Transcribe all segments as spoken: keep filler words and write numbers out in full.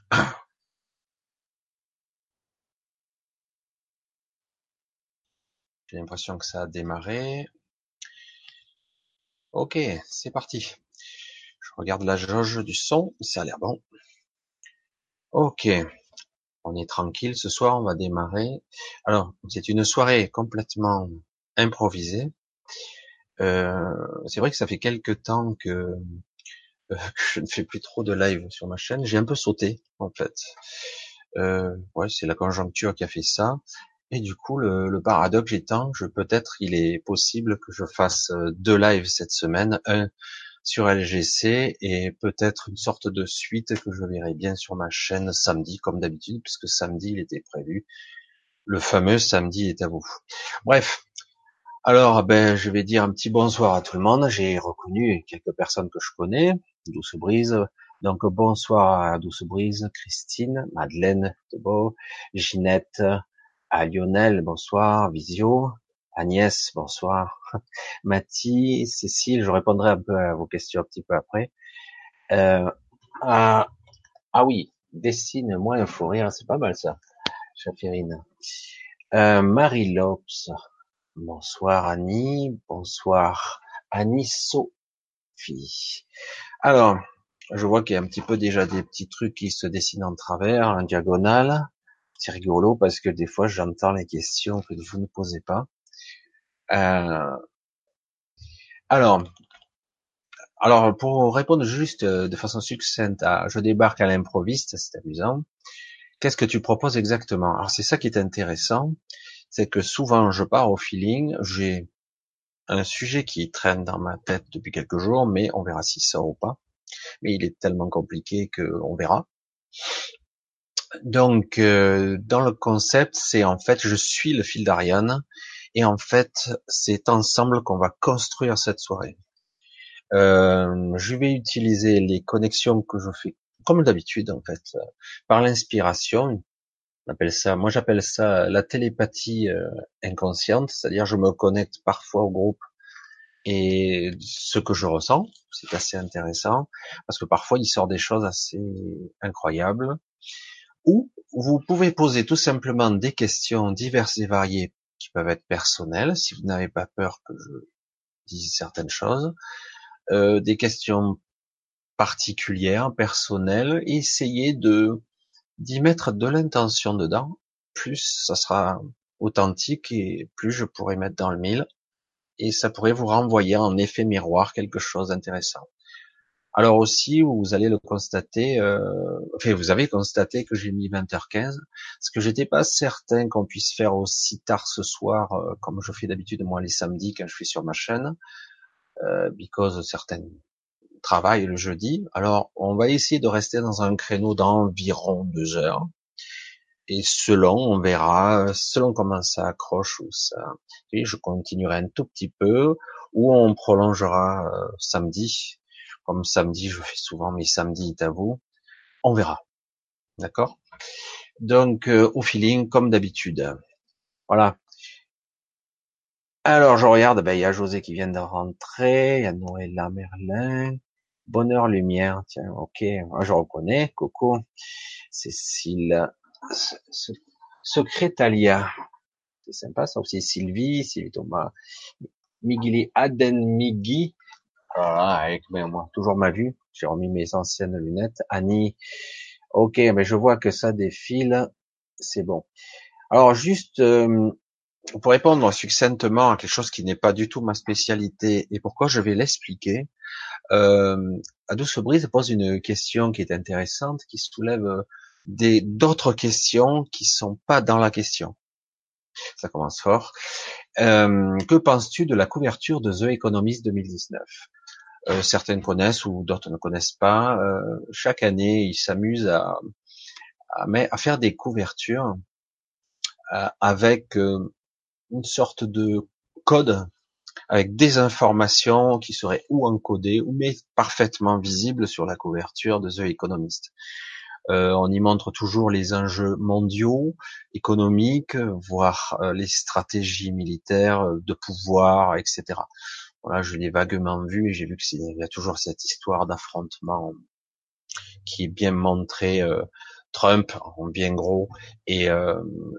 J'ai l'impression que ça a démarré. Ok, c'est parti. Je regarde la jauge du son, ça a l'air bon. Ok, on est tranquille. Ce soir, on va démarrer. Alors, c'est une soirée complètement improvisée. Euh, c'est vrai que ça fait quelque temps que, euh, que je ne fais plus trop de live sur ma chaîne. J'ai un peu sauté, en fait. Euh, ouais, c'est la conjoncture qui a fait ça. Et du coup, le, le paradoxe étant, je peut-être, il est possible que je fasse euh, deux lives cette semaine, un sur L G C et peut-être une sorte de suite que je verrai bien sur ma chaîne samedi, comme d'habitude, puisque samedi il était prévu. Le fameux samedi est à vous. Bref. Alors, ben, je vais dire un petit bonsoir à tout le monde. J'ai reconnu quelques personnes que je connais. Douce Brise. Donc, bonsoir à Douce Brise, Christine, Madeleine, Beau, Ginette, à Lionel, bonsoir, Visio, Agnès, bonsoir, Mathie, Cécile, je répondrai un peu à vos questions un petit peu après. Euh, ah, ah oui, dessine-moi un fou rire, c'est pas mal ça, Chaférine. Euh, Marie Lopes, bonsoir Annie, bonsoir Annie Sophie. Alors, je vois qu'il y a un petit peu déjà des petits trucs qui se dessinent en travers, en diagonale. C'est rigolo parce que des fois j'entends les questions que vous ne posez pas. Euh, alors, alors pour répondre juste euh, de façon succincte à je débarque à l'improviste, c'est amusant. Qu'est-ce que tu proposes exactement? Alors c'est ça qui est intéressant, c'est que souvent je pars au feeling, j'ai un sujet qui traîne dans ma tête depuis quelques jours, mais on verra si ça sort ou pas. Mais il est tellement compliqué que on verra. Donc euh, dans le concept, c'est en fait je suis le fil d'Ariane et en fait c'est ensemble qu'on va construire cette soirée. Euh, je vais utiliser les connexions que je fais comme d'habitude en fait, euh, par l'inspiration. On appelle ça, moi j'appelle ça la télépathie euh, inconsciente, c'est-à-dire je me connecte parfois au groupe et ce que je ressens, c'est assez intéressant parce que parfois il sort des choses assez incroyables. Ou vous pouvez poser tout simplement des questions diverses et variées qui peuvent être personnelles si vous n'avez pas peur que je dise certaines choses, euh, des questions particulière, personnelle, et essayer de d'y mettre de l'intention dedans. Plus ça sera authentique et plus je pourrai mettre dans le mille et ça pourrait vous renvoyer en effet miroir quelque chose d'intéressant. Alors aussi, vous allez le constater, euh, enfin vous avez constaté que j'ai mis vingt heures quinze, parce que j'étais pas certain qu'on puisse faire aussi tard ce soir, euh, comme je fais d'habitude moi les samedis quand je suis sur ma chaîne, euh, because certaines travail le jeudi. Alors, on va essayer de rester dans un créneau d'environ deux heures. Et selon, on verra, selon comment ça accroche ou ça, et je continuerai un tout petit peu, ou on prolongera euh, samedi. Comme samedi, je fais souvent mes samedis à vous. On verra. D'accord? Donc, euh, au feeling, comme d'habitude. Voilà. Alors, je regarde, ben, il y a José qui vient de rentrer, il y a Noëlla Merlin. Bonheur Lumière, tiens, ok, moi je reconnais, Coco, Cécile, Secrétalia, c'est sympa ça aussi, Sylvie, Sylvie Thomas, Migili Aden Migi, voilà, avec ben, moi, toujours ma vue, j'ai remis mes anciennes lunettes, Annie, ok, mais je vois que ça défile, c'est bon. Alors juste, euh, pour répondre succinctement à quelque chose qui n'est pas du tout ma spécialité et pourquoi je vais l'expliquer, Euh, Douce Brise pose une question qui est intéressante, qui soulève euh, des d'autres questions qui sont pas dans la question. Ça commence fort. Euh, que penses-tu de la couverture de The Economist deux mille dix-neuf? euh, Certaines connaissent ou d'autres ne connaissent pas. Euh, chaque année, ils s'amusent à, à, à, faire des couvertures euh, avec euh, une sorte de code, avec des informations qui seraient ou encodées ou mais parfaitement visibles sur la couverture de The Economist. Euh, on y montre toujours les enjeux mondiaux, économiques, voire euh, les stratégies militaires, euh, de pouvoir, et cetera. Voilà, je l'ai vaguement vu et j'ai vu qu'il y a toujours cette histoire d'affrontement qui est bien montrée euh, Trump en bien gros et euh,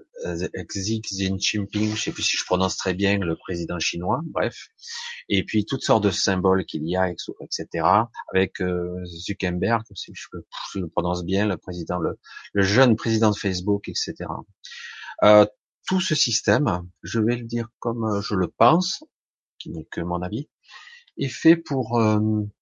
Xi Jinping, je sais plus si je prononce très bien, le président chinois, bref, et puis toutes sortes de symboles qu'il y a, et cetera. Avec euh, Zuckerberg, si je, peux, je le prononce bien, le président, le, le jeune président de Facebook, et cetera. Euh, tout ce système, je vais le dire comme je le pense, qui n'est que mon avis, est fait pour euh,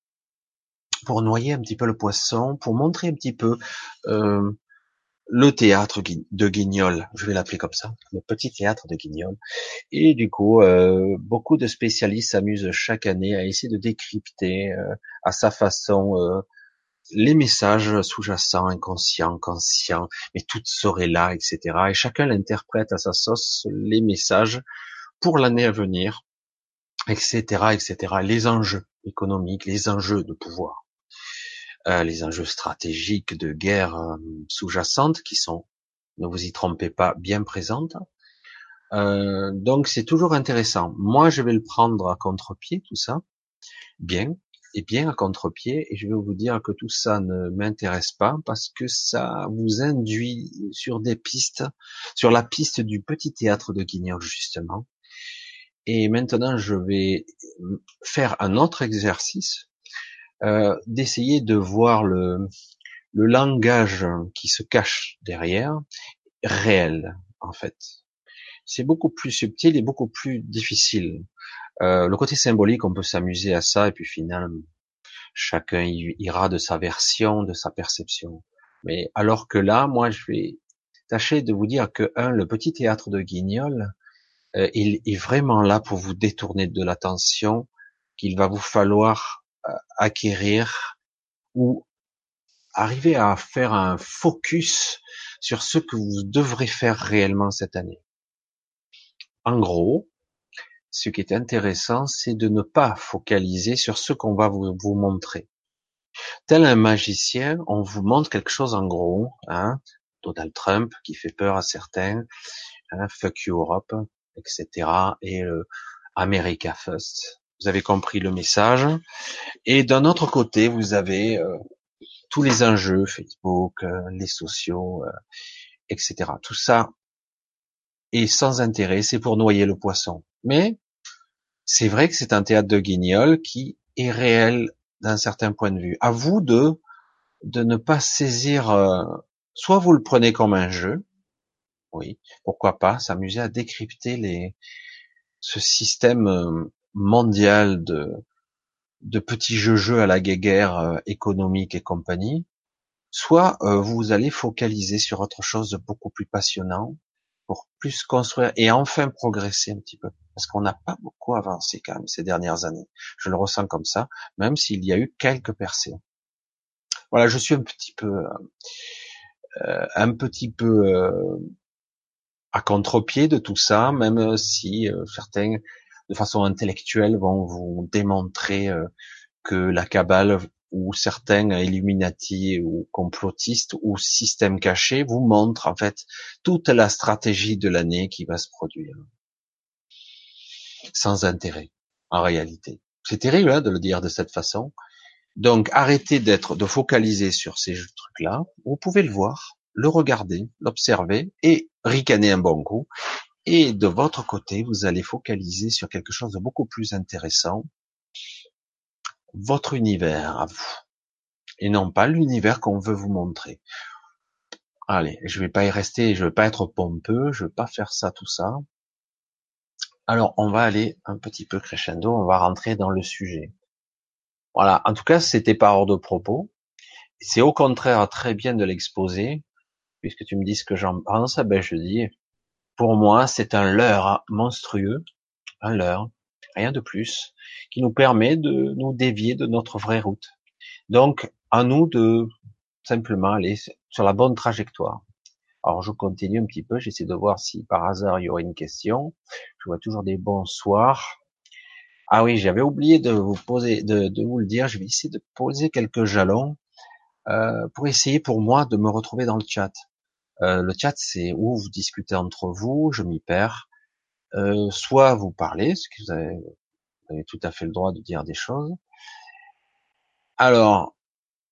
pour noyer un petit peu le poisson, pour montrer un petit peu euh, le théâtre de Guignol, je vais l'appeler comme ça, le petit théâtre de Guignol. Et du coup, euh, beaucoup de spécialistes s'amusent chaque année à essayer de décrypter euh, à sa façon euh, les messages sous-jacents, inconscients, conscients, mais tout serait là, et cetera. Et chacun l'interprète à sa sauce les messages pour l'année à venir, et cetera, et cetera. Les enjeux économiques, les enjeux de pouvoir, euh, les enjeux stratégiques de guerre euh, sous-jacentes qui sont, ne vous y trompez pas, bien présentes. Euh, donc c'est toujours intéressant. Moi, je vais le prendre à contre-pied, tout ça, bien, et bien à contre-pied, et je vais vous dire que tout ça ne m'intéresse pas parce que ça vous induit sur des pistes, sur la piste du petit théâtre de Guignol, justement. Et maintenant, je vais faire un autre exercice, euh, d'essayer de voir le, le langage qui se cache derrière, réel, en fait. C'est beaucoup plus subtil et beaucoup plus difficile. Euh, le côté symbolique, on peut s'amuser à ça, et puis finalement, chacun ira de sa version, de sa perception. Mais alors que là, moi, je vais tâcher de vous dire que, un, le petit théâtre de Guignol, euh, il est vraiment là pour vous détourner de l'attention qu'il va vous falloir euh, acquérir ou arriver à faire un focus sur ce que vous devrez faire réellement cette année. En gros, ce qui est intéressant, c'est de ne pas focaliser sur ce qu'on va vous, vous montrer. Tel un magicien, on vous montre quelque chose en gros, hein, Donald Trump qui fait peur à certains, hein, fuck you Europe, et cetera. Et euh, America First. Vous avez compris le message. Et d'un autre côté, vous avez euh, tous les enjeux, Facebook, euh, les sociaux, euh, et cetera. Tout ça est sans intérêt, c'est pour noyer le poisson. Mais c'est vrai que c'est un théâtre de Guignol qui est réel d'un certain point de vue. À vous de de ne pas saisir. Euh, soit vous le prenez comme un jeu, oui, pourquoi pas, s'amuser à décrypter les ce système euh, mondial de de petits jeux-jeux à la guéguerre euh, économique et compagnie. Soit euh, vous allez focaliser sur autre chose de beaucoup plus passionnant pour plus construire et enfin progresser un petit peu. Parce qu'on n'a pas beaucoup avancé quand même ces dernières années. Je le ressens comme ça, même s'il y a eu quelques percées. Voilà, je suis un petit peu, euh, un petit peu euh, à contre-pied de tout ça, même si euh, certains, de façon intellectuelle, vont vous démontrer euh, que la cabale ou certains Illuminati ou complotistes ou systèmes cachés vous montrent en fait toute la stratégie de l'année qui va se produire, sans intérêt, en réalité. C'est terrible hein, de le dire de cette façon. Donc arrêtez d'être, de focaliser sur ces trucs-là. Vous pouvez le voir, le regarder, l'observer et ricaner un bon coup. Et de votre côté, vous allez focaliser sur quelque chose de beaucoup plus intéressant, votre univers à vous, et non pas l'univers qu'on veut vous montrer. Allez, je vais pas y rester, je vais pas être pompeux, je vais pas faire ça, tout ça. Alors, on va aller un petit peu crescendo, on va rentrer dans le sujet. Voilà. En tout cas, c'était pas hors de propos. C'est au contraire très bien de l'exposer, puisque tu me dis ce que j'en pense, ben je dis, pour moi, c'est un leurre monstrueux, un leurre, rien de plus, qui nous permet de nous dévier de notre vraie route. Donc, à nous de simplement aller sur la bonne trajectoire. Alors, je continue un petit peu, j'essaie de voir si par hasard il y aurait une question. Je vois toujours des bonsoirs. Ah oui, j'avais oublié de vous poser, de, de vous le dire. Je vais essayer de poser quelques jalons euh, pour essayer pour moi de me retrouver dans le chat. Euh, le chat, c'est où vous discutez entre vous, je m'y perds. Euh, soit vous parlez, ce que vous avez, vous avez tout à fait le droit de dire des choses. Alors,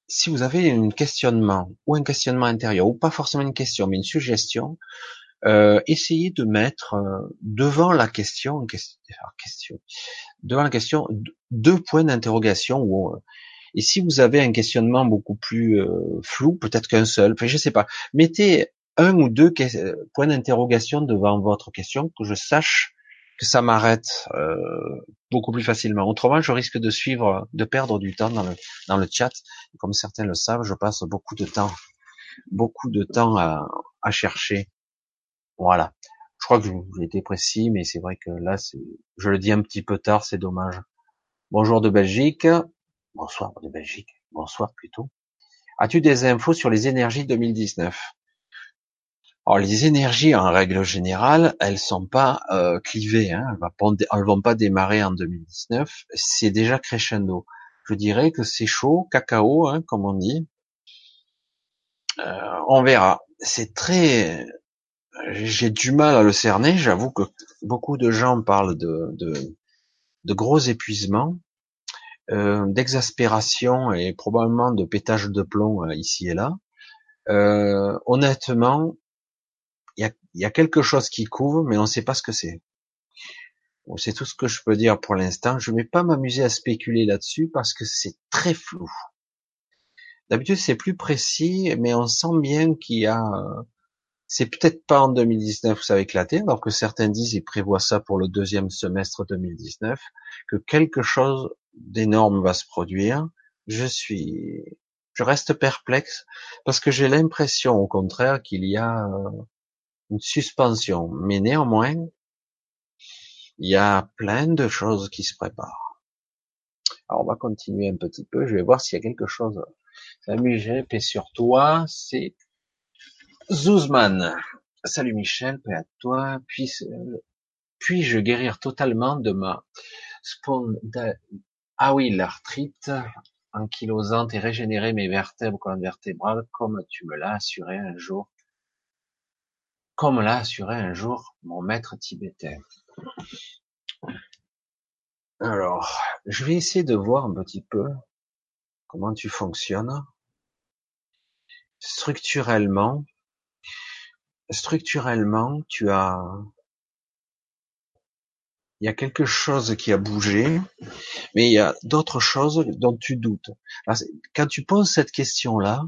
si vous avez un questionnement ou un questionnement intérieur, ou pas forcément une question, mais une suggestion, euh, essayez de mettre euh, devant la question, une question, question, devant la question, deux points d'interrogation. Ou euh, et si vous avez un questionnement beaucoup plus euh, flou, peut-être qu'un seul, enfin je sais pas, mettez un ou deux que- points d'interrogation devant votre question, que je sache que ça m'arrête euh, beaucoup plus facilement. Autrement, je risque de suivre, de perdre du temps dans le dans le chat. Comme certains le savent, je passe beaucoup de temps, beaucoup de temps à, à chercher. Voilà. Je crois que j'ai été précis, mais c'est vrai que là, c'est, je le dis un petit peu tard, c'est dommage. Bonjour de Belgique. Bonsoir de Belgique. Bonsoir plutôt. As-tu des infos sur les énergies deux mille dix-neuf? Alors les énergies, en règle générale, elles sont pas euh, clivées. Hein. Elles, vont pas, elles vont pas démarrer en deux mille dix-neuf. C'est déjà crescendo. Je dirais que c'est chaud, cacao, hein, comme on dit. Euh, on verra. C'est très. J'ai du mal à le cerner. J'avoue que beaucoup de gens parlent de, de, de gros épuisements, euh, d'exaspération et probablement de pétage de plomb euh, ici et là. Euh, honnêtement, il y a, y a quelque chose qui couvre, mais on ne sait pas ce que c'est. Bon, c'est tout ce que je peux dire pour l'instant. Je ne vais pas m'amuser à spéculer là-dessus parce que c'est très flou. D'habitude, c'est plus précis, mais on sent bien qu'il y a. C'est peut-être pas en deux mille dix-neuf que ça va éclater, alors que certains disent ils prévoient ça pour le deuxième semestre deux mille dix-neuf, que quelque chose d'énorme va se produire. Je suis, je reste perplexe parce que j'ai l'impression, au contraire, qu'il y a une suspension. Mais néanmoins, il y a plein de choses qui se préparent. Alors, on va continuer un petit peu. Je vais voir s'il y a quelque chose. Salut, j'ai paix sur toi. C'est Zouzman. Salut Michel, paix à toi. Puis Puis-je guérir totalement de ma sponda... Ah oui, l'arthrite ankylosante et régénérer mes vertèbres colonne vertébrale comme tu me l'as assuré un jour, comme l'a assuré un jour mon maître tibétain. Alors, je vais essayer de voir un petit peu comment tu fonctionnes. Structurellement, structurellement, tu as, il y a quelque chose qui a bougé, mais il y a d'autres choses dont tu doutes. Alors, quand tu poses cette question-là,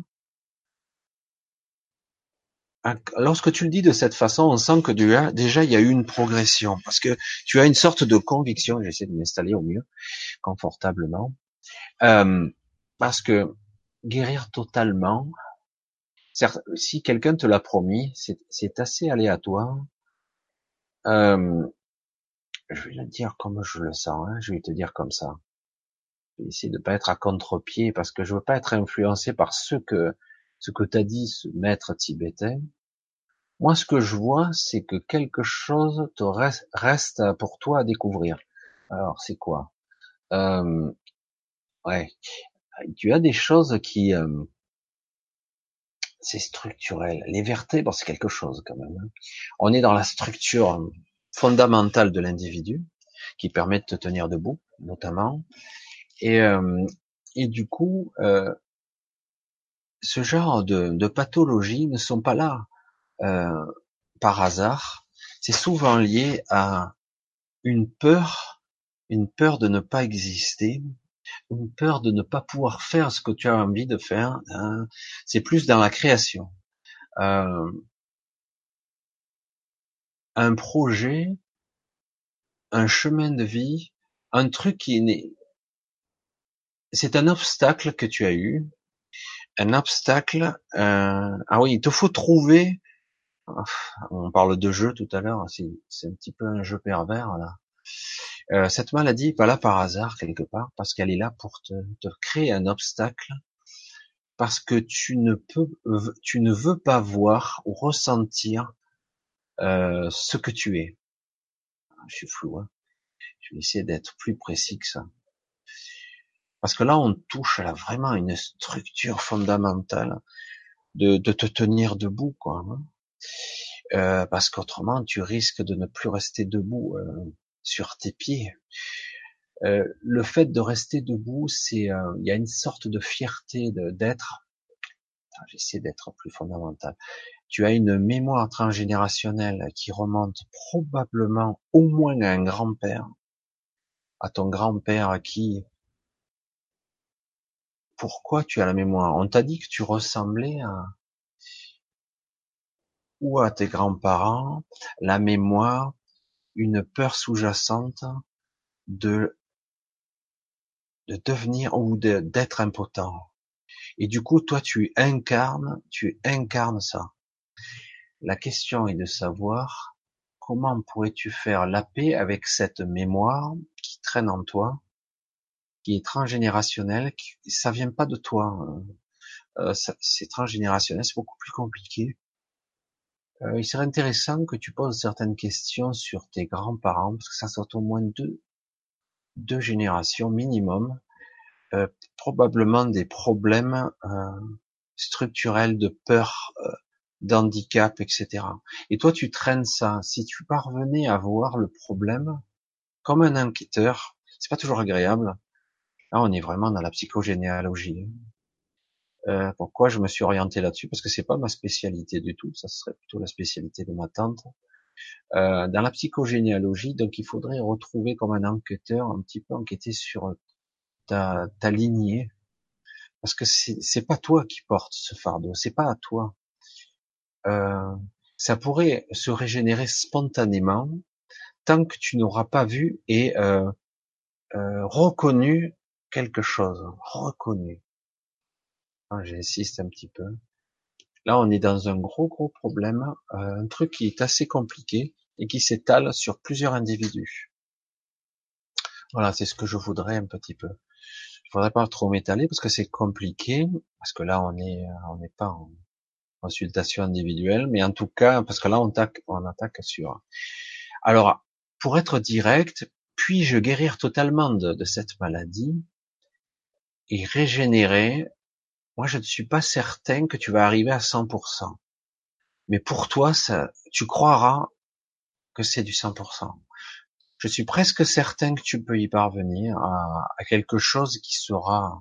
lorsque tu le dis de cette façon, on sent que déjà, déjà il y a eu une progression, parce que tu as une sorte de conviction. J'essaie de m'installer au mieux, confortablement, euh, parce que guérir totalement, certes, si quelqu'un te l'a promis, c'est, c'est assez aléatoire. Euh, je vais le dire comme je le sens, hein, je vais te dire comme ça. Je vais essayer de pas être à contre-pied, parce que je veux pas être influencé par ce que ce que t'as dit, ce maître tibétain. Moi, ce que je vois, c'est que quelque chose te reste, reste pour toi à découvrir. Alors, c'est quoi? euh, Ouais, tu as des choses qui, euh, c'est structurel. Les vertèbres, c'est quelque chose quand même. Hein. On est dans la structure fondamentale de l'individu, qui permet de te tenir debout, notamment. Et, euh, et du coup, euh, ce genre de, de pathologies ne sont pas là euh, par hasard. C'est souvent lié à une peur, une peur de ne pas exister, une peur de ne pas pouvoir faire ce que tu as envie de faire. Hein. C'est plus dans la création. Euh, un projet, un chemin de vie, un truc qui est né. C'est un obstacle que tu as eu, un obstacle. Euh, ah oui, il te faut trouver. On parle de jeu tout à l'heure. C'est, c'est un petit peu un jeu pervers là. Euh, cette maladie n'est pas là par hasard quelque part, parce qu'elle est là pour te, te créer un obstacle, parce que tu ne peux, tu ne veux pas voir ou ressentir euh, ce que tu es. Je suis flou, hein. Je vais essayer d'être plus précis que ça, parce que là on touche à la, vraiment une structure fondamentale de, de te tenir debout, quoi. Hein. Euh, parce qu'autrement tu risques de ne plus rester debout euh, sur tes pieds. Euh, le fait de rester debout, c'est, euh, il y a une sorte de fierté de- d'être. Ah, j'essaie d'être plus fondamental. Tu as une mémoire transgénérationnelle qui remonte probablement au moins à un grand-père, à ton grand-père qui. Pourquoi tu as la mémoire? On t'a dit que tu ressemblais à ou à tes grands-parents, la mémoire, une peur sous-jacente de de devenir ou de- d'être impotent. Et du coup, toi, tu incarnes, tu incarnes ça. La question est de savoir comment pourrais-tu faire la paix avec cette mémoire qui traîne en toi, qui est transgénérationnelle, qui, ça vient pas de toi. Euh, ça- c'est transgénérationnel, c'est beaucoup plus compliqué. Euh, il serait intéressant que tu poses certaines questions sur tes grands-parents, parce que ça saute au moins deux, deux générations minimum, euh, probablement des problèmes euh, structurels de peur, euh, d'handicap, et cetera. Et toi, tu traînes ça. Si tu parvenais à voir le problème comme un enquêteur, c'est pas toujours agréable. Là, on est vraiment dans la psychogénéalogie. Euh, pourquoi je me suis orienté là-dessus? Parce que c'est pas ma spécialité du tout. Ça serait plutôt la spécialité de ma tante. Euh, dans la psychogénéalogie, donc il faudrait retrouver comme un enquêteur, un petit peu enquêter sur ta, ta lignée, parce que c'est c'est pas toi qui portes ce fardeau, c'est pas à toi. Euh, ça pourrait se régénérer spontanément tant que tu n'auras pas vu et euh, euh, reconnu quelque chose, reconnu. Ah, j'insiste un petit peu. Là, on est dans un gros gros problème, euh, un truc qui est assez compliqué et qui s'étale sur plusieurs individus. Voilà, c'est ce que je voudrais un petit peu. Il faudrait pas trop m'étaler parce que c'est compliqué, parce que là on est, on n'est pas en consultation individuelle, mais en tout cas, parce que là on attaque, on attaque sur. Alors, pour être direct, puis-je guérir totalement de, de cette maladie et régénérer? Moi, je ne suis pas certain que tu vas arriver à cent pour cent. Mais pour toi, ça, tu croiras que c'est du cent pour cent. Je suis presque certain que tu peux y parvenir à, à quelque chose qui sera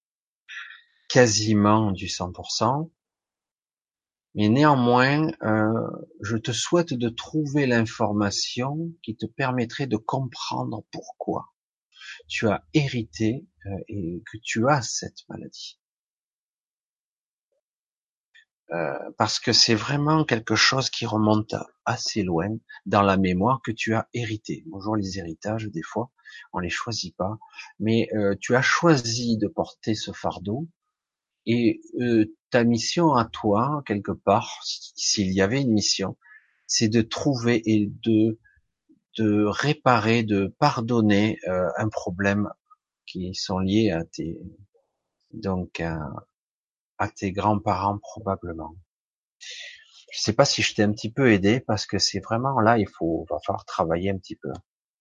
quasiment du cent pour cent. Mais néanmoins, euh, je te souhaite de trouver l'information qui te permettrait de comprendre pourquoi tu as hérité euh, et que tu as cette maladie. Euh, parce que c'est vraiment quelque chose qui remonte à assez loin dans la mémoire que tu as hérité. Bonjour les héritages, des fois, on les choisit pas, mais euh, tu as choisi de porter ce fardeau. Et euh, ta mission à toi, quelque part, s'il y avait une mission, c'est de trouver et de de réparer, de pardonner euh, un problème qui sont liés à tes donc à, à tes grands-parents probablement. Je sais pas si je t'ai un petit peu aidé parce que c'est vraiment là, il faut va falloir travailler un petit peu.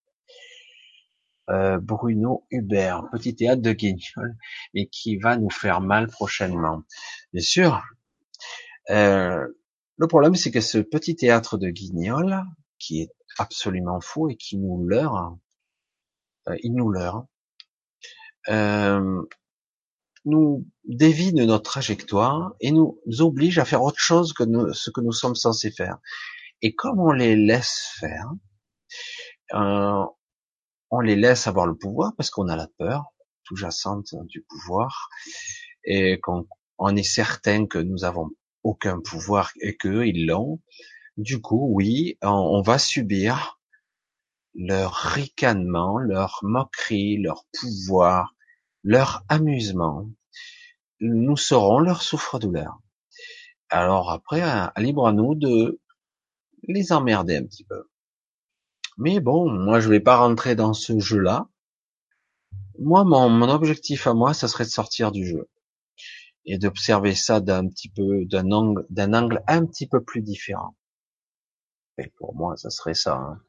Euh, Bruno Hubert, petit théâtre de Guignol, et qui va nous faire mal prochainement. Bien sûr. Euh, le problème, c'est que ce petit théâtre de Guignol, qui est absolument faux et qui nous leurre, euh, il nous leurre, euh, nous dévie de notre trajectoire et nous oblige à faire autre chose que nous- ce que nous sommes censés faire. Et comme on les laisse faire, euh, on les laisse avoir le pouvoir parce qu'on a la peur sous-jacente du pouvoir et qu'on on est certain que nous avons aucun pouvoir et qu'eux, ils l'ont. Du coup, oui, on, on va subir leur ricanement, leur moquerie, leur pouvoir, leur amusement. Nous serons leur souffre-douleur. Alors après, à, libre à nous de les emmerder un petit peu. Mais bon, moi je vais pas rentrer dans ce jeu-là. Moi, mon, mon objectif à moi, ça serait de sortir du jeu et d'observer ça d'un petit peu, d'un angle, d'un angle un petit peu plus différent. Et pour moi, ça serait ça. Hein.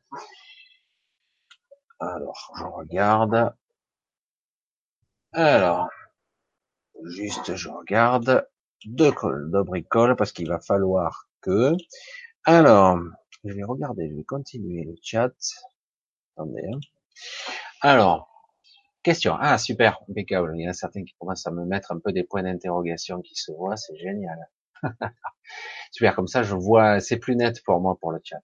Alors, je regarde. Alors, juste, je regarde. Deux, deux bricoles parce qu'il va falloir que. Alors, je vais regarder, je vais continuer le chat. Attendez. Hein. Alors. Question. Ah, super, impeccable. Il y en a certains qui commencent à me mettre un peu des points d'interrogation qui se voient, c'est génial. Super, comme ça je vois, c'est plus net pour moi pour le chat.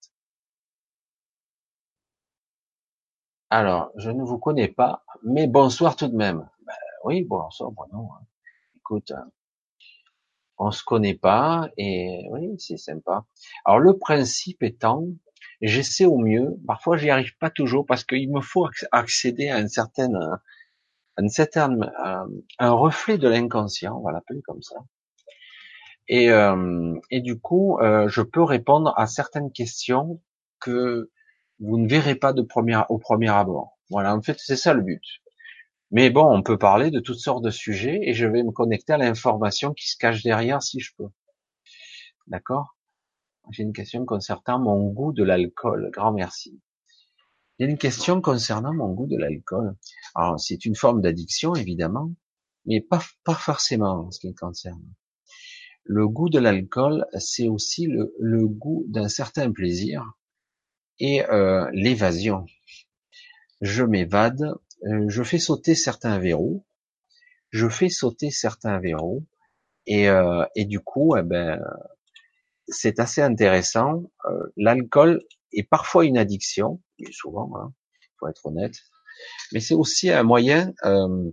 Alors, je ne vous connais pas, mais bonsoir tout de même. Ben, oui, bonsoir, bon non. Hein. Écoute, hein, on se connaît pas et oui, c'est sympa. Alors le principe étant, j'essaie au mieux. Parfois, j'y arrive pas toujours parce qu'il me faut acc- accéder à une certaine, à une certaine, euh, un reflet de l'inconscient, on va l'appeler comme ça. Et, euh, et du coup, euh, je peux répondre à certaines questions que vous ne verrez pas de première, au premier abord. Voilà, en fait, c'est ça le but. Mais bon, on peut parler de toutes sortes de sujets et je vais me connecter à l'information qui se cache derrière si je peux. D'accord? J'ai une question concernant mon goût de l'alcool. Grand merci. J'ai une question concernant mon goût de l'alcool. Alors, c'est une forme d'addiction, évidemment, mais pas, pas forcément en ce qui me concerne. Le goût de l'alcool, c'est aussi le, le goût d'un certain plaisir et euh, l'évasion. Je m'évade, euh, je fais sauter certains verrous, je fais sauter certains verrous, et, euh, et du coup, eh ben, c'est assez intéressant. Euh, l'alcool est parfois une addiction, et souvent, hein, faut être honnête, mais c'est aussi un moyen euh,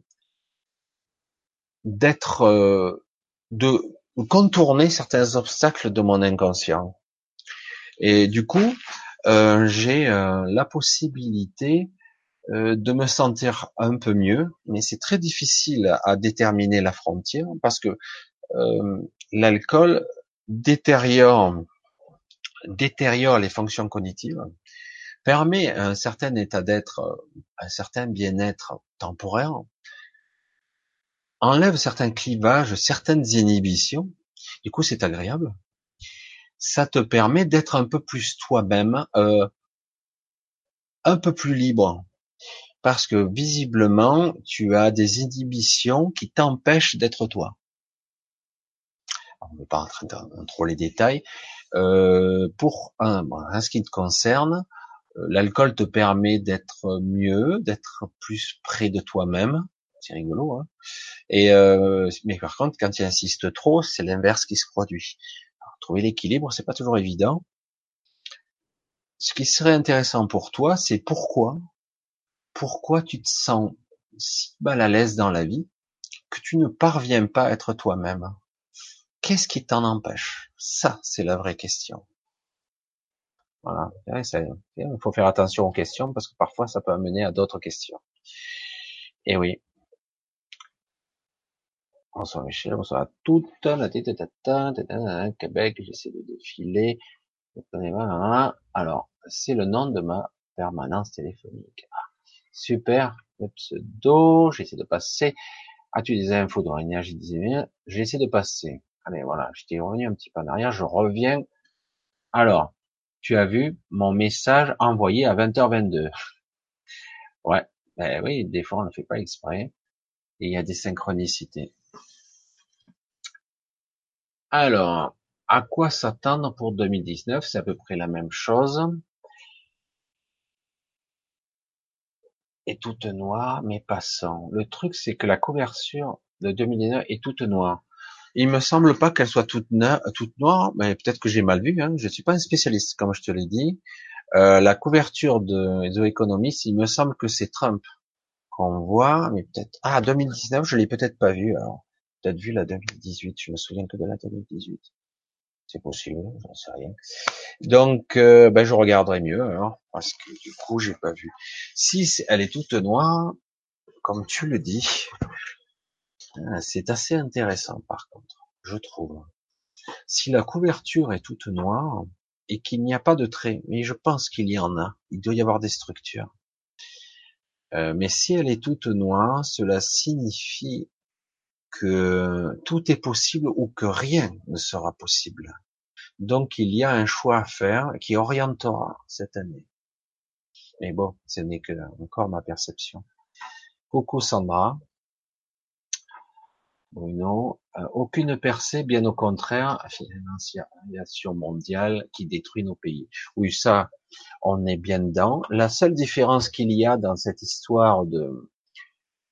d'être, euh, de contourner certains obstacles de mon inconscient. Et du coup, euh, j'ai euh, la possibilité euh, de me sentir un peu mieux, mais c'est très difficile à déterminer la frontière parce que euh, l'alcool détériore, détériore les fonctions cognitives, permet un certain état d'être, un certain bien-être temporaire, enlève certains clivages, certaines inhibitions. Du coup, c'est agréable. Ça te permet d'être un peu plus toi-même, euh, un peu plus libre. Parce que visiblement, tu as des inhibitions qui t'empêchent d'être toi. On n'est pas en train de trop les détails. Euh, pour un, bon, en ce qui te concerne, euh, l'alcool te permet d'être mieux, d'être plus près de toi-même. C'est rigolo, hein. Et euh, mais par contre, quand tu insistes trop, c'est l'inverse qui se produit. Alors, trouver l'équilibre, c'est pas toujours évident. Ce qui serait intéressant pour toi, c'est pourquoi, pourquoi tu te sens si mal à l'aise dans la vie que tu ne parviens pas à être toi-même. Qu'est-ce qui t'en empêche? Ça, c'est la vraie question. Voilà. Ouais, ça- il faut faire attention aux questions parce que parfois ça peut amener à d'autres questions. Et oui. Bonsoir Michel, bonsoir à toutes. La tête, tata, tata, Québec, j'essaie de défiler. Alors, c'est le nom de ma permanence téléphonique. Ah, super. Le pseudo, j'essaie de passer. As-tu des infos dans l'énergie divine? J'essaie de passer. Allez, voilà, j'étais revenu un petit peu en arrière, je reviens. Alors, tu as vu mon message envoyé à vingt heures vingt-deux. Ouais, ben oui, des fois on ne fait pas exprès et il y a des synchronicités. Alors, à quoi s'attendre pour deux mille dix-neuf? C'est à peu près la même chose. Et toute noire, mais passant. Le truc, c'est que la couverture de deux mille dix-neuf est toute noire. Il me semble pas qu'elle soit toute, na- toute noire, mais peut-être que j'ai mal vu. Hein. Je suis pas un spécialiste, comme je te l'ai dit. Euh, la couverture de The Economist, il me semble que c'est Trump qu'on voit, mais peut-être. Ah, deux mille dix-neuf, je l'ai peut-être pas vu. Alors, peut-être vu la deux mille dix-huit. Je me souviens que de la deux mille dix-huit. C'est possible, j'en sais rien. Donc, euh, ben, je regarderai mieux, alors, parce que du coup, j'ai pas vu. Si c'est- elle est toute noire, comme tu le dis, hein, c'est assez intéressant, par contre, je trouve. Si la couverture est toute noire et qu'il n'y a pas de traits, mais je pense qu'il y en a, il doit y avoir des structures. Euh, mais si elle est toute noire, cela signifie que tout est possible ou que rien ne sera possible. Donc il y a un choix à faire qui orientera cette année. Mais bon, ce n'est que encore ma perception. Coucou Sandra, Bruno, euh, aucune percée, bien au contraire, financiarisation mondiale qui détruit nos pays. Oui, ça, on est bien dedans. La seule différence qu'il y a dans cette histoire de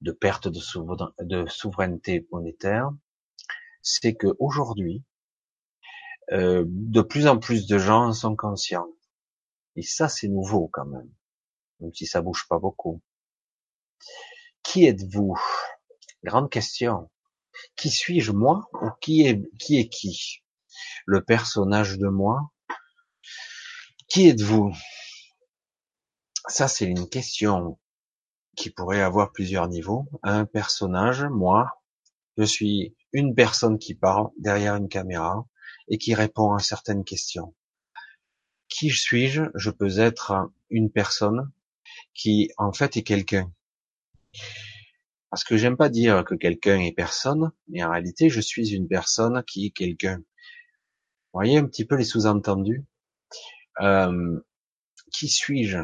de perte de, souver- de souveraineté monétaire, c'est que aujourd'hui, euh, de plus en plus de gens en sont conscients. Et ça, c'est nouveau quand même, même si ça bouge pas beaucoup. Qui êtes-vous? Grande question. Qui suis-je, moi, ou qui est qui est qui? Le personnage de moi? Qui êtes-vous? Ça, c'est une question qui pourrait avoir plusieurs niveaux. Un personnage, moi, je suis une personne qui parle derrière une caméra et qui répond à certaines questions. Qui suis-je? Je peux être une personne qui, en fait, est quelqu'un. Parce que j'aime pas dire que quelqu'un est personne, mais en réalité, je suis une personne qui est quelqu'un. Vous voyez un petit peu les sous-entendus. Euh, qui suis-je?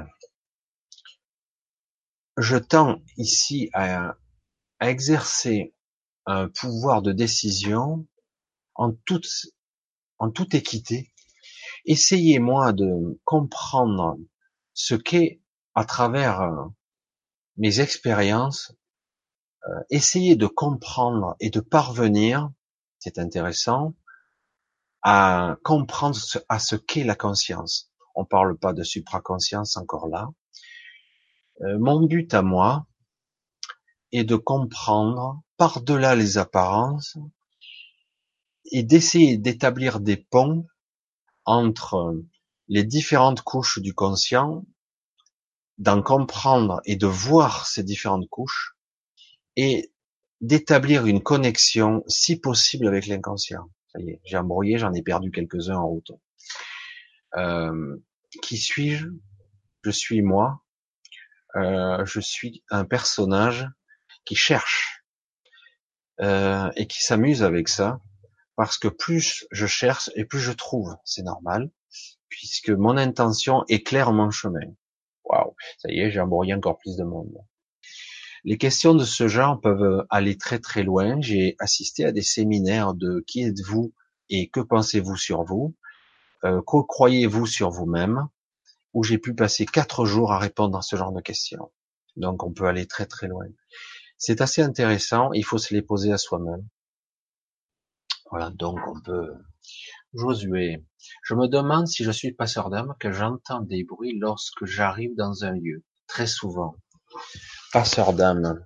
Je tends ici à, à exercer un pouvoir de décision en toute, en toute équité. Essayez-moi de comprendre ce qu'est à travers euh, mes expériences. Euh, essayez de comprendre et de parvenir, c'est intéressant, à comprendre ce, à ce qu'est la conscience. On parle pas de supraconscience encore là. Euh, mon but à moi est de comprendre par-delà les apparences et d'essayer d'établir des ponts entre les différentes couches du conscient, d'en comprendre et de voir ces différentes couches et d'établir une connexion, si possible, avec l'inconscient. Ça y est, j'ai embrouillé, j'en ai perdu quelques-uns en route. Euh, qui suis-je? Je suis moi. Euh, je suis un personnage qui cherche euh, et qui s'amuse avec ça, parce que plus je cherche et plus je trouve, c'est normal, puisque mon intention éclaire mon chemin. Waouh, ça y est, j'ai embrouillé encore plus de monde. Les questions de ce genre peuvent aller très très loin. J'ai assisté à des séminaires de qui êtes-vous et que pensez-vous sur vous, euh, que croyez-vous sur vous-même, où j'ai pu passer quatre jours à répondre à ce genre de questions. Donc on peut aller très très loin. C'est assez intéressant, il faut se les poser à soi-même. Voilà, donc on peut... Josué, je me demande si je suis passeur d'âme, que j'entends des bruits lorsque j'arrive dans un lieu. Très souvent. Passeur d'âme.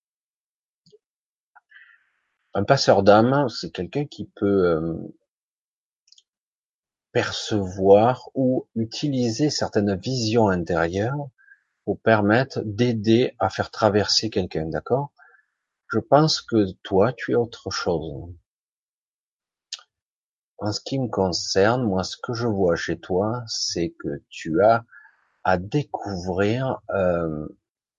Un passeur d'âme, c'est quelqu'un qui peut euh, percevoir ou utiliser certaines visions intérieures pour permettre d'aider à faire traverser quelqu'un, d'accord? Je pense que toi, tu es autre chose. En ce qui me concerne, moi, ce que je vois chez toi, c'est que tu as à découvrir euh,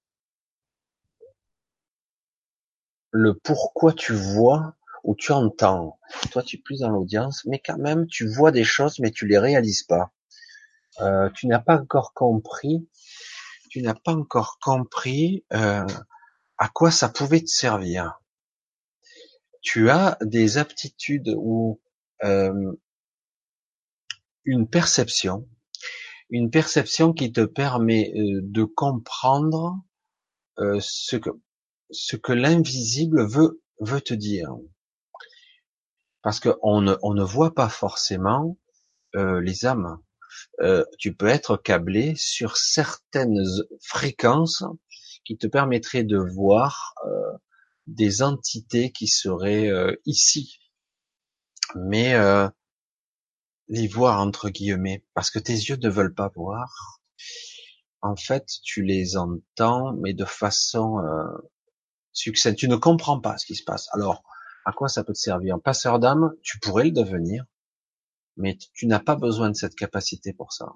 le pourquoi tu vois ou tu entends. Toi, tu es plus dans l'audience, mais quand même, tu vois des choses, mais tu les réalises pas. Euh, tu n'as pas encore compris, tu n'as pas encore compris euh, à quoi ça pouvait te servir. Tu as des aptitudes ou euh, une perception, une perception qui te permet euh, de comprendre euh, ce que ce que l'invisible veut veut te dire, parce que on ne on ne voit pas forcément euh, les âmes. Euh, tu peux être câblé sur certaines fréquences qui te permettraient de voir euh, des entités qui seraient euh, ici, mais euh, les voir entre guillemets, parce que tes yeux ne veulent pas voir. En fait, tu les entends, mais de façon euh, succincte. Tu ne comprends pas ce qui se passe. Alors, à quoi ça peut te servir? Passeur d'âme, tu pourrais le devenir, mais tu n'as pas besoin de cette capacité pour ça.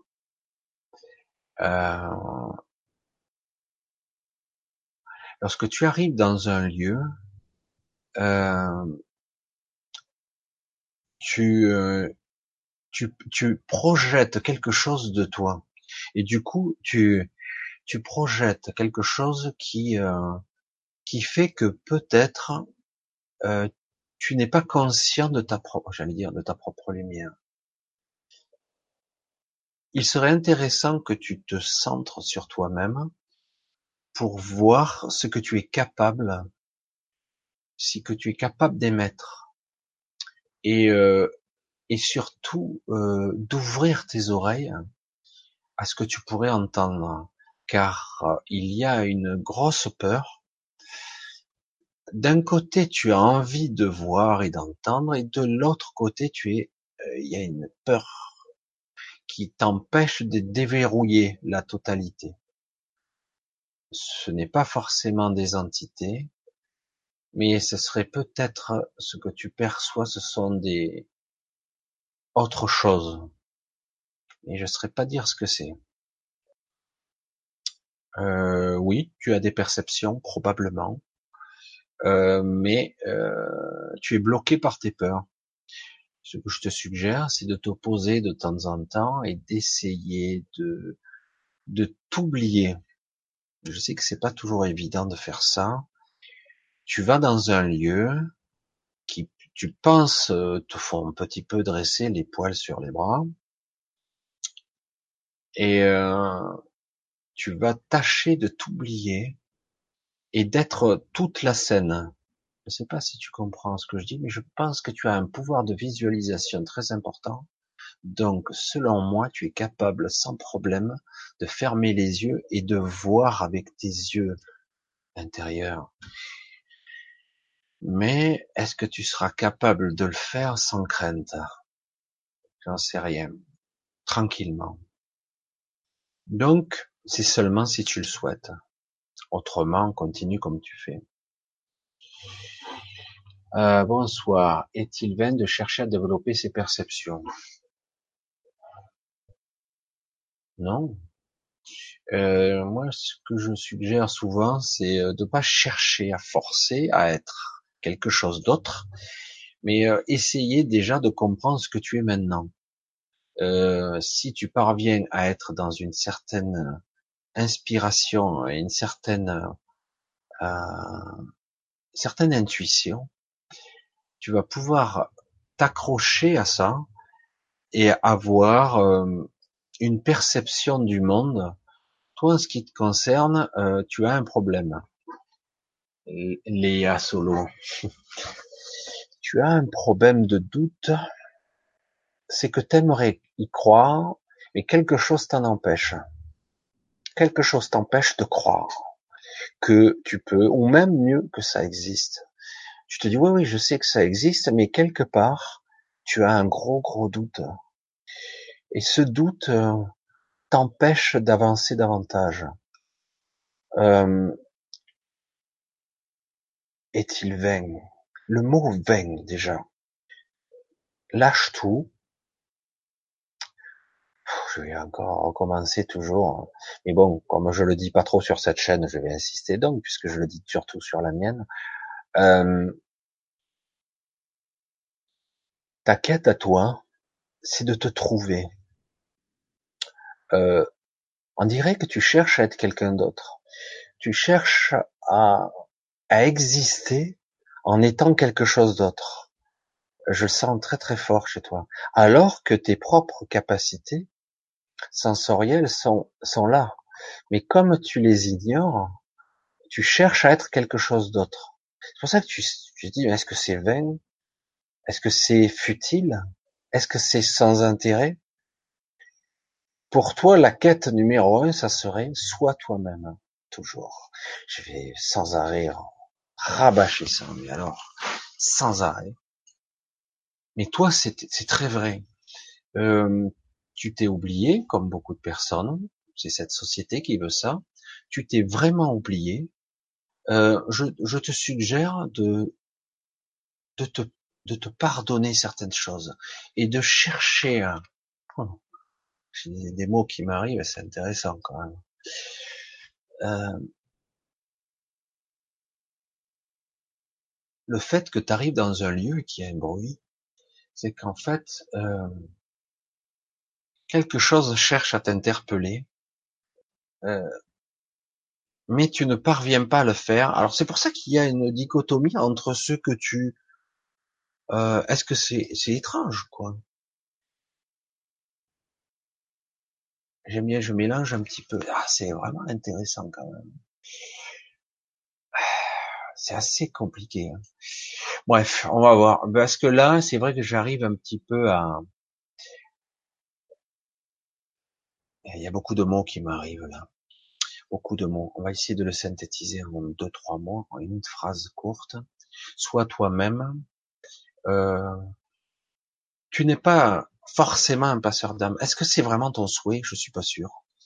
Euh, lorsque tu arrives dans un lieu, euh, tu, euh, tu, tu projettes quelque chose de toi, et du coup, tu, tu projettes quelque chose qui, euh, qui fait que peut-être euh, tu n'es pas conscient de ta propre, j'allais dire, de ta propre lumière. Il serait intéressant que tu te centres sur toi-même pour voir ce que tu es capable, si que tu es capable d'émettre, et euh, et surtout euh, d'ouvrir tes oreilles à ce que tu pourrais entendre, car euh, il y a une grosse peur. D'un côté, tu as envie de voir et d'entendre, et de l'autre côté, tu es, euh, il y a une peur qui t'empêche de déverrouiller la totalité. Ce n'est pas forcément des entités, mais ce serait peut-être ce que tu perçois, ce sont des autres choses. Et je ne saurais pas dire ce que c'est. Euh, oui, tu as des perceptions, probablement, euh, mais euh, tu es bloqué par tes peurs. Ce que je te suggère, c'est de t'opposer de temps en temps et d'essayer de, de t'oublier. Je sais que c'est pas toujours évident de faire ça. Tu vas dans un lieu qui, tu penses, euh, te font un petit peu dresser les poils sur les bras, et euh, tu vas tâcher de t'oublier et d'être toute la scène. Je ne sais pas si tu comprends ce que je dis, mais je pense que tu as un pouvoir de visualisation très important. Donc, selon moi, tu es capable sans problème de fermer les yeux et de voir avec tes yeux intérieurs. Mais est-ce que tu seras capable de le faire sans crainte? J'en sais rien. Tranquillement. Donc, c'est seulement si tu le souhaites. Autrement, continue comme tu fais. Euh, bonsoir. Est-il vain de chercher à développer ses perceptions? Non. Euh, moi, ce que je suggère souvent, c'est euh, de pas chercher à forcer à être quelque chose d'autre, mais euh, essayer déjà de comprendre ce que tu es maintenant. Euh, si tu parviens à être dans une certaine inspiration et une certaine euh, certaine intuition, tu vas pouvoir t'accrocher à ça et avoir euh, une perception du monde. Toi, en ce qui te concerne, euh, tu as un problème. Léa Solo, tu as un problème de doute, c'est que tu aimerais y croire, mais quelque chose t'en empêche. Quelque chose t'empêche de croire que tu peux, ou même mieux que ça existe. Tu te dis, oui, oui, je sais que ça existe, mais quelque part, tu as un gros, gros doute. Et ce doute euh, t'empêche d'avancer davantage. Euh, est-il vain? Le mot vain, déjà. Lâche tout. Je vais encore recommencer toujours. Mais bon, comme je le dis pas trop sur cette chaîne, je vais insister donc, puisque je le dis surtout sur la mienne. Euh, ta quête à toi, c'est de te trouver. Euh, on dirait que tu cherches à être quelqu'un d'autre. Tu cherches à, à exister en étant quelque chose d'autre. Je le sens très très fort chez toi. Alors que tes propres capacités sensorielles sont, sont là. Mais comme tu les ignores, tu cherches à être quelque chose d'autre. C'est pour ça que tu, tu te dis, est-ce que c'est vain? Est-ce que c'est futile? Est-ce que c'est sans intérêt? Pour toi, la quête numéro un, ça serait sois toi-même, toujours. Je vais sans arrêt rabâcher ça, mais alors, sans arrêt. Mais toi, c'est c'est très vrai. Euh, tu t'es oublié, comme beaucoup de personnes. C'est cette société qui veut ça. Tu t'es vraiment oublié. Euh, je, je te suggère de, de te, de te pardonner certaines choses et de chercher à, oh, j'ai des, des mots qui m'arrivent, c'est intéressant quand même. Euh, le fait que tu arrives dans un lieu et qu'il y a un bruit, c'est qu'en fait, euh, quelque chose cherche à t'interpeller, euh, mais tu ne parviens pas à le faire. Alors c'est pour ça qu'il y a une dichotomie entre ce que tu... Euh, est-ce que c'est c'est étrange, quoi. J'aime bien, je mélange un petit peu. Ah, c'est vraiment intéressant quand même. c'est assez compliqué, hein. Bref, on va voir. Parce que là, c'est vrai que j'arrive un petit peu à... Il y a beaucoup de mots qui m'arrivent là. Beaucoup de mots. On va essayer de le synthétiser en deux, trois mots, en une phrase courte. Sois toi-même. Euh, tu n'es pas forcément un passeur d'âme. Est-ce que c'est vraiment ton souhait? Je suis pas sûr.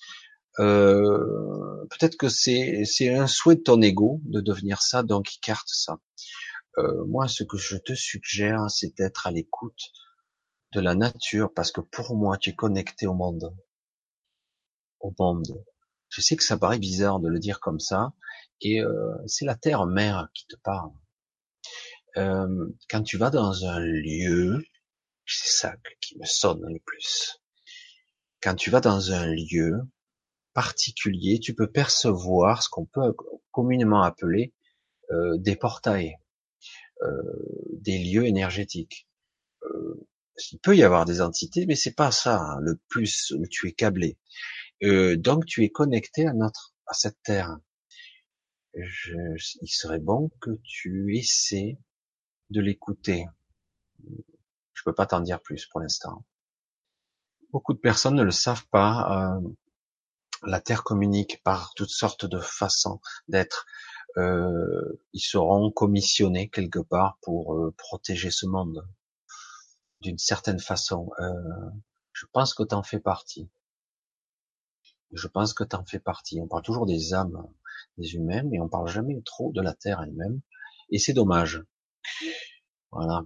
Euh, peut-être que c'est c'est un souhait de ton ego de devenir ça, donc il carte ça. Euh, moi, ce que je te suggère, c'est d'être à l'écoute de la nature, parce que pour moi, tu es connecté au monde, au monde. Je sais que ça paraît bizarre de le dire comme ça, et euh, c'est la terre mère qui te parle. Euh, quand tu vas dans un lieu, c'est ça qui me sonne le plus. Quand tu vas dans un lieu particulier, tu peux percevoir ce qu'on peut communément appeler euh, des portails, euh, des lieux énergétiques. Euh, il peut y avoir des entités, mais c'est pas ça, hein, le plus où tu es câblé. Euh, donc tu es connecté à notre, à cette terre. Je, il serait bon que tu essaies de l'écouter. Je peux pas t'en dire plus pour l'instant. Beaucoup de personnes ne le savent pas. Euh, la terre communique par toutes sortes de façons d'être. Euh, ils seront commissionnés quelque part pour euh, protéger ce monde d'une certaine façon. Euh, je pense que tu en fais partie. Je pense que tu en fais partie. On parle toujours des âmes des humains, mais on parle jamais trop de la Terre elle-même. Et c'est dommage. Voilà.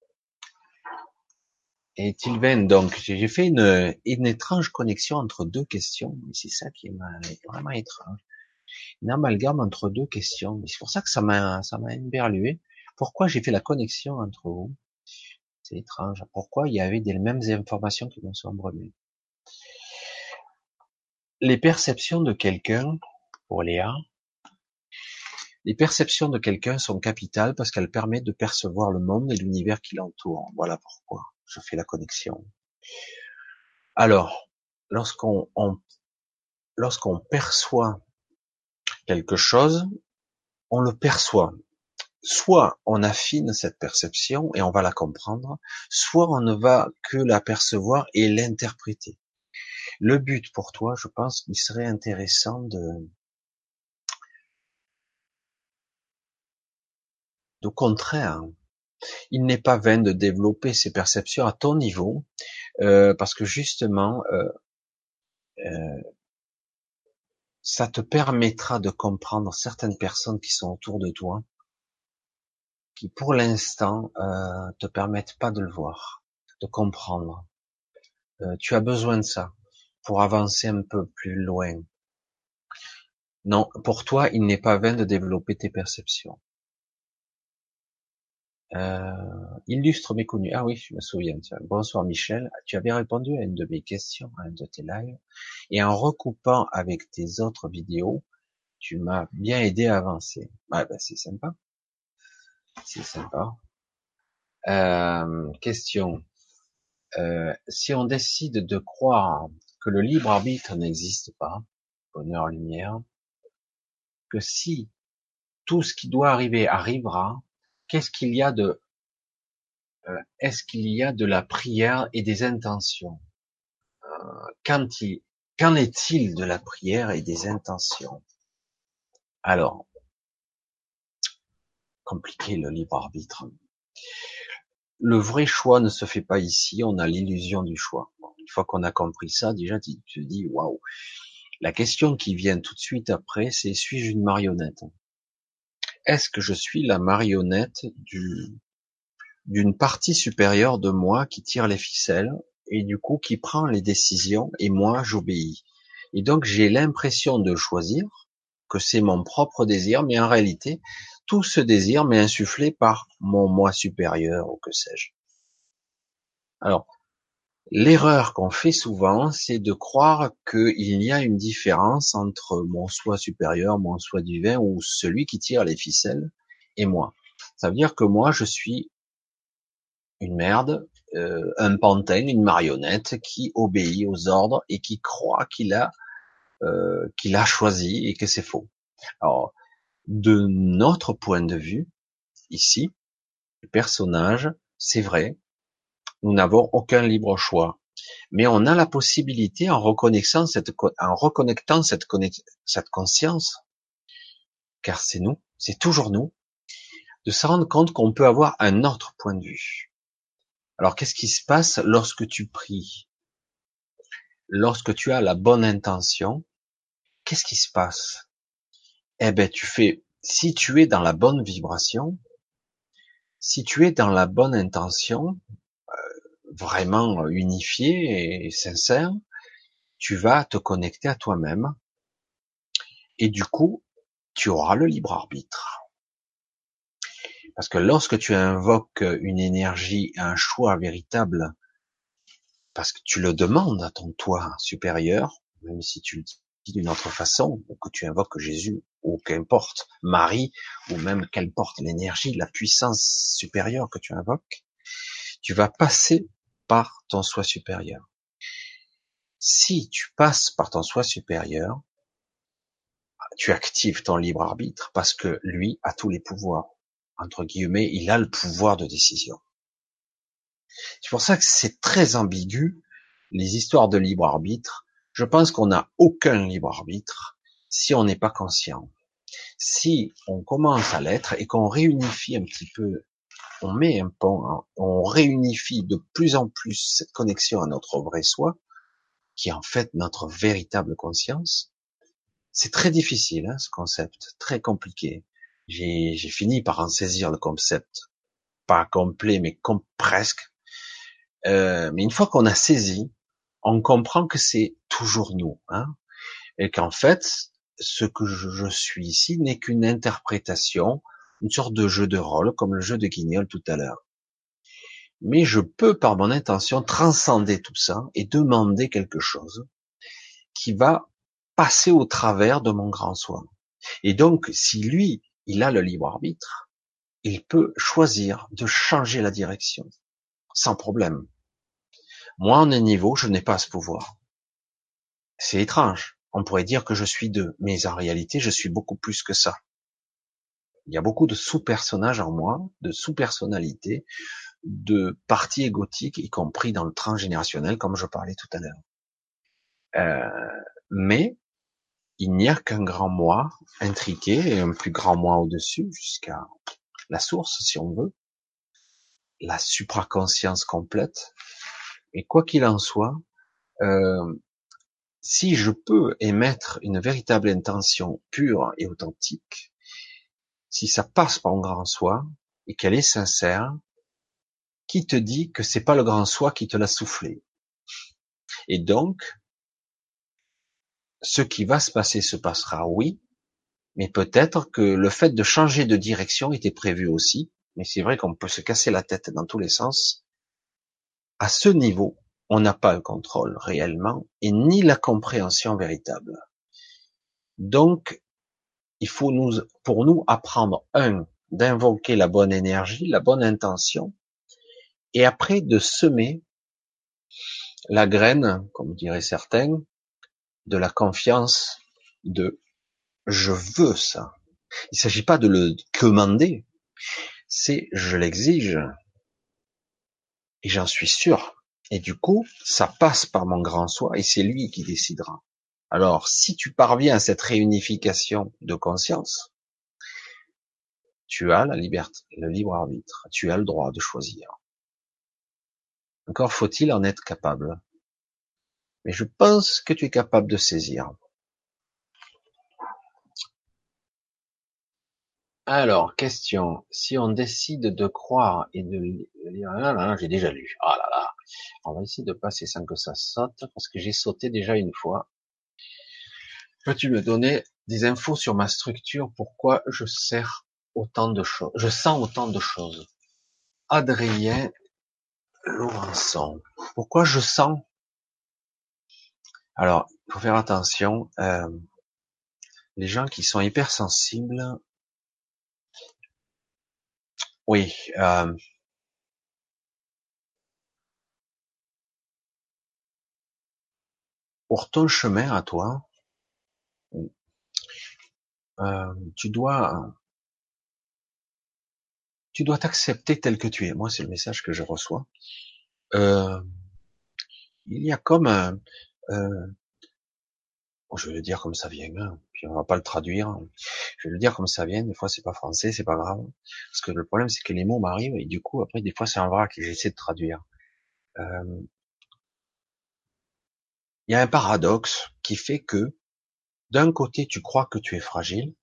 Et Tilven, donc, j'ai fait une, une étrange connexion entre deux questions. Et c'est ça qui est vraiment étrange. Une amalgame entre deux questions. Et c'est pour ça que ça m'a, ça m'a éberlué. Pourquoi j'ai fait la connexion entre vous? C'est étrange. Pourquoi il y avait des mêmes informations qui me sont embrouillées? Les perceptions de quelqu'un, pour Léa, les perceptions de quelqu'un sont capitales parce qu'elles permettent de percevoir le monde et l'univers qui l'entoure. Voilà pourquoi je fais la connexion. Alors, lorsqu'on on, lorsqu'on perçoit quelque chose, on le perçoit. Soit on affine cette perception et on va la comprendre, soit on ne va que la percevoir et l'interpréter. Le but pour toi, je pense qu'il serait intéressant de, de contraire. Il n'est pas vain de développer ces perceptions à ton niveau, euh, parce que justement, euh, euh, ça te permettra de comprendre certaines personnes qui sont autour de toi, qui pour l'instant euh, te permettent pas de le voir, de comprendre. Euh, tu as besoin de ça pour avancer un peu plus loin. Non, pour toi, il n'est pas vain de développer tes perceptions. Euh, illustre méconnu. Ah oui, je me souviens. Tiens. Bonsoir Michel. Tu avais répondu à une de mes questions, à un de tes lives, et en recoupant avec tes autres vidéos, tu m'as bien aidé à avancer. Ouais, ben c'est sympa, c'est sympa. Euh, question. Euh, si on décide de croire que le libre arbitre n'existe pas, bonheur, lumière, que si tout ce qui doit arriver arrivera, qu'est-ce qu'il y a de, euh, est-ce qu'il y a de la prière et des intentions? Quand il, qu'en est-il de la prière et des intentions? Alors, compliqué le libre arbitre. Le vrai choix ne se fait pas ici, on a l'illusion du choix. Bon, une fois qu'on a compris ça, déjà tu te dis waouh. La question qui vient tout de suite après, c'est suis-je une marionnette? Est-ce que je suis la marionnette du, d'une partie supérieure de moi qui tire les ficelles et du coup qui prend les décisions et moi j'obéis. Et donc j'ai l'impression de choisir, que c'est mon propre désir, mais en réalité tout ce désir m'est insufflé par mon moi supérieur ou que sais-je. Alors l'erreur qu'on fait souvent, c'est de croire qu'il y a une différence entre mon soi supérieur, mon soi divin ou celui qui tire les ficelles et moi. Ça veut dire que moi je suis une merde, euh, un pantin, une marionnette qui obéit aux ordres et qui croit qu'il a euh, qu'il a choisi et que c'est faux. Alors de notre point de vue, ici, le personnage, c'est vrai, nous n'avons aucun libre choix. Mais on a la possibilité, en reconnaissant cette, en reconnectant cette, cette conscience, car c'est nous, c'est toujours nous, de se rendre compte qu'on peut avoir un autre point de vue. Alors, qu'est-ce qui se passe lorsque tu pries? Lorsque tu as la bonne intention, qu'est-ce qui se passe? Eh ben, tu fais, si tu es dans la bonne vibration, si tu es dans la bonne intention, vraiment unifiée et sincère, tu vas te connecter à toi-même et du coup, tu auras le libre arbitre. Parce que lorsque tu invoques une énergie, un choix véritable, parce que tu le demandes à ton toi supérieur, même si tu le dis d'une autre façon, ou que tu invoques Jésus, ou qu'importe, Marie, ou même qu'importe l'énergie, la puissance supérieure que tu invoques, tu vas passer par ton soi supérieur. Si tu passes par ton soi supérieur, tu actives ton libre arbitre parce que lui a tous les pouvoirs. Entre guillemets, il a le pouvoir de décision. C'est pour ça que c'est très ambigu, les histoires de libre arbitre. Je pense qu'on n'a aucun libre arbitre si on n'est pas conscient. Si on commence à l'être et qu'on réunifie un petit peu, on met un pont, hein, on réunifie de plus en plus cette connexion à notre vrai soi, qui est en fait notre véritable conscience. C'est très difficile, hein, ce concept, très compliqué. J'ai, j'ai fini par en saisir le concept, pas complet, mais comme presque. Euh, mais une fois qu'on a saisi, on comprend que c'est toujours nous, hein, et qu'en fait, ce que je, je suis ici n'est qu'une interprétation, une sorte de jeu de rôle, comme le jeu de Guignol tout à l'heure. Mais je peux, par mon intention, transcender tout ça et demander quelque chose qui va passer au travers de mon grand soi. Et donc, si lui, il a le libre arbitre, il peut choisir de changer la direction, sans problème. Moi, en un niveau, je n'ai pas ce pouvoir. C'est étrange. On pourrait dire que je suis deux, mais en réalité, je suis beaucoup plus que ça. Il y a beaucoup de sous-personnages en moi, de sous-personnalités, de parties égotiques, y compris dans le transgénérationnel, comme je parlais tout à l'heure. Euh, mais il n'y a qu'un grand moi intriqué et un plus grand moi au-dessus, jusqu'à la source, si on veut, la supraconscience complète. Et quoi qu'il en soit, euh, si je peux émettre une véritable intention pure et authentique, si ça passe par un grand soi et qu'elle est sincère, qui te dit que c'est pas le grand soi qui te l'a soufflé? Et donc, ce qui va se passer se passera, oui, mais peut-être que le fait de changer de direction était prévu aussi, mais c'est vrai qu'on peut se casser la tête dans tous les sens. À ce niveau, on n'a pas le contrôle réellement et ni la compréhension véritable. Donc, il faut nous, pour nous, apprendre, un, d'invoquer la bonne énergie, la bonne intention, et après de semer la graine, comme diraient certains, de la confiance de je veux ça. Il ne s'agit pas de le commander, c'est je l'exige et j'en suis sûr. Et du coup, ça passe par mon grand soi et c'est lui qui décidera. Alors, si tu parviens à cette réunification de conscience, tu as la liberté, le libre arbitre, tu as le droit de choisir. Encore faut-il en être capable. Mais je pense que tu es capable de saisir. Alors, question. Si on décide de croire et de lire, ah là là, j'ai déjà lu. Ah là là. On va essayer de passer sans que ça saute, parce que j'ai sauté déjà une fois. Peux-tu me donner des infos sur ma structure? Pourquoi je sers autant de choses? Je sens autant de choses. Adrien Laurençon. Pourquoi je sens? Alors, il faut faire attention. Euh, les gens qui sont hypersensibles, oui. Euh, pour ton chemin à toi, Euh, tu dois, tu dois t'accepter tel que tu es. Moi, c'est le message que je reçois. Euh, il y a comme un, euh, je vais le dire comme ça vient, hein, puis on va pas le traduire. Je vais le dire comme ça vient. Des fois, c'est pas français, c'est pas grave, parce que le problème, c'est que les mots m'arrivent et du coup, après, des fois, c'est un vrac et j'essaie de traduire. Euh, il y a un paradoxe qui fait que d'un côté, tu crois que tu es fragile,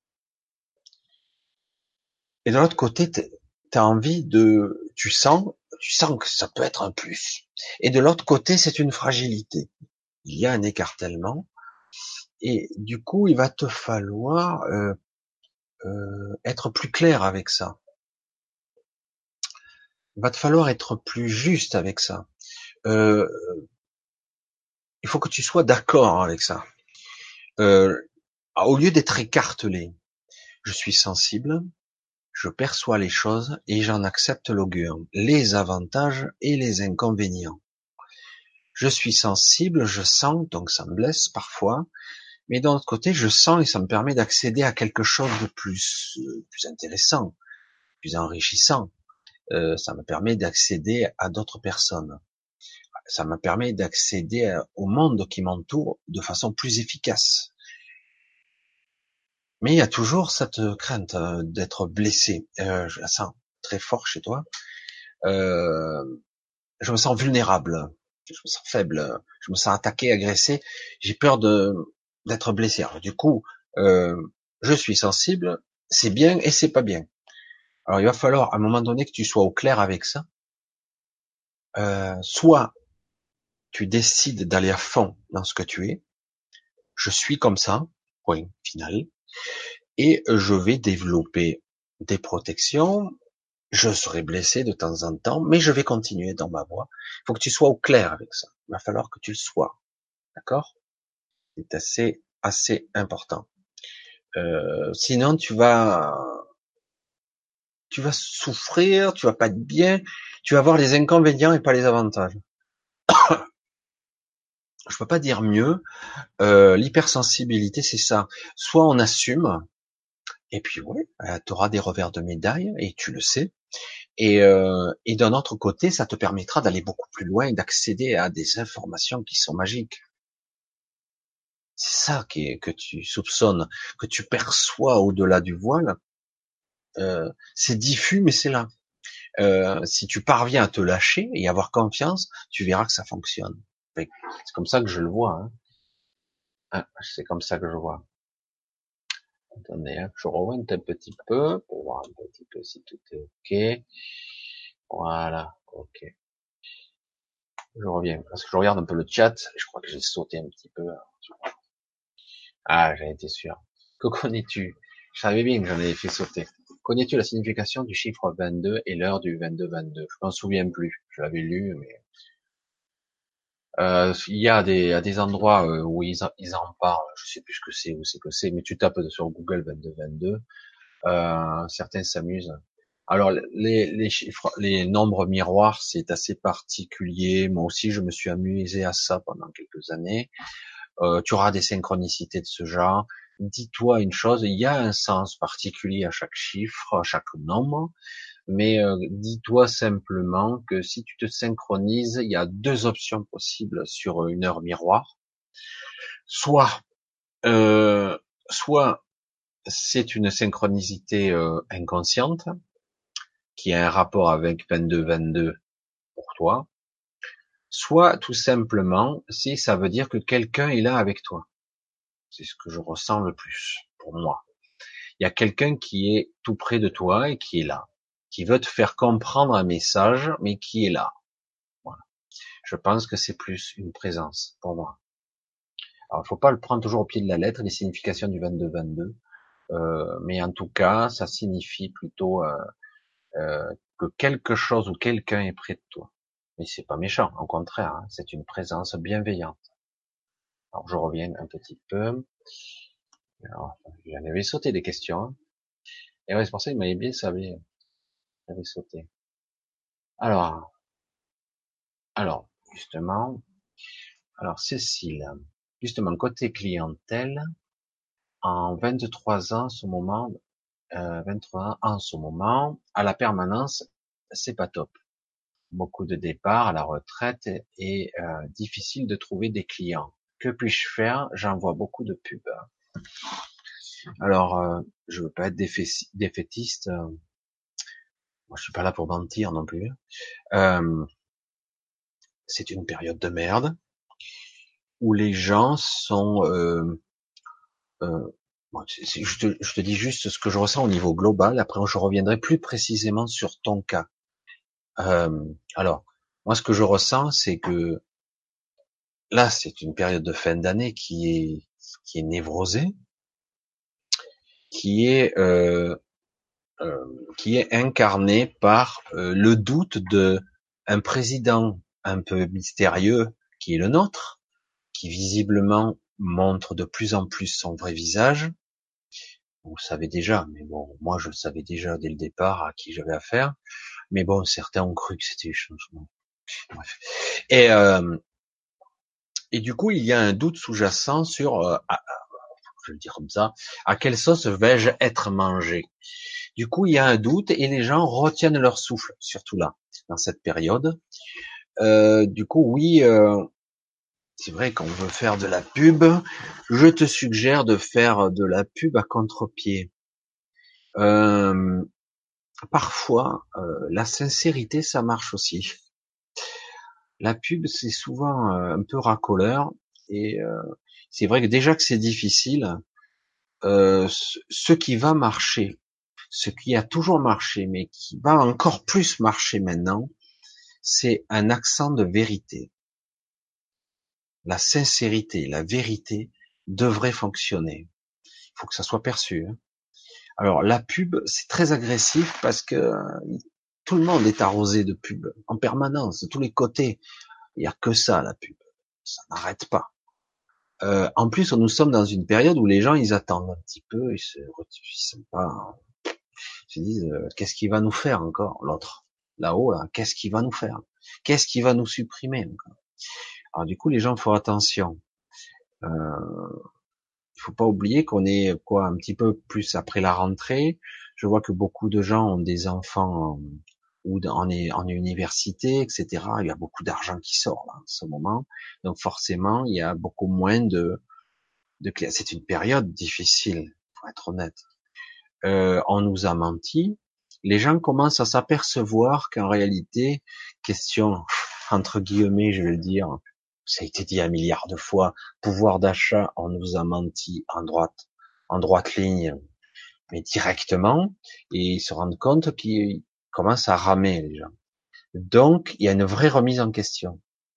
et de l'autre côté, tu as envie de, tu sens, tu sens que ça peut être un plus. Et de l'autre côté, c'est une fragilité. Il y a un écartèlement, et du coup, il va te falloir euh, euh, être plus clair avec ça. Il va te falloir être plus juste avec ça. Euh, il faut que tu sois d'accord avec ça. Euh, au lieu d'être écartelé, je suis sensible, je perçois les choses et j'en accepte l'augure, les avantages et les inconvénients. Je suis sensible, je sens, donc ça me blesse parfois, mais d'un autre côté, je sens et ça me permet d'accéder à quelque chose de plus, euh, plus intéressant, plus enrichissant. Euh, ça me permet d'accéder à d'autres personnes. Ça me permet d'accéder au monde qui m'entoure de façon plus efficace. Mais il y a toujours cette crainte euh, d'être blessé. Euh, je la sens très fort chez toi. Euh, je me sens vulnérable. Je me sens faible. Je me sens attaqué, agressé. J'ai peur de d'être blessé. Alors, du coup, euh, je suis sensible. C'est bien et c'est pas bien. Alors, il va falloir à un moment donné que tu sois au clair avec ça. Euh, soit tu décides d'aller à fond dans ce que tu es. Je suis comme ça. Point final. Et je vais développer des protections. Je serai blessé de temps en temps, mais je vais continuer dans ma voie. Il faut que tu sois au clair avec ça. Il va falloir que tu le sois. D'accord? C'est assez, assez important. Euh, sinon, tu vas, tu vas souffrir, tu vas pas être bien, tu vas voir les inconvénients et pas les avantages. Je peux pas dire mieux. Euh, l'hypersensibilité, c'est ça. Soit on assume, et puis ouais, tu auras des revers de médaille, et tu le sais. Et, euh, et d'un autre côté, ça te permettra d'aller beaucoup plus loin et d'accéder à des informations qui sont magiques. C'est ça qui est, que tu soupçonnes, que tu perçois au-delà du voile. Euh, c'est diffus, mais c'est là. Euh, si tu parviens à te lâcher et avoir confiance, tu verras que ça fonctionne. C'est comme ça que je le vois. Hein. Ah, c'est comme ça que je vois. Attendez, hein, je revois un petit peu pour voir un petit peu si tout est ok. Voilà, ok. Je reviens parce que je regarde un peu le chat. Je crois que j'ai sauté un petit peu. Ah, j'en étais sûr. Que connais-tu? Je savais bien que j'en avais fait sauter. Connais-tu la signification du chiffre vingt-deux et l'heure du vingt-deux vingt-deux? Je m'en souviens plus. Je l'avais lu, mais euh, il y a des, il y a des endroits euh, où ils, en- ils en parlent. Je sais plus ce que c'est, où c'est que c'est, mais tu tapes sur Google vingt-deux vingt-deux. Euh, certains s'amusent. Alors les, les chiffres, les nombres miroirs, c'est assez particulier. Moi aussi, je me suis amusé à ça pendant quelques années. Euh, tu auras des synchronicités de ce genre. Dis-toi une chose, il y a un sens particulier à chaque chiffre, à chaque nombre, mais euh, dis-toi simplement que si tu te synchronises, il y a deux options possibles sur une heure miroir. Soit, euh, soit c'est une synchronicité euh, inconsciente qui a un rapport avec vingt-deux vingt-deux pour toi, soit tout simplement si ça veut dire que quelqu'un est là avec toi. C'est ce que je ressens le plus pour moi. Il y a quelqu'un qui est tout près de toi et qui est là, qui veut te faire comprendre un message, mais qui est là. Voilà. Je pense que c'est plus une présence pour moi. Alors, il faut pas le prendre toujours au pied de la lettre, les significations du vingt-deux vingt-deux, euh, mais en tout cas, ça signifie plutôt euh, euh, que quelque chose ou quelqu'un est près de toi. Mais c'est pas méchant, au contraire, hein, c'est une présence bienveillante. Alors, je reviens un petit peu. Alors, j'en avais sauté des questions. Hein. Et ouais, c'est pour ça qu'il m'avait bien savé. J'avais sauté. Alors, alors, justement, alors Cécile, justement, côté clientèle, en vingt-trois ans, ce moment, euh, vingt-trois ans, en ce moment, à la permanence, c'est pas top. Beaucoup de départs à la retraite et euh, difficile de trouver des clients. Que puis-je faire? J'envoie beaucoup de pubs. Alors, euh, je veux pas être défai- défaitiste. euh, moi, je suis pas là pour mentir non plus. Euh, c'est une période de merde où les gens sont. Euh, euh, bon, c'est- c'est- je, te, je te dis juste ce que je ressens au niveau global. Après, je reviendrai plus précisément sur ton cas. Euh, alors, moi, ce que je ressens, c'est que là, c'est une période de fin d'année qui est qui est névrosée, qui est euh, euh, qui est incarnée par euh, le doute de un président un peu mystérieux qui est le nôtre, qui visiblement montre de plus en plus son vrai visage. Vous le savez déjà, mais bon, moi je le savais déjà dès le départ à qui j'avais affaire. Mais bon, certains ont cru que c'était le changement. Bref. Et euh, et du coup, il y a un doute sous-jacent sur, euh, à- je vais le dire comme ça, à quelle sauce vais-je être mangé? Du coup, il y a un doute et les gens retiennent leur souffle, surtout là, dans cette période. Euh, du coup, oui, euh, c'est vrai qu'on veut faire de la pub. Je te suggère de faire de la pub à contre-pied. Euh, parfois, euh, la sincérité, ça marche aussi. La pub, c'est souvent euh, un peu racoleur et euh, c'est vrai que déjà que c'est difficile, euh, ce ce qui va marcher, ce qui a toujours marché, mais qui va encore plus marcher maintenant, c'est un accent de vérité. La sincérité, la vérité devrait fonctionner. Il faut que ça soit perçu, hein. Alors la pub, c'est très agressif parce que euh, tout le monde est arrosé de pub en permanence, de tous les côtés. Il y a que ça, la pub. Ça n'arrête pas. Euh, en plus, nous sommes dans une période où les gens, ils attendent un petit peu, ils se, ils sont pas, ils se disent, euh, qu'est-ce qu'il va nous faire encore, l'autre, là-haut, là, qu'est-ce qu'il va nous faire? Qu'est-ce qu'il va nous supprimer encore? Alors du coup, les gens font attention. Euh, il faut pas oublier qu'on est quoi un petit peu plus après la rentrée. Je vois que beaucoup de gens ont des enfants en, ou en, en université, et cetera. Il y a beaucoup d'argent qui sort là, en ce moment, donc forcément il y a beaucoup moins de, de clients. C'est une période difficile, pour être honnête. Euh, on nous a menti. Les gens commencent à s'apercevoir qu'en réalité, question entre guillemets, je vais le dire, ça a été dit un milliard de fois, pouvoir d'achat, on nous a menti en droite, en droite ligne, mais directement, et ils se rendent compte qu'ils commencent à ramer, les gens. Donc, il y a une vraie remise en question.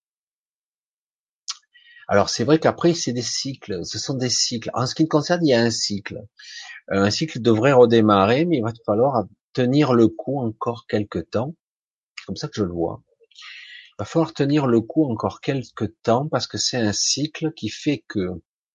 Alors, c'est vrai qu'après, c'est des cycles, ce sont des cycles. En ce qui me concerne, il y a un cycle. Euh, Un cycle devrait redémarrer, mais il va falloir tenir le coup encore quelques temps. C'est comme ça que je le vois. Il va falloir tenir le coup encore quelques temps parce que c'est un cycle qui fait que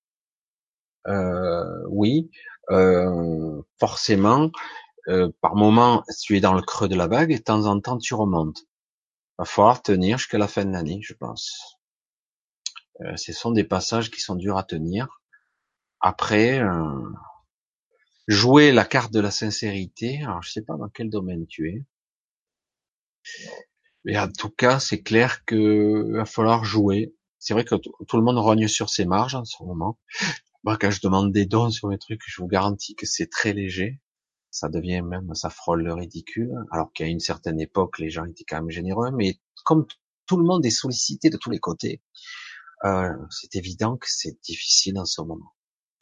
Euh, oui, euh, forcément, euh, par moment, tu es dans le creux de la vague et de temps en temps, tu remontes. Va falloir tenir jusqu'à la fin de l'année, je pense. Euh, ce sont des passages qui sont durs à tenir. Après, euh, jouer la carte de la sincérité. Alors, je sais pas dans quel domaine tu es, mais en tout cas, c'est clair que va falloir jouer. C'est vrai que t- tout le monde rogne sur ses marges en ce moment. Moi, quand je demande des dons sur mes trucs, je vous garantis que c'est très léger. Ça devient même, ça frôle le ridicule, alors qu'à une certaine époque, les gens étaient quand même généreux, mais comme t- tout le monde est sollicité de tous les côtés, euh, c'est évident que c'est difficile en ce moment.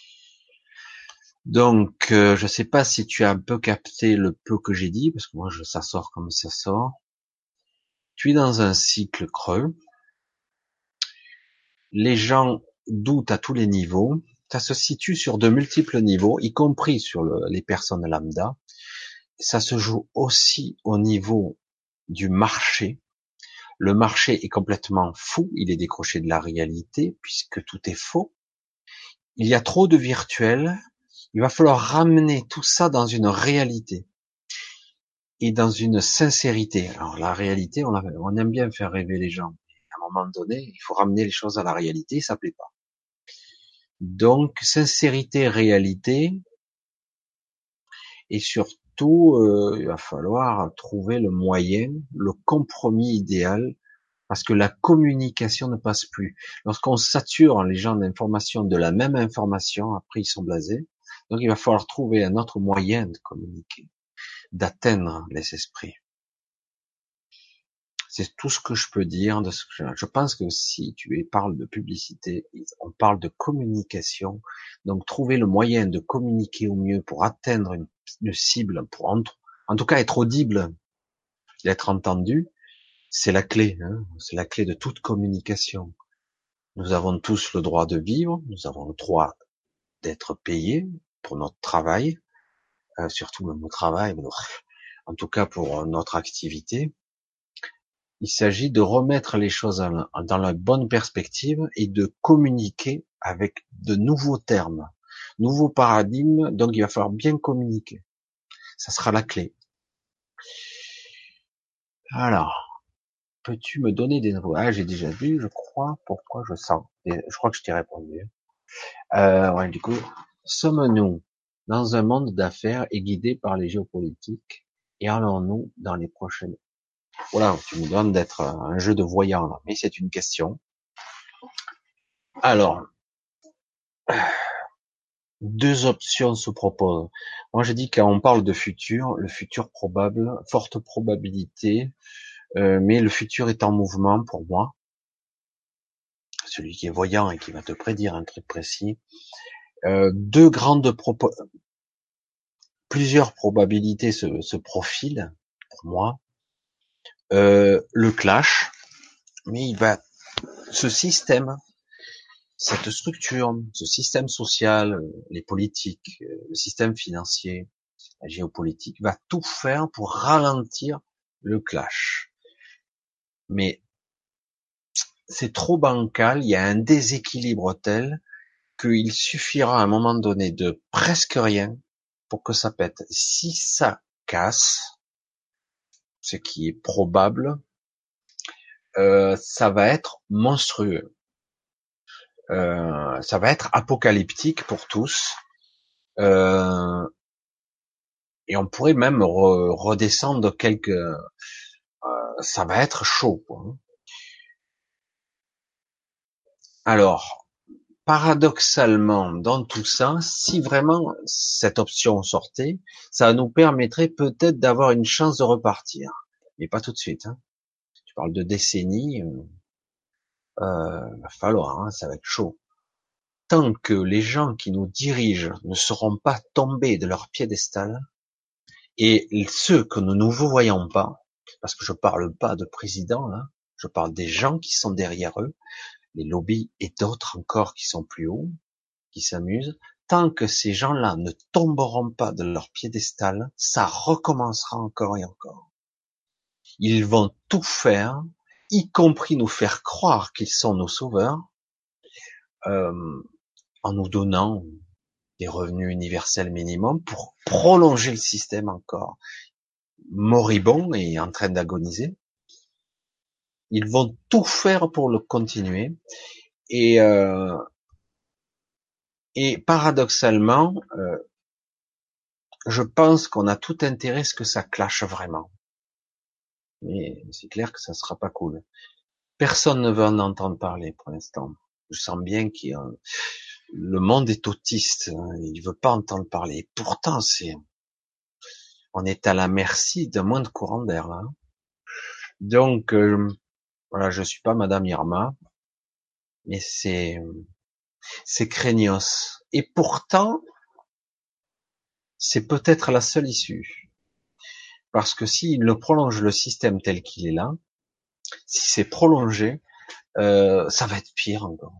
Donc, euh, je sais pas si tu as un peu capté le peu que j'ai dit, parce que moi, je, ça sort comme ça sort. Tu es dans un cycle creux. Les gens doutent à tous les niveaux. Ça se situe sur de multiples niveaux, y compris sur le- les personnes lambda. Ça se joue aussi au niveau du marché. Le marché est complètement fou, il est décroché de la réalité puisque tout est faux. Il y a trop de virtuel. Il va falloir ramener tout ça dans une réalité et dans une sincérité. Alors la réalité, on, on aime bien faire rêver les gens. À un moment donné, il faut ramener les choses à la réalité, ça plaît pas. Donc, sincérité, réalité, et surtout, euh, il va falloir trouver le moyen, le compromis idéal, parce que la communication ne passe plus. Lorsqu'on sature les gens d'informations, de la même information, après ils sont blasés. Donc, il va falloir trouver un autre moyen de communiquer, d'atteindre les esprits. C'est tout ce que je peux dire de ce que je, je pense que si tu parles de publicité, on parle de communication. Donc, trouver le moyen de communiquer au mieux pour atteindre une, une cible, pour en, en tout cas être audible, être entendu, c'est la clé. Hein, c'est la clé de toute communication. Nous avons tous le droit de vivre, nous avons le droit d'être payés pour notre travail, euh, surtout le mot travail, mais en tout cas pour notre activité. Il s'agit de remettre les choses dans la bonne perspective et de communiquer avec de nouveaux termes, nouveaux paradigmes. Donc il va falloir bien communiquer. Ça sera la clé. Alors, peux-tu me donner des infos? Ah, j'ai déjà vu, je crois. Pourquoi je sens? Je crois que je t'ai répondu. Euh, ouais, du coup, sommes-nous dans un monde d'affaires et guidés par les géopolitiques, et allons-nous dans les prochaines... Voilà, tu me demandes d'être un jeu de voyant là, mais c'est une question. Alors, deux options se proposent. Moi, je dis quand on parle de futur, le futur probable, forte probabilité, euh, mais le futur est en mouvement pour moi. Celui qui est voyant et qui va te prédire un truc précis. Euh, deux grandes propo plusieurs probabilités se, se profilent pour moi. Euh, le clash, mais il va, ce système, cette structure, ce système social, euh, les politiques, euh, le système financier, la géopolitique, va tout faire pour ralentir le clash. Mais c'est trop bancal, il y a un déséquilibre tel qu'il suffira à un moment donné de presque rien pour que ça pète. Si ça casse, ce qui est probable, euh, ça va être monstrueux. Euh, ça va être apocalyptique pour tous. Euh, et on pourrait même re- redescendre quelques... Euh, ça va être chaud, quoi. Alors, paradoxalement, dans tout ça, si vraiment cette option sortait, ça nous permettrait peut-être d'avoir une chance de repartir. Mais pas tout de suite. Hein. Tu parles de décennies, euh, euh, va falloir, hein, ça va être chaud. Tant que les gens qui nous dirigent ne seront pas tombés de leur piédestal, et ceux que nous ne voyons pas, parce que je parle pas de présidents, là, je parle des gens qui sont derrière eux, les lobbies et d'autres encore qui sont plus hauts, qui s'amusent, tant que ces gens-là ne tomberont pas de leur piédestal, ça recommencera encore et encore. Ils vont tout faire, y compris nous faire croire qu'ils sont nos sauveurs, euh, en nous donnant des revenus universels minimum pour prolonger le système encore moribond et en train d'agoniser. Ils vont tout faire pour le continuer. Et, euh, et paradoxalement, euh, je pense qu'on a tout intérêt à ce que ça clash vraiment. Mais c'est clair que ça sera pas cool. Personne ne veut en entendre parler pour l'instant. Je sens bien qu'il y a... le monde est autiste. Hein, il veut pas entendre parler. Pourtant, c'est, on est à la merci d'un moins de courant d'air là. Donc, euh, voilà, je suis pas Madame Irma, mais c'est, c'est craignos. Et pourtant, c'est peut-être la seule issue. Parce que s'il ne prolonge le système tel qu'il est là, si c'est prolongé, euh, ça va être pire encore.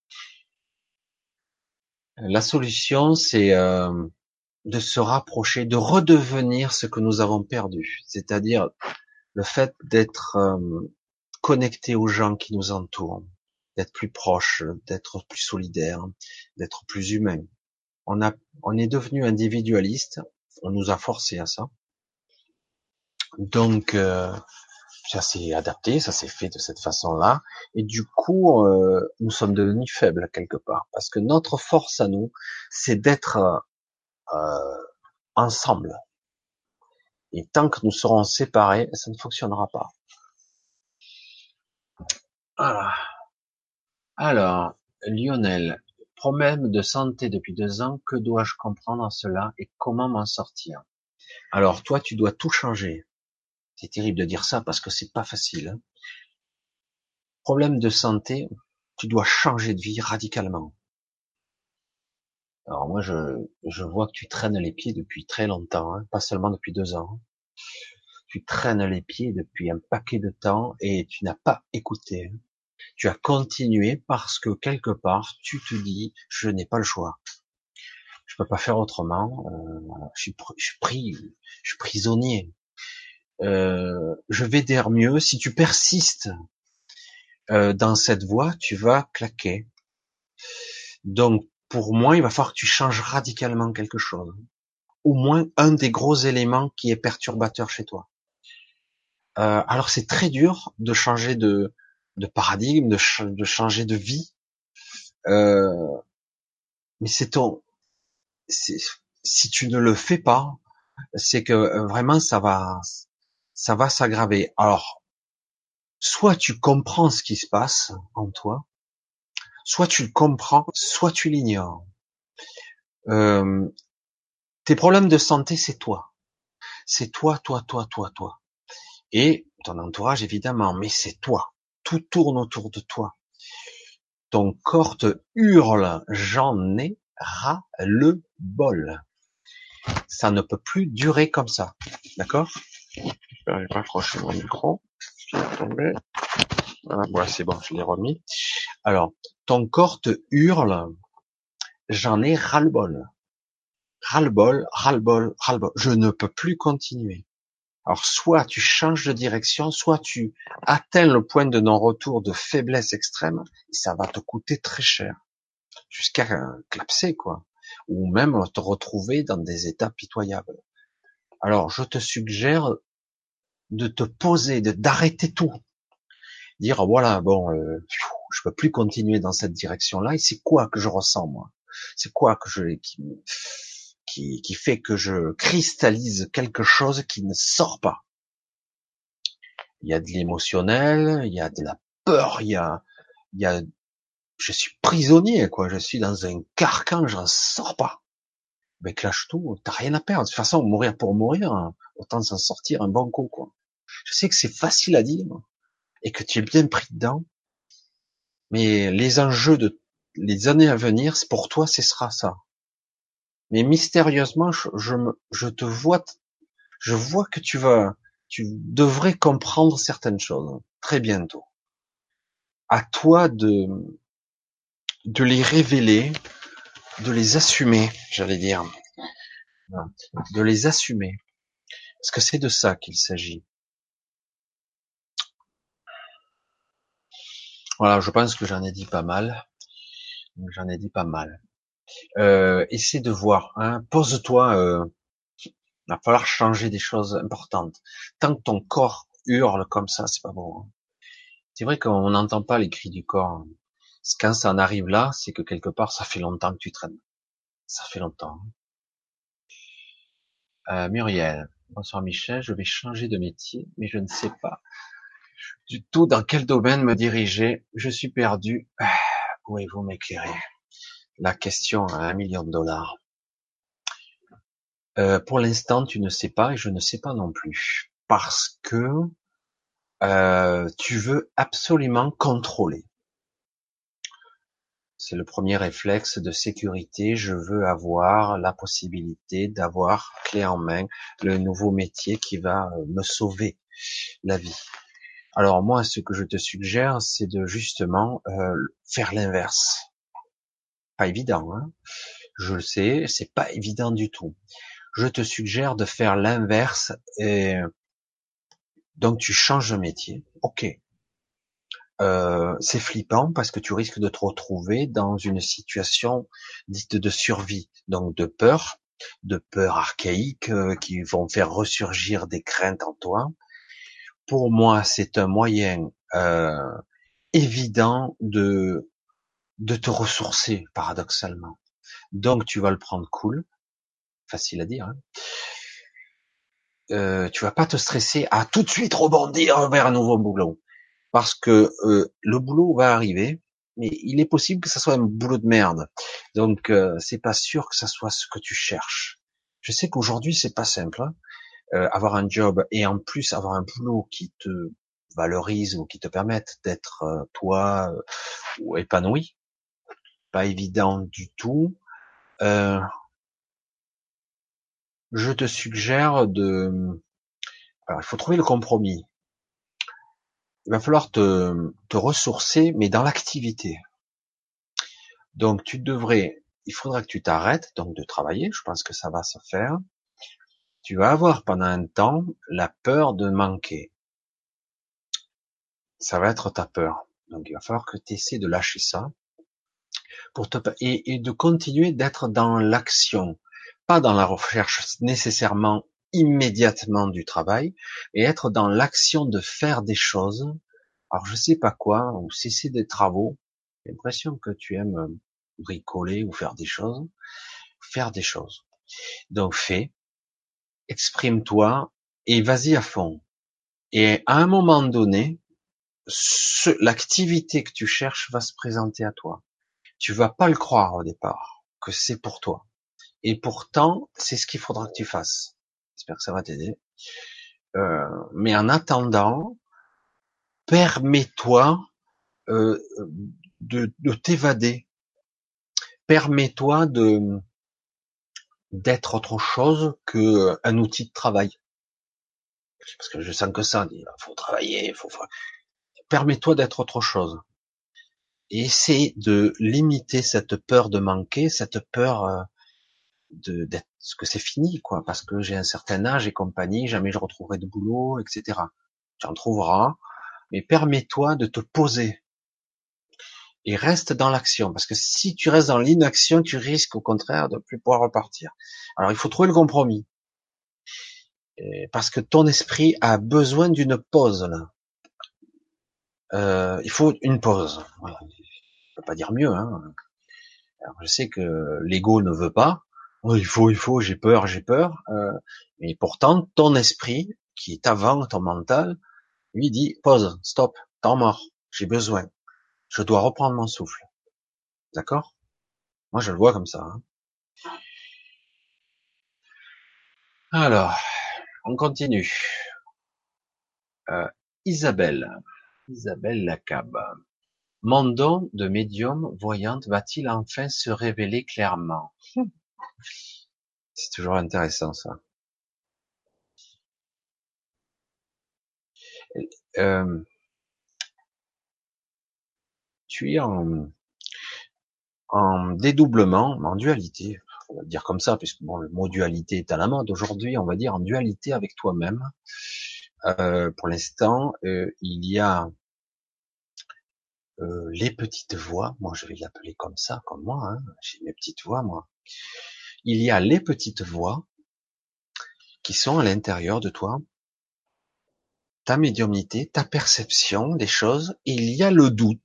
La solution, c'est euh, de se rapprocher, de redevenir ce que nous avons perdu, c'est-à-dire le fait d'être euh, connecté aux gens qui nous entourent, d'être plus proche, d'être plus solidaire, d'être plus humain. On a, on est devenu individualiste, on nous a forcé à ça. Donc, euh, Ça s'est adapté, ça s'est fait de cette façon-là, et du coup, euh, nous sommes devenus faibles quelque part, parce que notre force à nous, c'est d'être euh, ensemble. Et tant que nous serons séparés, ça ne fonctionnera pas. Voilà. Alors, Lionel, problème de santé depuis deux ans, que dois-je comprendre en cela et comment m'en sortir? Alors, toi, tu dois tout changer. C'est terrible de dire ça parce que c'est pas facile, hein. Problème de santé, tu dois changer de vie radicalement. Alors moi, je, je vois que tu traînes les pieds depuis très longtemps, hein, pas seulement depuis deux ans. Tu traînes les pieds depuis un paquet de temps et tu n'as pas écouté. Tu as continué parce que quelque part, tu te dis, je n'ai pas le choix. Je peux pas faire autrement. Euh, je, suis pr- je suis pris, je suis prisonnier. Euh, je vais dire mieux. Si tu persistes euh, dans cette voie, tu vas claquer. Donc, pour moi, il va falloir que tu changes radicalement quelque chose. Au moins un des gros éléments qui est perturbateur chez toi. Euh, alors, c'est très dur de changer de, de paradigme, de, ch- de changer de vie. Euh, mais c'est ton, c'est- si tu ne le fais pas, c'est que euh, vraiment ça va, ça va s'aggraver. Alors, soit tu comprends ce qui se passe en toi, soit tu le comprends, soit tu l'ignores. Euh, tes problèmes de santé, c'est toi. C'est toi, toi, toi, toi, toi. Et ton entourage, évidemment, mais c'est toi. Tout tourne autour de toi. Ton corps te hurle, j'en ai ras le bol. Ça ne peut plus durer comme ça. D'accord? Je vais raccrocher mon micro. Je vais tomber. Voilà, voilà, c'est bon, je l'ai remis. Alors, ton corps te hurle, j'en ai ras le bol. Ras le bol, ras le bol, ras le bol. Je ne peux plus continuer. Alors, soit tu changes de direction, soit tu atteins le point de non-retour de faiblesse extrême, et ça va te coûter très cher. Jusqu'à euh, clapser, quoi. Ou même te retrouver dans des états pitoyables. Alors, je te suggère de te poser, de d'arrêter tout. Dire, voilà, bon, euh, je peux plus continuer dans cette direction-là, et c'est quoi que je ressens, moi? C'est quoi que je, qui, qui, qui fait que je cristallise quelque chose qui ne sort pas? Il y a de l'émotionnel, il y a de la peur, il y a, il y a, je suis prisonnier, quoi. Je suis dans un carcan, je n'en sors pas. Ben, lâche tout, t'as rien à perdre. De toute façon, mourir pour mourir, hein, autant s'en sortir un bon coup, quoi. Je sais que c'est facile à dire, et que tu es bien pris dedans, mais les enjeux de les années à venir, c'est pour toi, ce sera ça. Mais mystérieusement, je, je, me, je te vois, je vois que tu vas, tu devrais comprendre certaines choses très bientôt. À toi de, de les révéler, de les assumer, j'allais dire, de les assumer, parce que c'est de ça qu'il s'agit. Voilà, je pense que j'en ai dit pas mal. J'en ai dit pas mal. Euh, essaie de voir, hein, pose-toi. Euh, il va falloir changer des choses importantes. Tant que ton corps hurle comme ça, c'est pas bon, hein. C'est vrai qu'on n'entend pas les cris du corps. Quand ça en arrive là, c'est que quelque part, ça fait longtemps que tu traînes. Ça fait longtemps. Euh, Muriel, bonsoir Michel, je vais changer de métier, mais je ne sais pas du tout dans quel domaine me diriger. Je suis perdu. Ah, pouvez-vous m'éclairer? La question à un million de dollars. Euh, pour l'instant, tu ne sais pas et je ne sais pas non plus. Parce que euh, tu veux absolument contrôler. C'est le premier réflexe de sécurité. Je veux avoir la possibilité d'avoir clé en main le nouveau métier qui va euh, me sauver la vie. Alors moi, ce que je te suggère, c'est de justement euh, faire l'inverse. Pas évident, hein, je le sais, c'est pas évident du tout. Je te suggère de faire l'inverse et donc tu changes de métier. Ok. Euh, c'est flippant parce que tu risques de te retrouver dans une situation dite de survie, donc de peur, de peur archaïque euh, qui vont faire ressurgir des craintes en toi. pour moi, c'est un moyen euh, évident de de te ressourcer, paradoxalement. Donc, tu vas le prendre cool, facile à dire. Hein. Euh, tu vas pas te stresser à tout de suite rebondir vers un nouveau boulot, parce que euh, le boulot va arriver, mais il est possible que ça soit un boulot de merde. Donc, euh, c'est pas sûr que ça soit ce que tu cherches. Je sais qu'aujourd'hui, c'est pas simple. Hein. Euh, avoir un job et en plus avoir un boulot qui te valorise ou qui te permette d'être euh, toi euh, ou épanoui, pas évident du tout. Euh, je te suggère de, alors il faut trouver le compromis. Il va falloir te, te ressourcer, mais dans l'activité. Donc tu devrais, il faudra que tu t'arrêtes donc de travailler. Je pense que ça va se faire. Tu vas avoir pendant un temps la peur de manquer. Ça va être ta peur. Donc il va falloir que tu essaies de lâcher ça pour te et, et de continuer d'être dans l'action, pas dans la recherche nécessairement immédiatement du travail, et être dans l'action de faire des choses. Alors je sais pas quoi, ou si c'est des travaux, j'ai l'impression que tu aimes euh, bricoler ou faire des choses, faire des choses. Donc fais, exprime-toi et vas-y à fond. Et à un moment donné, ce, l'activité que tu cherches va se présenter à toi. Tu vas pas le croire au départ que c'est pour toi. Et pourtant, c'est ce qu'il faudra que tu fasses. J'espère que ça va t'aider. Euh, mais en attendant, permets-toi euh, de, de t'évader. Permets-toi de d'être autre chose que un outil de travail. Parce que je sens que ça, il faut travailler, il faut. Permets-toi d'être autre chose. Et essaie de limiter cette peur de manquer, cette peur euh, de d'être que c'est fini, quoi, parce que j'ai un certain âge et compagnie, jamais je retrouverai de boulot, et cetera. Tu en trouveras, mais permets-toi de te poser et reste dans l'action, parce que si tu restes dans l'inaction, tu risques au contraire de plus pouvoir repartir. Alors il faut trouver le compromis, et parce que ton esprit a besoin d'une pause là. Euh, il faut une pause. Voilà. Je peux pas dire mieux. Hein. Alors, je sais que l'ego ne veut pas. Oh, il faut, il faut. J'ai peur, j'ai peur. Euh, mais pourtant, ton esprit, qui est avant ton mental, lui dit pause, stop, temps mort. J'ai besoin. Je dois reprendre mon souffle. D'accord? Moi, je le vois comme ça. Hein. Alors, on continue. Euh, Isabelle. Isabelle Lacab. Mon don de médium voyante va-t-il enfin se révéler clairement? C'est toujours intéressant ça. Euh, tu es en, en dédoublement, en dualité, on va le dire comme ça, puisque bon, le mot dualité est à la mode aujourd'hui, on va dire en dualité avec toi-même. Euh, pour l'instant, euh, il y a euh, les petites voix, moi je vais l'appeler comme ça, comme moi, hein, j'ai mes petites voix, moi. Il y a les petites voix qui sont à l'intérieur de toi, ta médiumnité, ta perception des choses, et il y a le doute.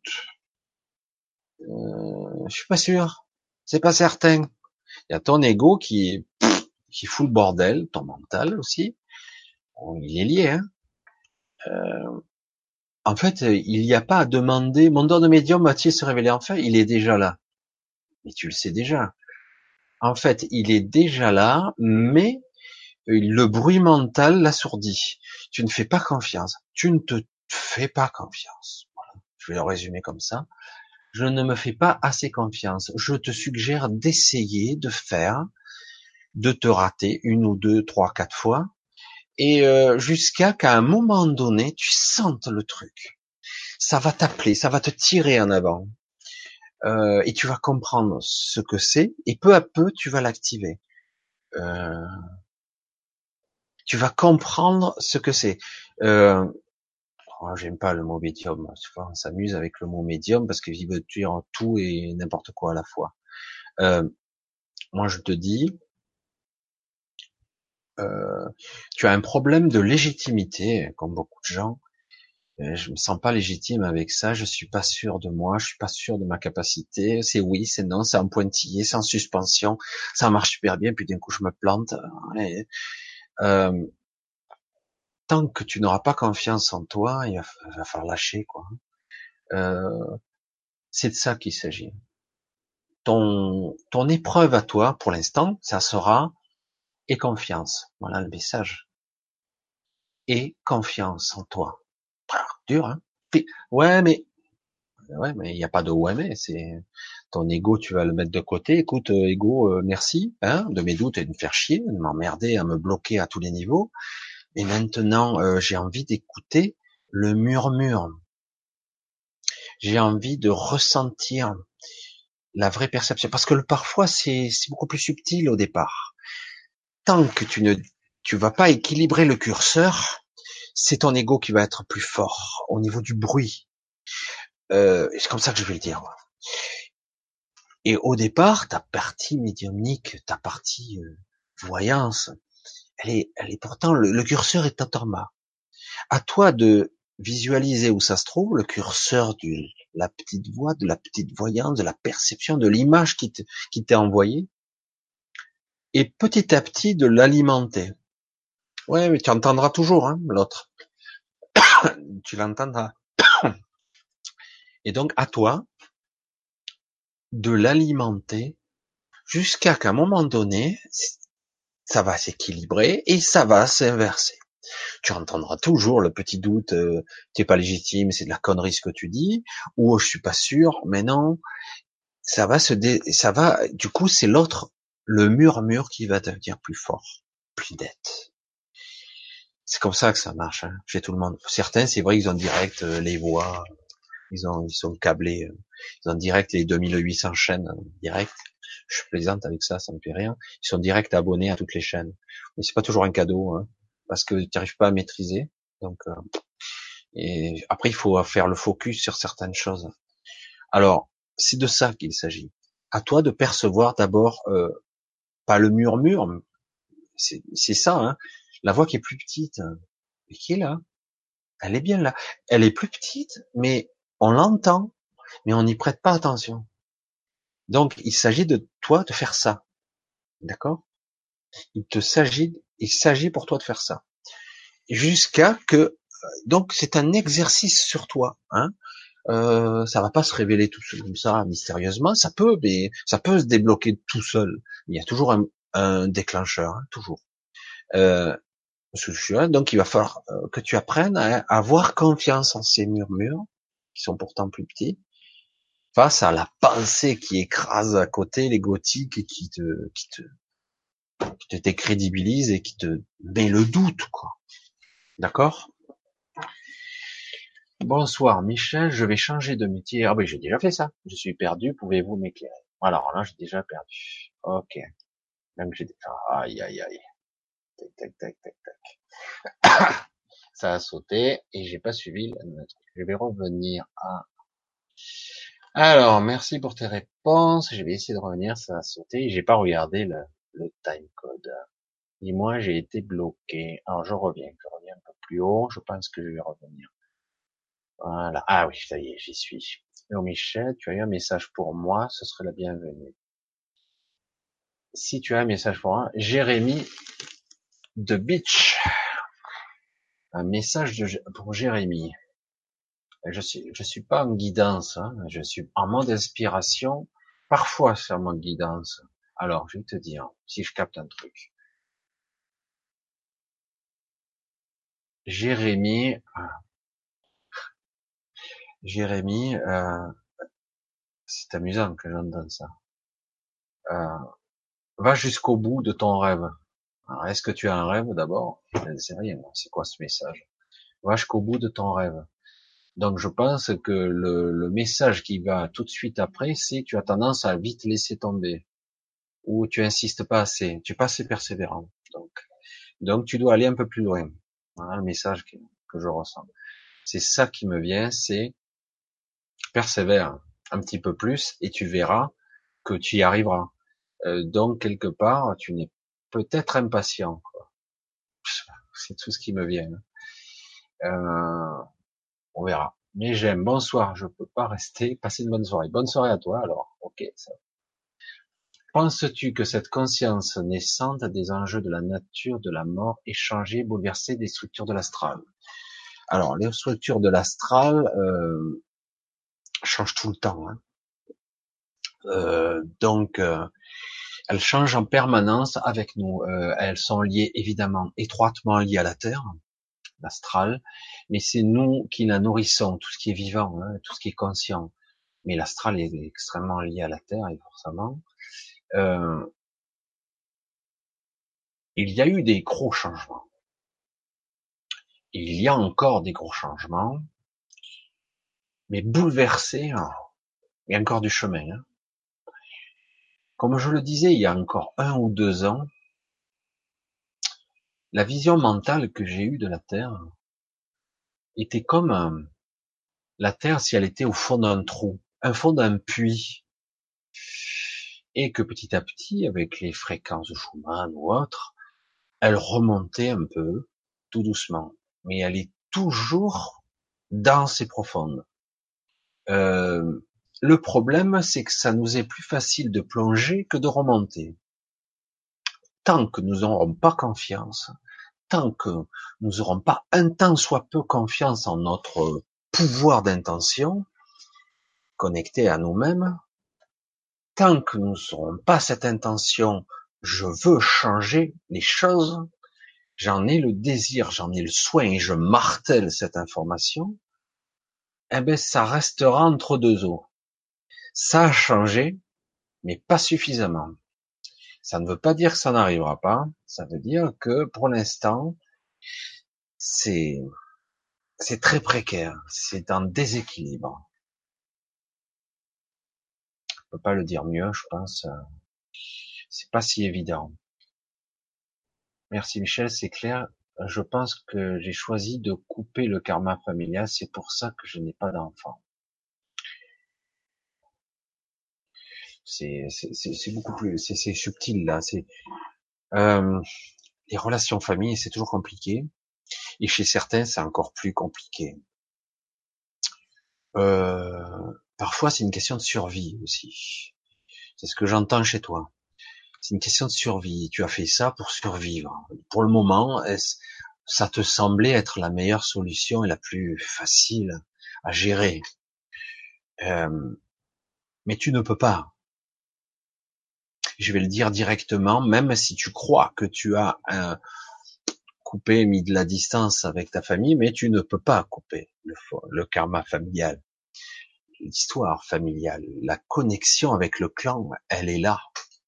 Euh, je suis pas sûr, c'est pas certain. Il y a ton ego qui qui fout le bordel, ton mental aussi. Bon, il est lié. Hein. Euh, en fait, il n'y a pas à demander. Mon don de médium va-t-il se révéler enfin? Il est déjà là. Mais tu le sais déjà. En fait, il est déjà là, mais le bruit mental l'assourdit. Tu ne fais pas confiance. Tu ne te fais pas confiance. Voilà. Je vais le résumer comme ça. Je ne me fais pas assez confiance. Je te suggère d'essayer de faire, de te rater une ou deux, trois, quatre fois, et euh, jusqu'à qu'à un moment donné, tu sentes le truc. Ça va t'appeler, ça va te tirer en avant, euh, et tu vas comprendre ce que c'est, et peu à peu, tu vas l'activer. Euh, tu vas comprendre ce que c'est. Euh, oh, j'aime pas le mot médium. Souvent, on s'amuse avec le mot médium parce qu'il veut dire tout et n'importe quoi à la fois. Euh, moi, je te dis, euh, tu as un problème de légitimité, comme beaucoup de gens. Euh, Je me sens pas légitime avec ça, je suis pas sûr de moi, je suis pas sûr de ma capacité. C'est oui, c'est non, c'est en pointillé, c'est en suspension, ça marche super bien, puis d'un coup je me plante. Ouais. Euh, Tant que tu n'auras pas confiance en toi, il va, il va falloir lâcher, quoi. Euh, c'est de ça qu'il s'agit. Ton, ton épreuve à toi, pour l'instant, ça sera et confiance. Voilà le message. Et confiance en toi. Ah, dur, hein? Puis, ouais, mais ouais, mais il n'y a pas de ouais, mais c'est ton ego, tu vas le mettre de côté. Écoute, euh, ego, euh, merci, hein, de mes doutes et de me faire chier, de m'emmerder, à me bloquer à tous les niveaux. Et maintenant, euh, j'ai envie d'écouter le murmure. J'ai envie de ressentir la vraie perception, parce que le parfois c'est c'est beaucoup plus subtil au départ. Tant que tu ne tu vas pas équilibrer le curseur, c'est ton ego qui va être plus fort au niveau du bruit. Euh, c'est comme ça que je vais le dire. Et au départ, ta partie médiumnique, ta partie euh, voyance, elle est, elle est pourtant le, le curseur est en bas. À toi de visualiser où ça se trouve, le curseur de la petite voix, de la petite voyance, de la perception, de l'image qui te, qui t'est envoyée, et petit à petit de l'alimenter. Ouais, mais tu entendras toujours hein, l'autre. Tu l'entendras. Et donc à toi de l'alimenter jusqu'à qu'à un moment donné, ça va s'équilibrer et ça va s'inverser. Tu entendras toujours le petit doute, euh, t'es pas légitime, c'est de la connerie ce que tu dis, ou oh, je suis pas sûr, mais non, ça va se dé... ça va, du coup c'est l'autre, le murmure qui va devenir plus fort, plus net. C'est comme ça que ça marche, hein, chez tout le monde. Certains, c'est vrai qu'ils ont direct euh, les voix, ils ont, ils sont câblés, euh, ils ont direct les deux mille huit cents chaînes, euh, direct. Je plaisante avec ça, ça me fait rien. Ils sont direct abonnés à toutes les chaînes. Mais c'est pas toujours un cadeau, hein, parce que tu n'arrives pas à maîtriser. Donc, euh, et après, il faut faire le focus sur certaines choses. Alors, c'est de ça qu'il s'agit. À toi de percevoir d'abord, euh, pas le murmure, c'est c'est ça, hein, la voix qui est plus petite, mais qui est là, elle est bien là. Elle est plus petite, mais on l'entend, mais on n'y prête pas attention. Donc, il s'agit de toi de faire ça, d'accord? Il te s'agit, il s'agit pour toi de faire ça, jusqu'à que, donc c'est un exercice sur toi, hein. Euh, ça va pas se révéler tout seul comme ça mystérieusement. Ça peut, mais ça peut se débloquer tout seul. Il y a toujours un, un déclencheur, hein, toujours. Euh, donc il va falloir euh, que tu apprennes à avoir confiance en ces murmures qui sont pourtant plus petits, face à la pensée qui écrase à côté les gothiques et qui te, qui te, qui te décrédibilise et qui te met le doute, quoi. D'accord? Bonsoir Michel, je vais changer de métier. Ah oui, j'ai déjà fait ça. Je suis perdu, pouvez-vous m'éclairer? Alors là, j'ai déjà perdu. Ok. Même j'ai aïe aïe aïe. Tac tac tac tac tac. Ça a sauté et j'ai pas suivi le truc. Je vais revenir à. Alors, merci pour tes réponses. Je vais essayer de revenir, ça a sauté. J'ai pas regardé le, le time code. Dis-moi, j'ai été bloqué. Alors je reviens, je reviens un peu plus haut. Je pense que je vais revenir. Voilà. Ah oui, ça y est, j'y suis. Alors Michel, tu as eu un message pour moi, ce serait la bienvenue. Si tu as un message pour moi, Jérémy de Beach. Un message de, pour Jérémy. Je suis, je suis pas en guidance, hein. Je suis en mode inspiration. Parfois, c'est en mode guidance. Alors, je vais te dire, si je capte un truc. Jérémy, ah, Jérémy, euh, c'est amusant que j'entende ça. Euh, va jusqu'au bout de ton rêve. Alors, est-ce que tu as un rêve d'abord? Je ne sais rien. C'est quoi ce message? Va jusqu'au bout de ton rêve. Donc, je pense que le, le message qui va tout de suite après, c'est que tu as tendance à vite laisser tomber, ou tu insistes pas assez, tu es pas assez persévérant. Donc, donc tu dois aller un peu plus loin. Voilà le message que, que je ressens. C'est ça qui me vient, c'est persévère un petit peu plus et tu verras que tu y arriveras. Euh, donc quelque part, tu n'es peut-être impatient, quoi. C'est tout ce qui me vient. Euh, on verra. Mais j'aime. Bonsoir. Je peux pas rester. Passer une bonne soirée. Bonne soirée à toi. Alors, ok. Ça. Penses-tu que cette conscience naissante des enjeux de la nature, de la mort, ait changé, bouleversé des structures de l'astral? Alors, les structures de l'astral euh, changent tout le temps. Hein. Euh, donc, euh, elles changent en permanence avec nous. Euh, elles sont liées, évidemment, étroitement liées à la Terre, l'astral, mais c'est nous qui la nourrissons, tout ce qui est vivant, hein, tout ce qui est conscient. Mais l'astral est extrêmement lié à la Terre, et forcément. Euh, il y a eu des gros changements. Il y a encore des gros changements, mais bouleversés, hein, il y a encore du chemin. Hein. Comme je le disais il y a encore un ou deux ans, la vision mentale que j'ai eue de la Terre était comme euh, la Terre si elle était au fond d'un trou, un fond d'un puits, et que petit à petit, avec les fréquences de Schumann ou autres, elle remontait un peu, tout doucement, mais elle est toujours dense et profonde. Euh, le problème, c'est que ça nous est plus facile de plonger que de remonter. Tant que nous n'aurons pas confiance, tant que nous n'aurons pas un tant soit peu confiance en notre pouvoir d'intention, connecté à nous-mêmes, tant que nous n'aurons pas cette intention, je veux changer les choses, j'en ai le désir, j'en ai le soin et je martèle cette information, eh ben, ça restera entre deux eaux. Ça a changé, mais pas suffisamment. Ça ne veut pas dire que ça n'arrivera pas. Ça veut dire que, pour l'instant, c'est, c'est très précaire. C'est un déséquilibre. Je peux pas le dire mieux, je pense. C'est pas si évident. Merci Michel, c'est clair. Je pense que j'ai choisi de couper le karma familial. C'est pour ça que je n'ai pas d'enfant. C'est, c'est, c'est c'est beaucoup plus, c'est, c'est subtil là. C'est euh, les relations famille, c'est toujours compliqué. Et chez certains, c'est encore plus compliqué. Euh, parfois, c'est une question de survie aussi. C'est ce que j'entends chez toi. C'est une question de survie. Tu as fait ça pour survivre. Pour le moment, est-ce, ça te semblait être la meilleure solution et la plus facile à gérer. Euh, mais tu ne peux pas. Je vais le dire directement, même si tu crois que tu as un, coupé, mis de la distance avec ta famille, mais tu ne peux pas couper le, le karma familial, l'histoire familiale, la connexion avec le clan, elle est là.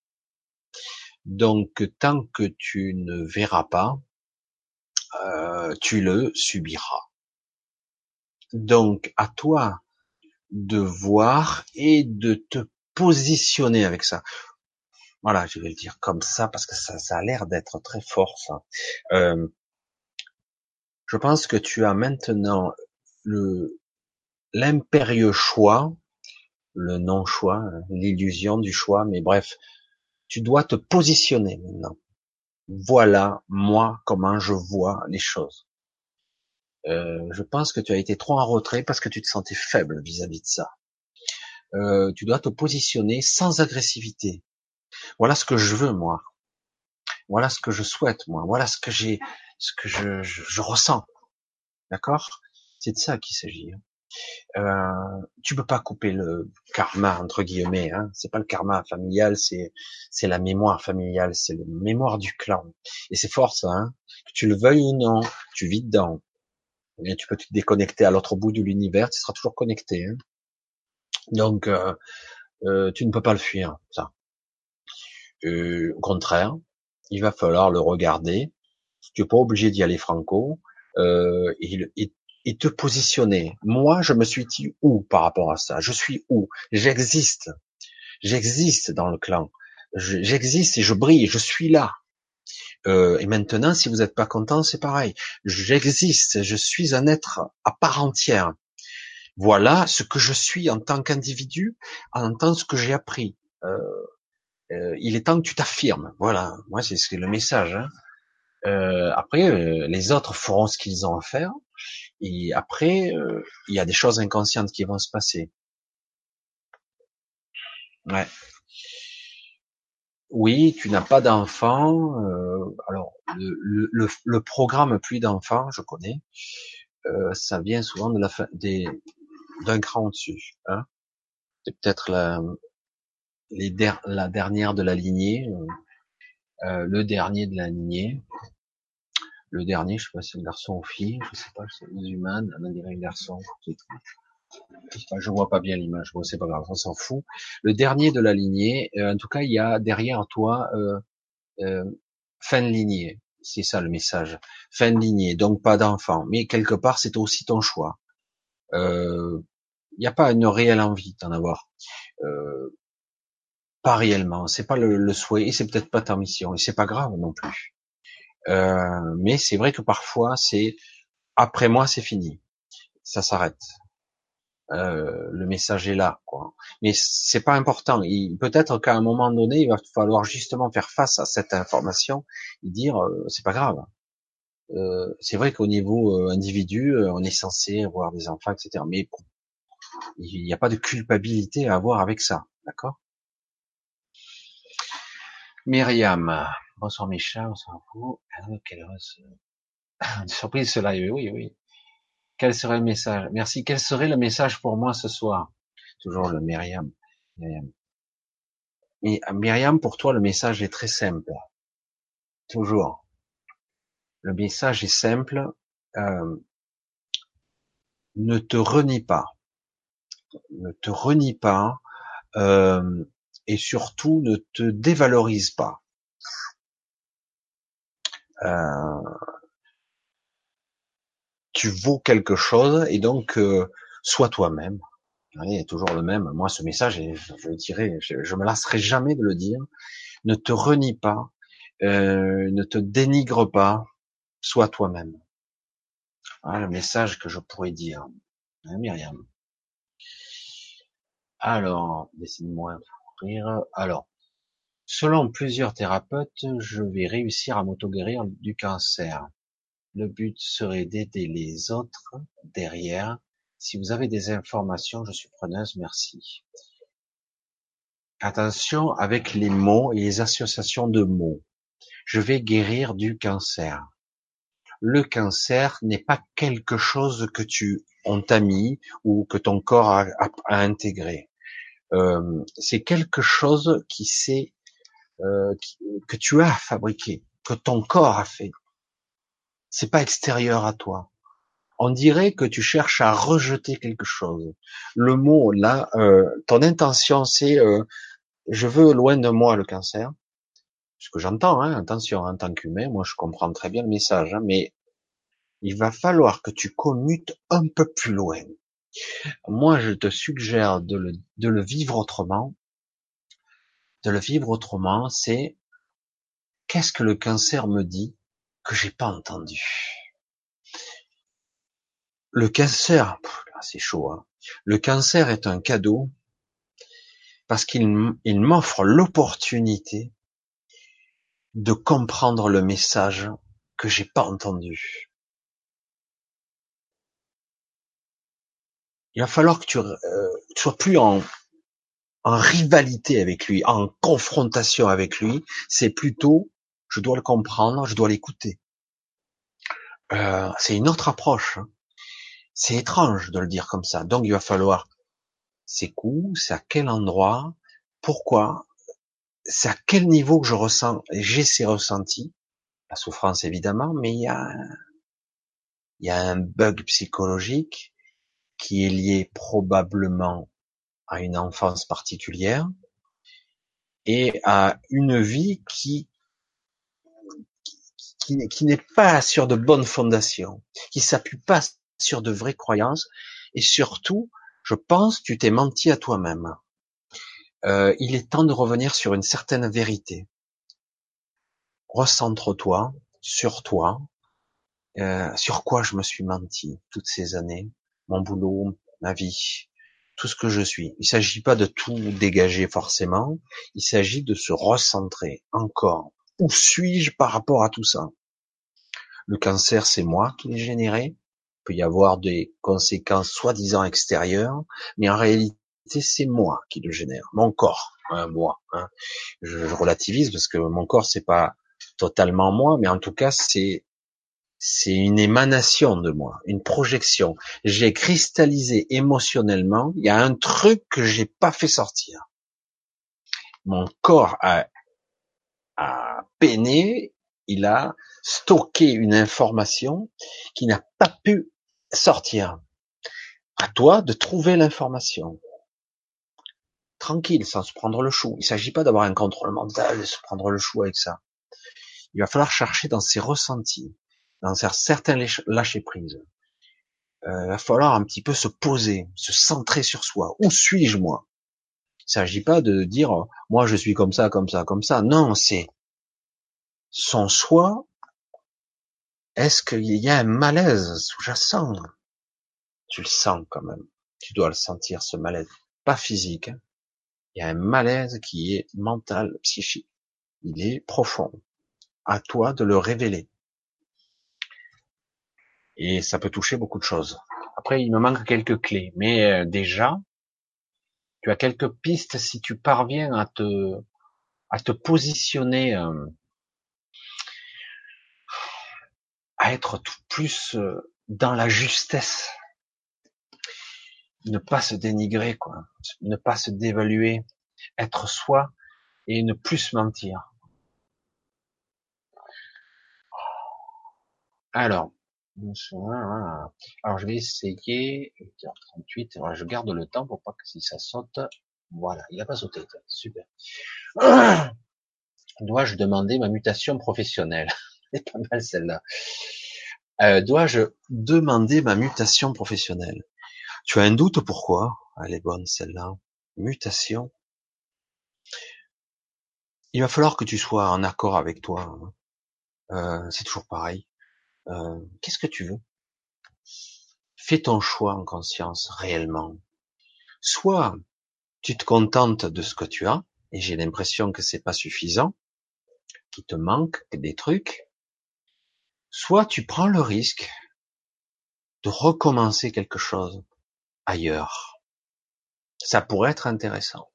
Donc, tant que tu ne verras pas, euh, tu le subiras. Donc, à toi de voir et de te positionner avec ça. Voilà, je vais le dire comme ça parce que ça, ça a l'air d'être très fort, ça. Euh, je pense que tu as maintenant le l'impérieux choix, le non-choix, l'illusion du choix, mais bref, tu dois te positionner maintenant. Voilà, moi, comment je vois les choses. Euh, je pense que tu as été trop en retrait parce que tu te sentais faible vis-à-vis de ça. Euh, tu dois te positionner sans agressivité. Voilà ce que je veux, moi. Voilà ce que je souhaite, moi. Voilà ce que j'ai, ce que je, je, je ressens. D'accord? C'est de ça qu'il s'agit. Euh, tu peux pas couper le karma entre guillemets. Hein. C'est pas le karma familial, c'est c'est la mémoire familiale, c'est la mémoire du clan. Et c'est fort ça. Hein. Que tu le veuilles ou non, tu vis dedans. Et tu peux te déconnecter à l'autre bout de l'univers, tu seras toujours connecté. Hein. Donc euh, euh, tu ne peux pas le fuir. Ça. Euh, au contraire, il va falloir le regarder. Tu n'es pas obligé d'y aller franco. Euh, et, et et te positionner. Moi, je me suis dit où par rapport à ça? Je suis où? J'existe. J'existe dans le clan. Je- J'existe et je brille. Je suis là. Euh, et maintenant, si vous n'êtes pas content, c'est pareil. J'existe. Je suis un être à part entière. Voilà ce que je suis en tant qu'individu, en tant que ce que j'ai appris. Euh, euh, il est temps que tu t'affirmes. Voilà. Moi, c'est c'est le message. Hein. Euh, après, euh, les autres feront ce qu'ils ont à faire. Et après, euh, il y a des choses inconscientes qui vont se passer. Ouais. Oui, tu n'as pas d'enfant. Euh, alors, le, le, le, le programme plus d'enfants, je connais. Euh, ça vient souvent de la fin, des, d'un cran au-dessus. Hein. C'est peut-être la, les der, la dernière de la lignée, euh, euh, le dernier de la lignée. Le dernier, je sais pas si c'est un garçon ou fille, je sais pas, c'est musulmane, on dirait un garçon. Enfin, je vois pas bien l'image, bon, c'est pas grave, on s'en fout. Le dernier de la lignée, euh, en tout cas, il y a derrière toi euh, euh, fin de lignée. C'est ça le message. Fin de lignée, donc pas d'enfant. Mais quelque part, c'est aussi ton choix. Euh, Il n'y a pas une réelle envie d'en avoir. Euh, Pas réellement. C'est pas le, le souhait et c'est peut-être pas ta mission. Et c'est pas grave non plus. Euh, mais c'est vrai que parfois, c'est après moi, c'est fini. Ça s'arrête. Euh, le message est là, quoi. Mais c'est pas important. Il, peut-être qu'à un moment donné, il va falloir justement faire face à cette information et dire euh, c'est pas grave. Euh, c'est vrai qu'au niveau euh, individu, euh, on est censé avoir des enfants, et cetera. Mais bon, il n'y a pas de culpabilité à avoir avec ça, d'accord? Myriam, bonsoir mes chats, bonsoir vous. Ah, quelle heureuse surprise cela, oui, oui. Quel serait le message? Merci. Quel serait le message pour moi ce soir? Toujours le Myriam. Myriam. Mais Myriam, pour toi, le message est très simple. Toujours. Le message est simple. Euh, ne te renie pas. Ne te renie pas. Euh, et surtout, ne te dévalorise pas. Euh, Tu vaux quelque chose et donc euh, sois toi-même. Allez, toujours le même. Moi, ce message, je, je le dirai, je, je me lasserai jamais de le dire. Ne te renie pas, euh, ne te dénigre pas, sois toi-même. Voilà le message que je pourrais dire. Hein, Myriam. Alors, laissez-moi ouvrir. Alors, selon plusieurs thérapeutes, je vais réussir à m'auto-guérir du cancer. Le but serait d'aider les autres derrière. Si vous avez des informations, je suis preneuse, merci. Attention avec les mots et les associations de mots. Je vais guérir du cancer. Le cancer n'est pas quelque chose que tu on t'a mis ou que ton corps a, a, a intégré. Euh, c'est quelque chose qui s'est euh, qui- que tu as fabriqué, que ton corps a fait. C'est pas extérieur à toi. On dirait que tu cherches à rejeter quelque chose. Le mot là, euh, ton intention c'est euh, je veux loin de moi le cancer. Ce que j'entends, hein, attention, en tant qu'humain, moi je comprends très bien le message, hein, mais il va falloir que tu commutes un peu plus loin. Moi, je te suggère de le, de le vivre autrement. De le vivre autrement, c'est qu'est-ce que le cancer me dit que j'ai pas entendu. Le cancer, pff, c'est chaud. Hein. Le cancer est un cadeau parce qu'il m- il m'offre l'opportunité de comprendre le message que j'ai pas entendu. Il va falloir que tu, euh, tu sois plus en, en rivalité avec lui, en confrontation avec lui. C'est plutôt, je dois le comprendre, je dois l'écouter. Euh, c'est une autre approche. Hein. C'est étrange de le dire comme ça. Donc il va falloir, c'est où, c'est à quel endroit, pourquoi, c'est à quel niveau que je ressens, et j'ai ces ressentis, la souffrance évidemment, mais il y a, il y a un bug psychologique qui est lié probablement à une enfance particulière et à une vie qui qui, qui n'est pas sur de bonnes fondations, qui s'appuie pas sur de vraies croyances, et surtout, je pense, tu t'es menti à toi-même. Euh, il est temps de revenir sur une certaine vérité. Recentre-toi sur toi, euh, sur quoi je me suis menti toutes ces années, mon boulot, ma vie, tout ce que je suis. Il s'agit pas de tout dégager forcément, il s'agit de se recentrer encore. Où suis-je par rapport à tout ça? Le cancer, c'est moi qui l'ai généré. Il peut y avoir des conséquences soi-disant extérieures, mais en réalité, c'est moi qui le génère. Mon corps, hein, moi. Hein. Je, je relativise parce que mon corps, c'est pas totalement moi, mais en tout cas, c'est c'est une émanation de moi, une projection. J'ai cristallisé émotionnellement. Il y a un truc que j'ai pas fait sortir. Mon corps a, a peiné, il a stocké une information qui n'a pas pu sortir. À toi de trouver l'information. Tranquille, sans se prendre le chou. Il ne s'agit pas d'avoir un contrôle mental et se prendre le chou avec ça. Il va falloir chercher dans ses ressentis, dans certains lâcher prise. Euh, il va falloir un petit peu se poser, se centrer sur soi. Où suis-je moi? Il ne s'agit pas de dire moi je suis comme ça, comme ça, comme ça. Non, c'est son soi. Est-ce qu'il y a un malaise sous-jacent? Tu le sens quand même. Tu dois le sentir, ce malaise. Pas physique. Hein. Il y a un malaise qui est mental, psychique. Il est profond. À toi de le révéler. Et ça peut toucher beaucoup de choses. Après, il me manque quelques clés. Mais euh, déjà, tu as quelques pistes si tu parviens à te, à te positionner, euh, à être tout plus euh, dans la justesse. Ne pas se dénigrer, quoi. Ne pas se dévaluer. Être soi et ne plus se mentir. Alors, alors je vais essayer, huit heures trente-huit, alors je garde le temps pour pas que si ça saute, voilà, il a pas sauté, super. Dois-je demander ma mutation professionnelle? C'est pas mal celle-là. Euh, dois-je demander ma mutation professionnelle? Tu as un doute, pourquoi? Elle est bonne celle-là. Mutation. Il va falloir que tu sois en accord avec toi. Hein. Euh, c'est toujours pareil. Euh, qu'est-ce que tu veux? Fais ton choix en conscience, réellement. Soit tu te contentes de ce que tu as, et j'ai l'impression que c'est pas suffisant, qu'il te manque des trucs, soit tu prends le risque de recommencer quelque chose ailleurs. Ça pourrait être intéressant.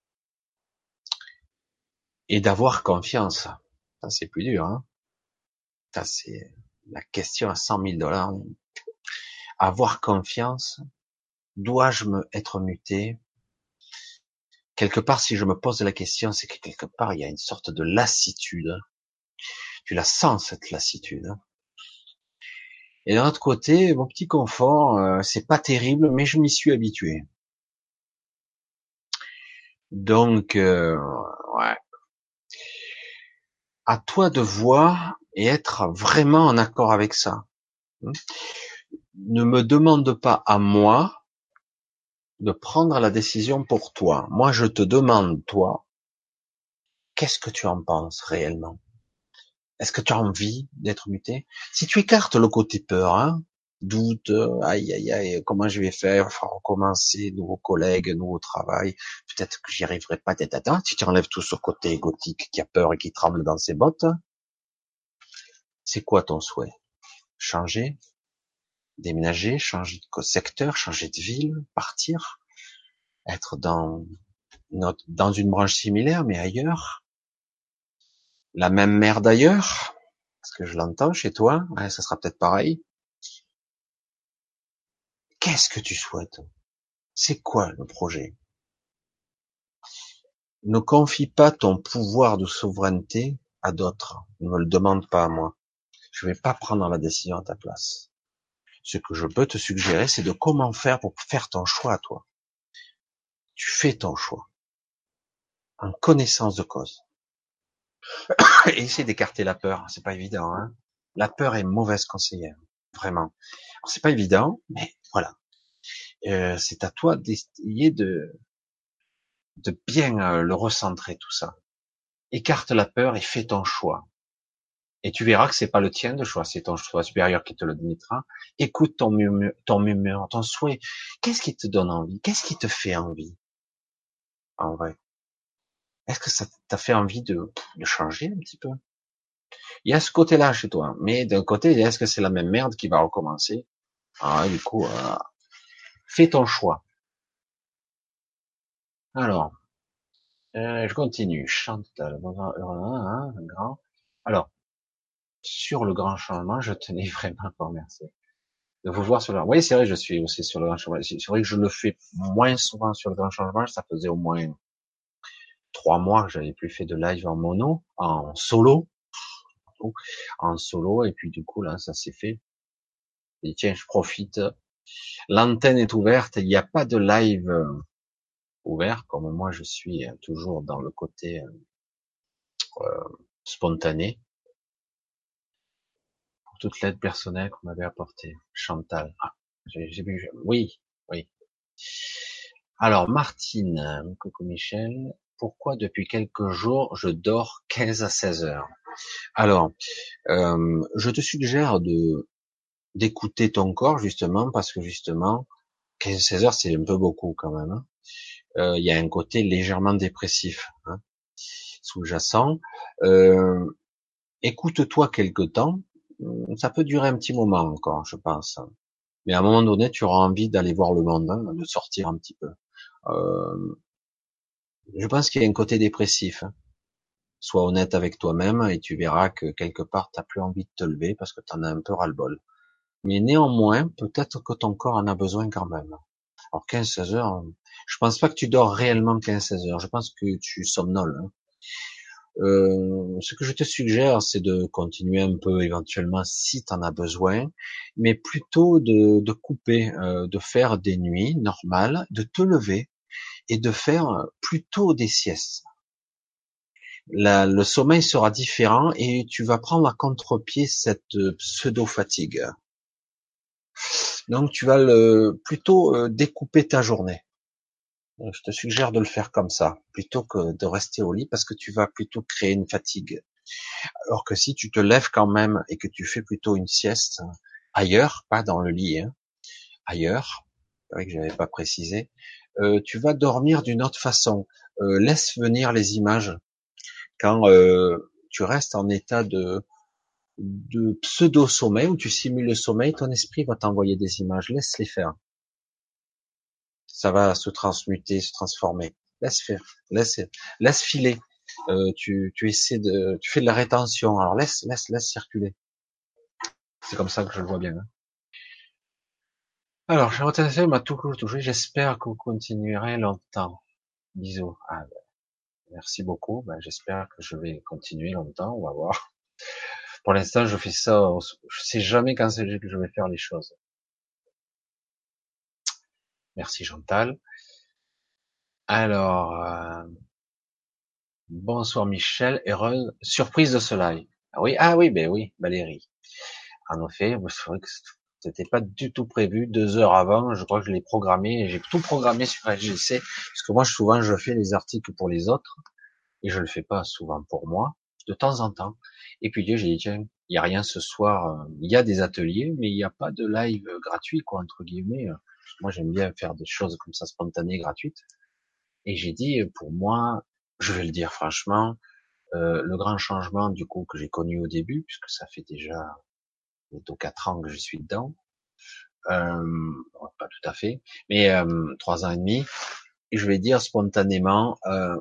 Et d'avoir confiance. Ça, c'est plus dur, hein. Ça, c'est la question à cent mille dollars. Avoir confiance. Dois-je me être muté? Quelque part, si je me pose la question, c'est que quelque part, il y a une sorte de lassitude. Tu la sens, cette lassitude. Et d'un autre côté, mon petit confort, euh, c'est pas terrible, mais je m'y suis habitué. Donc, euh, ouais, à toi de voir et être vraiment en accord avec ça. Ne me demande pas à moi de prendre la décision pour toi. Moi, je te demande, toi, qu'est-ce que tu en penses réellement? Est-ce que tu as envie d'être muté? Si tu écartes le côté peur, hein, doute, euh, aïe aïe aïe, comment je vais faire, il faut recommencer, nouveaux collègues, nouveau travail, peut-être que j'y arriverai pas, tata. Si tu enlèves tout ce côté égotique qui a peur et qui tremble dans ses bottes, c'est quoi ton souhait? Changer, déménager, changer de secteur, changer de ville, partir, être dans notre, dans une branche similaire mais ailleurs, la même merde ailleurs, parce que je l'entends chez toi, ouais, ça sera peut-être pareil. Qu'est-ce que tu souhaites? C'est quoi le projet? Ne confie pas ton pouvoir de souveraineté à d'autres. Ne me le demande pas à moi. Je vais pas prendre la décision à ta place. Ce que je peux te suggérer, c'est de comment faire pour faire ton choix à toi. Tu fais ton choix en connaissance de cause. Et essaie d'écarter la peur. C'est pas évident, hein. La peur est mauvaise conseillère, vraiment. C'est pas évident, mais voilà. Euh, c'est à toi d'essayer de, de bien euh, le recentrer tout ça. Écarte la peur et fais ton choix. Et tu verras que c'est pas le tien de choix, c'est ton choix supérieur qui te le mettra. Écoute ton murmure, ton murmure, ton souhait. Qu'est-ce qui te donne envie? Qu'est-ce qui te fait envie? En vrai. Est-ce que ça t'a fait envie de, de changer un petit peu? Il y a ce côté-là chez toi, mais d'un côté, est-ce que c'est la même merde qui va recommencer? Ah, du coup, euh, fais ton choix. Alors, euh, je continue. Chantal, un grand. Alors, sur le grand changement, je tenais vraiment à vous remercier de vous voir sur le. Oui, c'est vrai, je suis aussi sur le grand changement. C'est vrai que je le fais moins souvent sur le grand changement. Ça faisait au moins trois mois que j'avais plus fait de live en mono, en solo, en solo, et puis du coup là, ça s'est fait. Et tiens, je profite. L'antenne est ouverte. Il n'y a pas de live euh, ouvert, comme moi je suis euh, toujours dans le côté euh, spontané, pour toute l'aide personnelle qu'on m'avait apportée. Chantal. Ah, j'ai j'ai vu. Oui, oui. Alors, Martine, euh, coucou Michel. Pourquoi depuis quelques jours je dors quinze à seize heures? Alors, euh, je te suggère de d'écouter ton corps justement parce que justement quinze à seize heures c'est un peu beaucoup quand même, hein. Euh, il y a un côté légèrement dépressif, hein, sous-jacent. Euh, Écoute-toi quelque temps. Ça peut durer un petit moment encore, je pense. Mais à un moment donné, tu auras envie d'aller voir le monde, hein, de sortir un petit peu. Euh, je pense qu'il y a un côté dépressif, hein. Sois honnête avec toi-même et tu verras que quelque part, t'as plus envie de te lever parce que t'en as un peu ras-le-bol. Mais néanmoins, peut-être que ton corps en a besoin quand même. Alors quinze seize heures, je pense pas que tu dors réellement quinze seize heures. Je pense que tu somnoles, hein. Euh, ce que je te suggère, c'est de continuer un peu éventuellement si tu en as besoin, mais plutôt de, de couper, euh, de faire des nuits normales, de te lever et de faire plutôt des siestes. La- le sommeil sera différent et tu vas prendre à contre-pied cette pseudo-fatigue. Donc tu vas le, plutôt euh, découper ta journée. Donc, je te suggère de le faire comme ça, plutôt que de rester au lit, parce que tu vas plutôt créer une fatigue. Alors que si tu te lèves quand même et que tu fais plutôt une sieste ailleurs, pas dans le lit, hein, ailleurs, c'est vrai que j'avais pas précisé, euh, tu vas dormir d'une autre façon. Euh, laisse venir les images. Quand euh, tu restes en état de, de pseudo-sommeil, où tu simules le sommeil, ton esprit va t'envoyer des images. Laisse les faire. Ça va se transmuter, se transformer. Laisse faire, laisse, laisse filer. Euh, tu, tu essaies de, tu fais de la rétention. Alors laisse, laisse, laisse circuler. C'est comme ça que je le vois bien, hein. Alors, j'ai retenu m'a tout touché. J'espère que vous continuerez longtemps. Bisous. Ah, ben, merci beaucoup. Ben, j'espère que je vais continuer longtemps. On va voir. Pour l'instant, je fais ça. Je sais jamais quand c'est que je vais faire les choses. Merci Chantal. Alors, euh, bonsoir Michel. Heureuse surprise de ce live. Ah oui, ah oui, ben oui, Valérie. En effet, c'est vrai que c'était pas du tout prévu. Deux heures avant, je crois que je l'ai programmé. J'ai tout programmé sur L G C parce que moi, souvent, je fais les articles pour les autres. Et je le fais pas souvent pour moi, de temps en temps. Et puis j'ai dit, tiens, il y a rien ce soir, euh, il y a des ateliers, mais il n'y a pas de live gratuit, quoi, entre guillemets. Moi, j'aime bien faire des choses comme ça, spontanées, gratuites. Et j'ai dit, pour moi, je vais le dire franchement, euh, le grand changement, du coup, que j'ai connu au début, puisque ça fait déjà bientôt quatre ans que je suis dedans, euh, bon, pas tout à fait, mais euh, trois ans et demi, et je vais dire spontanément, euh,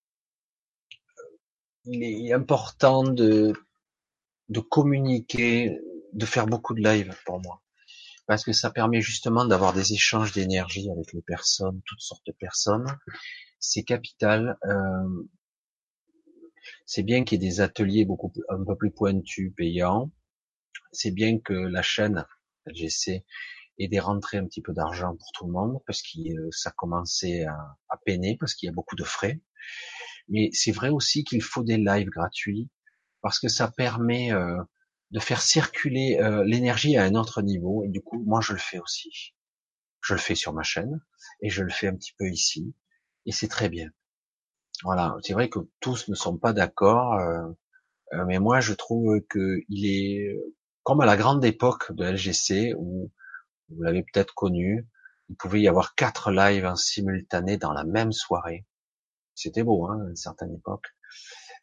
il est important de de communiquer, de faire beaucoup de live pour moi. Parce que ça permet justement d'avoir des échanges d'énergie avec les personnes, toutes sortes de personnes. C'est capital. Euh, c'est bien qu'il y ait des ateliers beaucoup plus- un peu plus pointus, payants. C'est bien que la chaîne L G C ait des rentrées un petit peu d'argent pour tout le monde, parce que ça commençait à, à peiner, parce qu'il y a beaucoup de frais. Mais c'est vrai aussi qu'il faut des lives gratuits parce que ça permet euh, de faire circuler euh, l'énergie à un autre niveau. Et du coup, moi, je le fais aussi. Je le fais sur ma chaîne et je le fais un petit peu ici. Et c'est très bien. Voilà. C'est vrai que tous ne sont pas d'accord, euh, euh, mais moi, je trouve que il est comme à la grande époque de L G C où vous l'avez peut-être connu. Il pouvait y avoir quatre lives en simultané dans la même soirée. C'était beau, hein, à une certaine époque.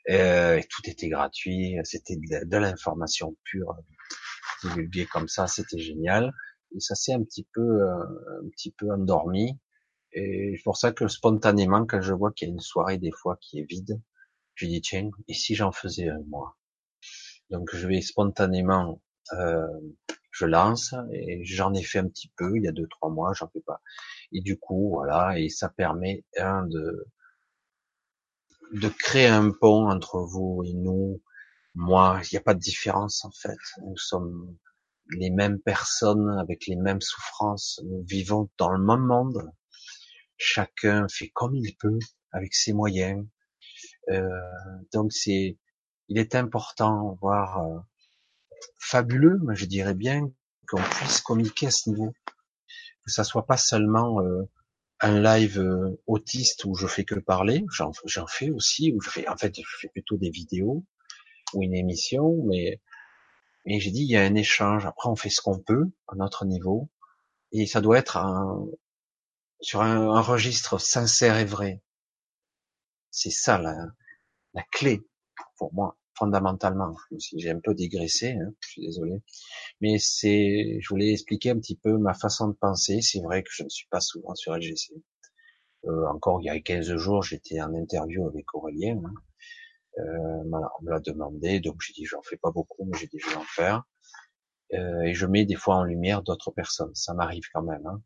Euh, et tout était gratuit, c'était de, de l'information pure, divulguée comme ça, c'était génial. Et ça s'est un petit peu, euh, un petit peu endormi. Et c'est pour ça que spontanément, quand je vois qu'il y a une soirée des fois qui est vide, je dis tiens, et si j'en faisais un moi? Donc je vais spontanément, euh, je lance et j'en ai fait un petit peu il y a deux trois mois, j'en fais pas. Et du coup voilà, et ça permet hein, de de créer un pont entre vous et nous. Moi, il n'y a pas de différence en fait. Nous sommes les mêmes personnes avec les mêmes souffrances. Nous vivons dans le même monde. Chacun fait comme il peut avec ses moyens. Euh, donc c'est, il est important, voire euh, fabuleux, mais je dirais bien, qu'on puisse communiquer à ce niveau, que ça soit pas seulement euh, un live euh, autiste où je fais que parler. J'en, j'en fais aussi, où je fais, en fait, je fais plutôt des vidéos ou une émission, mais mais j'ai dit il y a un échange. Après, on fait ce qu'on peut à notre niveau, et ça doit être un, sur un, un registre sincère et vrai. C'est ça la, la clé pour moi, fondamentalement. Si j'ai un peu dégraissé, hein, je suis désolé, mais c'est, je voulais expliquer un petit peu ma façon de penser. C'est vrai que je ne suis pas souvent sur L G C. Euh, encore il y a quinze jours, j'étais en interview avec Aurélien. Hein. Euh, voilà, on me l'a demandé, donc j'ai dit j'en fais pas beaucoup, mais j'ai dit je vais en faire. Euh, et je mets des fois en lumière d'autres personnes. Ça m'arrive quand même. Hein.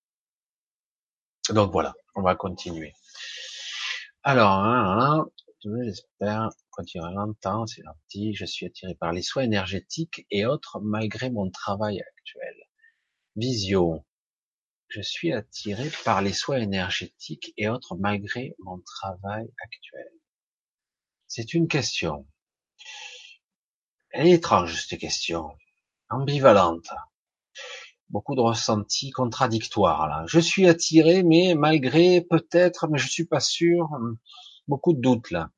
Donc voilà, on va continuer. Alors, hein, hein, j'espère continuer longtemps, c'est gentil. Je suis attiré par les soins énergétiques et autres malgré mon travail actuel. Visio. Je suis attiré par les soins énergétiques et autres malgré mon travail actuel. C'est une question. Elle est étrange, cette question. Ambivalente. Beaucoup de ressentis contradictoires, là. Je suis attiré, mais malgré, peut-être, mais je suis pas sûr. Beaucoup de doutes, là.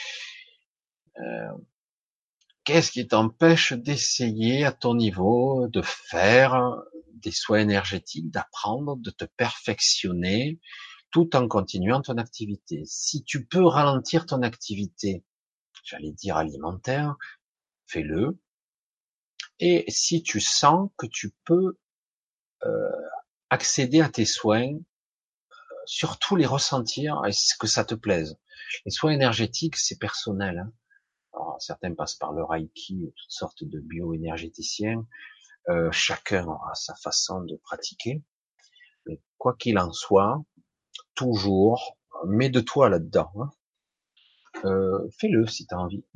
Euh, Qu'est-ce qui t'empêche d'essayer à ton niveau, de faire des soins énergétiques, d'apprendre, de te perfectionner, tout en continuant ton activité? Si tu peux ralentir ton activité, j'allais dire alimentaire, fais-le. Et si tu sens que tu peux euh, accéder à tes soins, surtout les ressentir et que ça te plaise. Les soins énergétiques, c'est personnel. Hein. Alors, certains passent par le Reiki, toutes sortes de bioénergéticiens. Euh, chacun aura sa façon de pratiquer. Mais quoi qu'il en soit, toujours, mets de toi là-dedans. Hein. Euh, fais-le si tu as envie.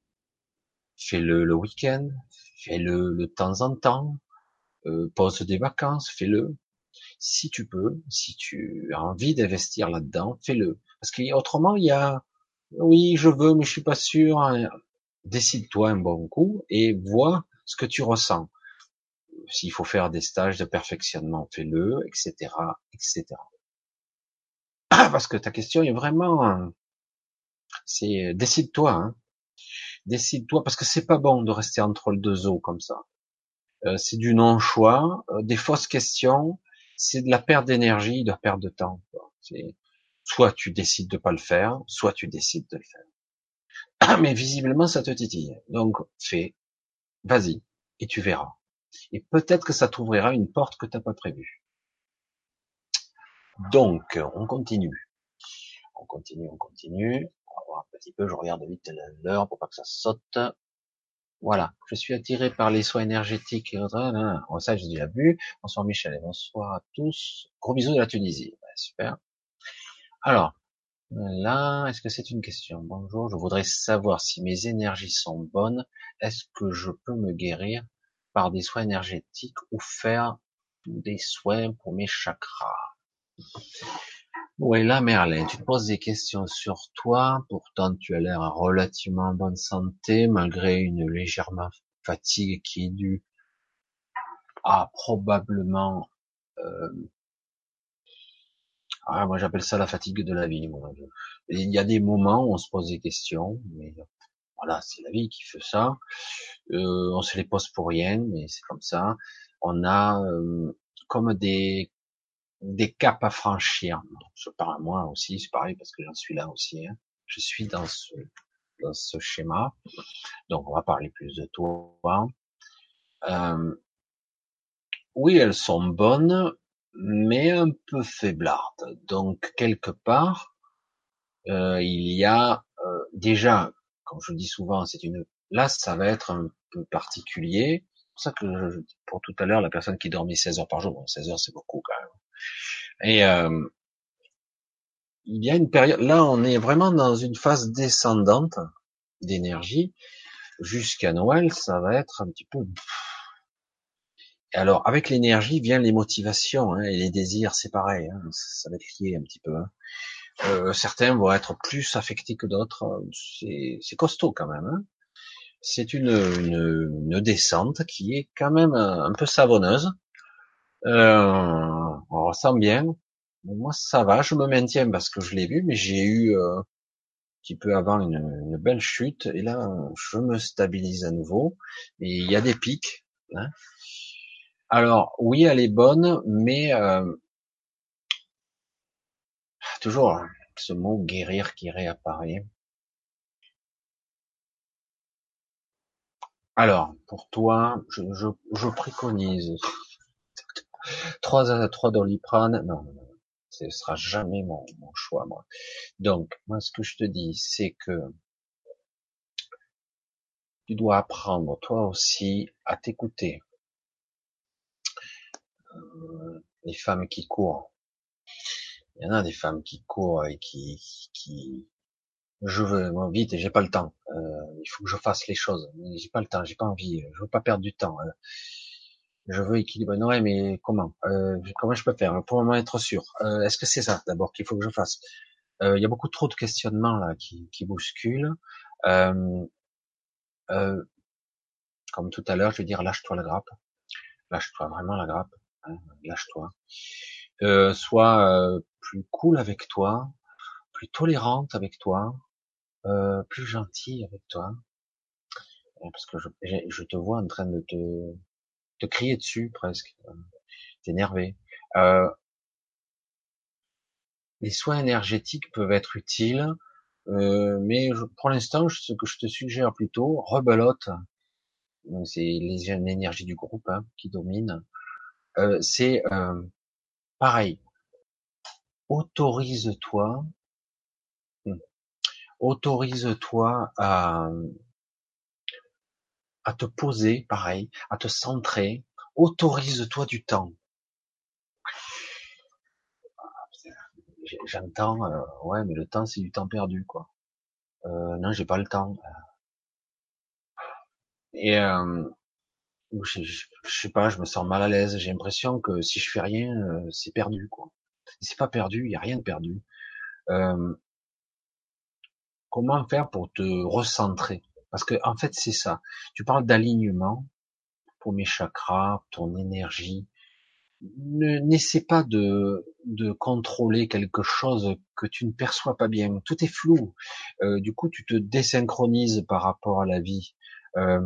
Fais-le le week-end. Fais-le de temps en temps. Euh, pose des vacances. Fais-le. Si tu peux, si tu as envie d'investir là-dedans, fais-le. Parce qu'autrement, il y a, oui, je veux, mais je suis pas sûr. Hein. Décide-toi un bon coup et vois ce que tu ressens. S'il faut faire des stages de perfectionnement, fais-le, et cetera, et cetera. Parce que ta question est vraiment, c'est décide-toi, hein. Décide-toi, parce que c'est pas bon de rester entre les deux eaux comme ça. Euh, c'est du non-choix, euh, des fausses questions, c'est de la perte d'énergie, de la perte de temps. Quoi. C'est soit tu décides de pas le faire, soit tu décides de le faire. Mais visiblement, ça te titille. Donc, fais, vas-y, et tu verras. Et peut-être que ça t'ouvrira une porte que t'as pas prévue. Donc, on continue. On continue, on continue. On va voir un petit peu, je regarde vite l'heure pour pas que ça saute. Voilà. Je suis attiré par les soins énergétiques et autres. Bon, ça, j'ai déjà vu. Bonsoir Michel et bonsoir à tous. Gros bisous de la Tunisie. Ouais, super. Alors, là, est-ce que c'est une question? Bonjour, je voudrais savoir si mes énergies sont bonnes. Est-ce que je peux me guérir par des soins énergétiques ou faire des soins pour mes chakras? Ouais, là, Merlin, tu te poses des questions sur toi. Pourtant, tu as l'air relativement en bonne santé, malgré une légère fatigue qui est due à probablement, euh, ah, moi j'appelle ça la fatigue de la vie. Moi. Et il y a des moments où on se pose des questions, mais voilà, c'est la vie qui fait ça. Euh, on se les pose pour rien, mais c'est comme ça. On a euh, comme des des caps à franchir. Je parle à moi aussi, c'est pareil parce que j'en suis là aussi. Hein. Je suis dans ce dans ce schéma. Donc, on va parler plus de toi. Euh, oui, elles sont bonnes, mais un peu faiblardes. Donc, quelque part, euh, il y a euh, déjà, comme je dis souvent, c'est une. Là, ça va être un peu particulier. C'est pour ça que je, pour tout à l'heure, la personne qui dormait seize heures par jour, bon, seize heures c'est beaucoup quand même. Et euh, il y a une période, là, on est vraiment dans une phase descendante d'énergie. Jusqu'à Noël, ça va être un petit peu. Alors, avec l'énergie vient les motivations hein, et les désirs, c'est pareil. Hein, ça va être lié un petit peu. Hein. Euh, certains vont être plus affectés que d'autres. C'est, c'est costaud quand même. Hein. C'est une, une, une descente qui est quand même un, un peu savonneuse. Euh, on ressent bien. Moi, ça va, je me maintiens parce que je l'ai vu, mais j'ai eu euh, un petit peu avant une, une belle chute et là, je me stabilise à nouveau. Et il y a des pics. Hein. Alors, oui, elle est bonne, mais euh, toujours hein, ce mot guérir qui réapparaît. Alors, pour toi, je, je, je préconise trois à trois Doliprane. Non, non, non, ce sera jamais mon, mon choix, moi. Donc, moi, ce que je te dis, c'est que tu dois apprendre, toi aussi, à t'écouter. Euh, les femmes qui courent, il y en a des femmes qui courent et qui, qui, je veux moi, vite et j'ai pas le temps. Euh, il faut que je fasse les choses. Mais j'ai pas le temps, j'ai pas envie. Je veux pas perdre du temps. Euh, je veux équilibrer. Non, ouais, mais comment euh, Comment je peux faire pour vraiment être sûr euh, Est-ce que c'est ça d'abord qu'il faut que je fasse euh, Il y a beaucoup trop de questionnements là qui, qui bousculent. Euh, euh, comme tout à l'heure, je vais dire lâche-toi la grappe. Lâche-toi vraiment la grappe. Hein, lâche-toi. Euh, sois euh, plus cool avec toi, plus tolérante avec toi, euh, plus gentil avec toi. Parce que je, je te vois en train de te, te crier dessus presque, t'énerver. Euh, les soins énergétiques peuvent être utiles, euh, mais je, pour l'instant, ce que je te suggère plutôt, rebelote, c'est les énergies du groupe hein, qui dominent, euh, c'est euh, pareil, autorise-toi, hmm, autorise-toi à, à te poser, pareil, à te centrer, autorise-toi du temps. J'entends, euh, ouais, mais le temps c'est du temps perdu, quoi. Euh, non, j'ai pas le temps. Et euh, je, je, je sais pas, je me sens mal à l'aise. J'ai l'impression que si je fais rien, euh, c'est perdu, quoi. C'est pas perdu, il y a rien de perdu. Euh, comment faire pour te recentrer? Parce que en fait, c'est ça. Tu parles d'alignement pour mes chakras, ton énergie. Ne n'essaie pas de de contrôler quelque chose que tu ne perçois pas bien. Tout est flou. Euh, du coup, tu te désynchronises par rapport à la vie. Euh,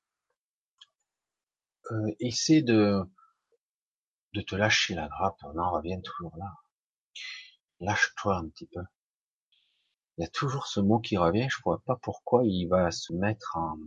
euh, essaie de de te lâcher la grappe. On en revient toujours là. Lâche-toi un petit peu. Il y a toujours ce mot qui revient. Je vois pas pourquoi il va se mettre en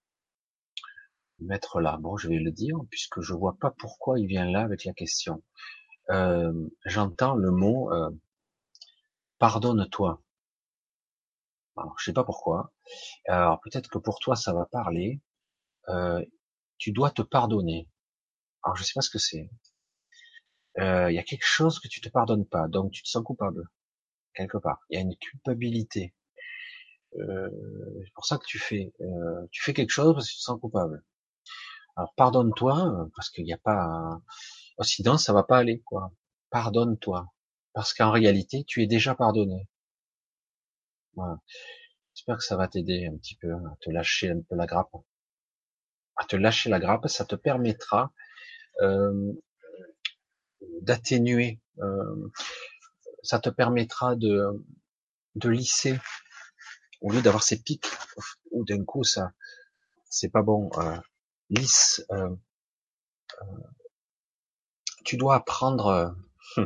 mettre là. Bon, je vais le dire puisque je vois pas pourquoi il vient là avec la question. Euh, J'entends le mot euh, pardonne-toi. Alors, je sais pas pourquoi. Alors peut-être que pour toi ça va parler. Euh, tu dois te pardonner. Alors je sais pas ce que c'est. Euh, Il y a quelque chose que tu te pardonnes pas, donc tu te sens coupable quelque part. Il y a une culpabilité. Euh, c'est pour ça que tu fais, euh, tu fais quelque chose parce que tu te sens coupable. Alors pardonne-toi euh, parce qu'il n'y a pas, un... oh, sinon ça va pas aller quoi. Pardonne-toi parce qu'en réalité tu es déjà pardonné. Voilà. J'espère que ça va t'aider un petit peu à te lâcher un peu la grappe, à te lâcher la grappe. Ça te permettra euh, d'atténuer, euh, ça te permettra de, de lisser au lieu d'avoir ces pics où d'un coup ça, c'est pas bon. Euh, lisse. Euh, tu dois apprendre. Euh,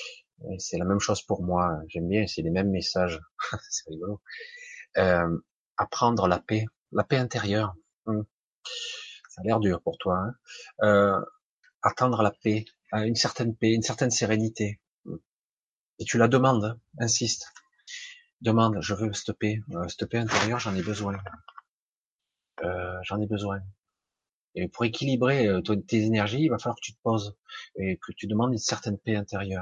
c'est la même chose pour moi. J'aime bien, c'est les mêmes messages. C'est rigolo. Euh, apprendre la paix, la paix intérieure. Hum, Ça a l'air dur pour toi. Hein. Euh, attendre la paix, euh, une certaine paix, une certaine sérénité. Hum. Et tu la demandes, hein, insiste. Demande, je veux cette paix, euh, cette paix intérieure, j'en ai besoin. Euh, j'en ai besoin. Et pour équilibrer euh, ton- tes énergies, il va falloir que tu te poses et que tu demandes une certaine paix intérieure.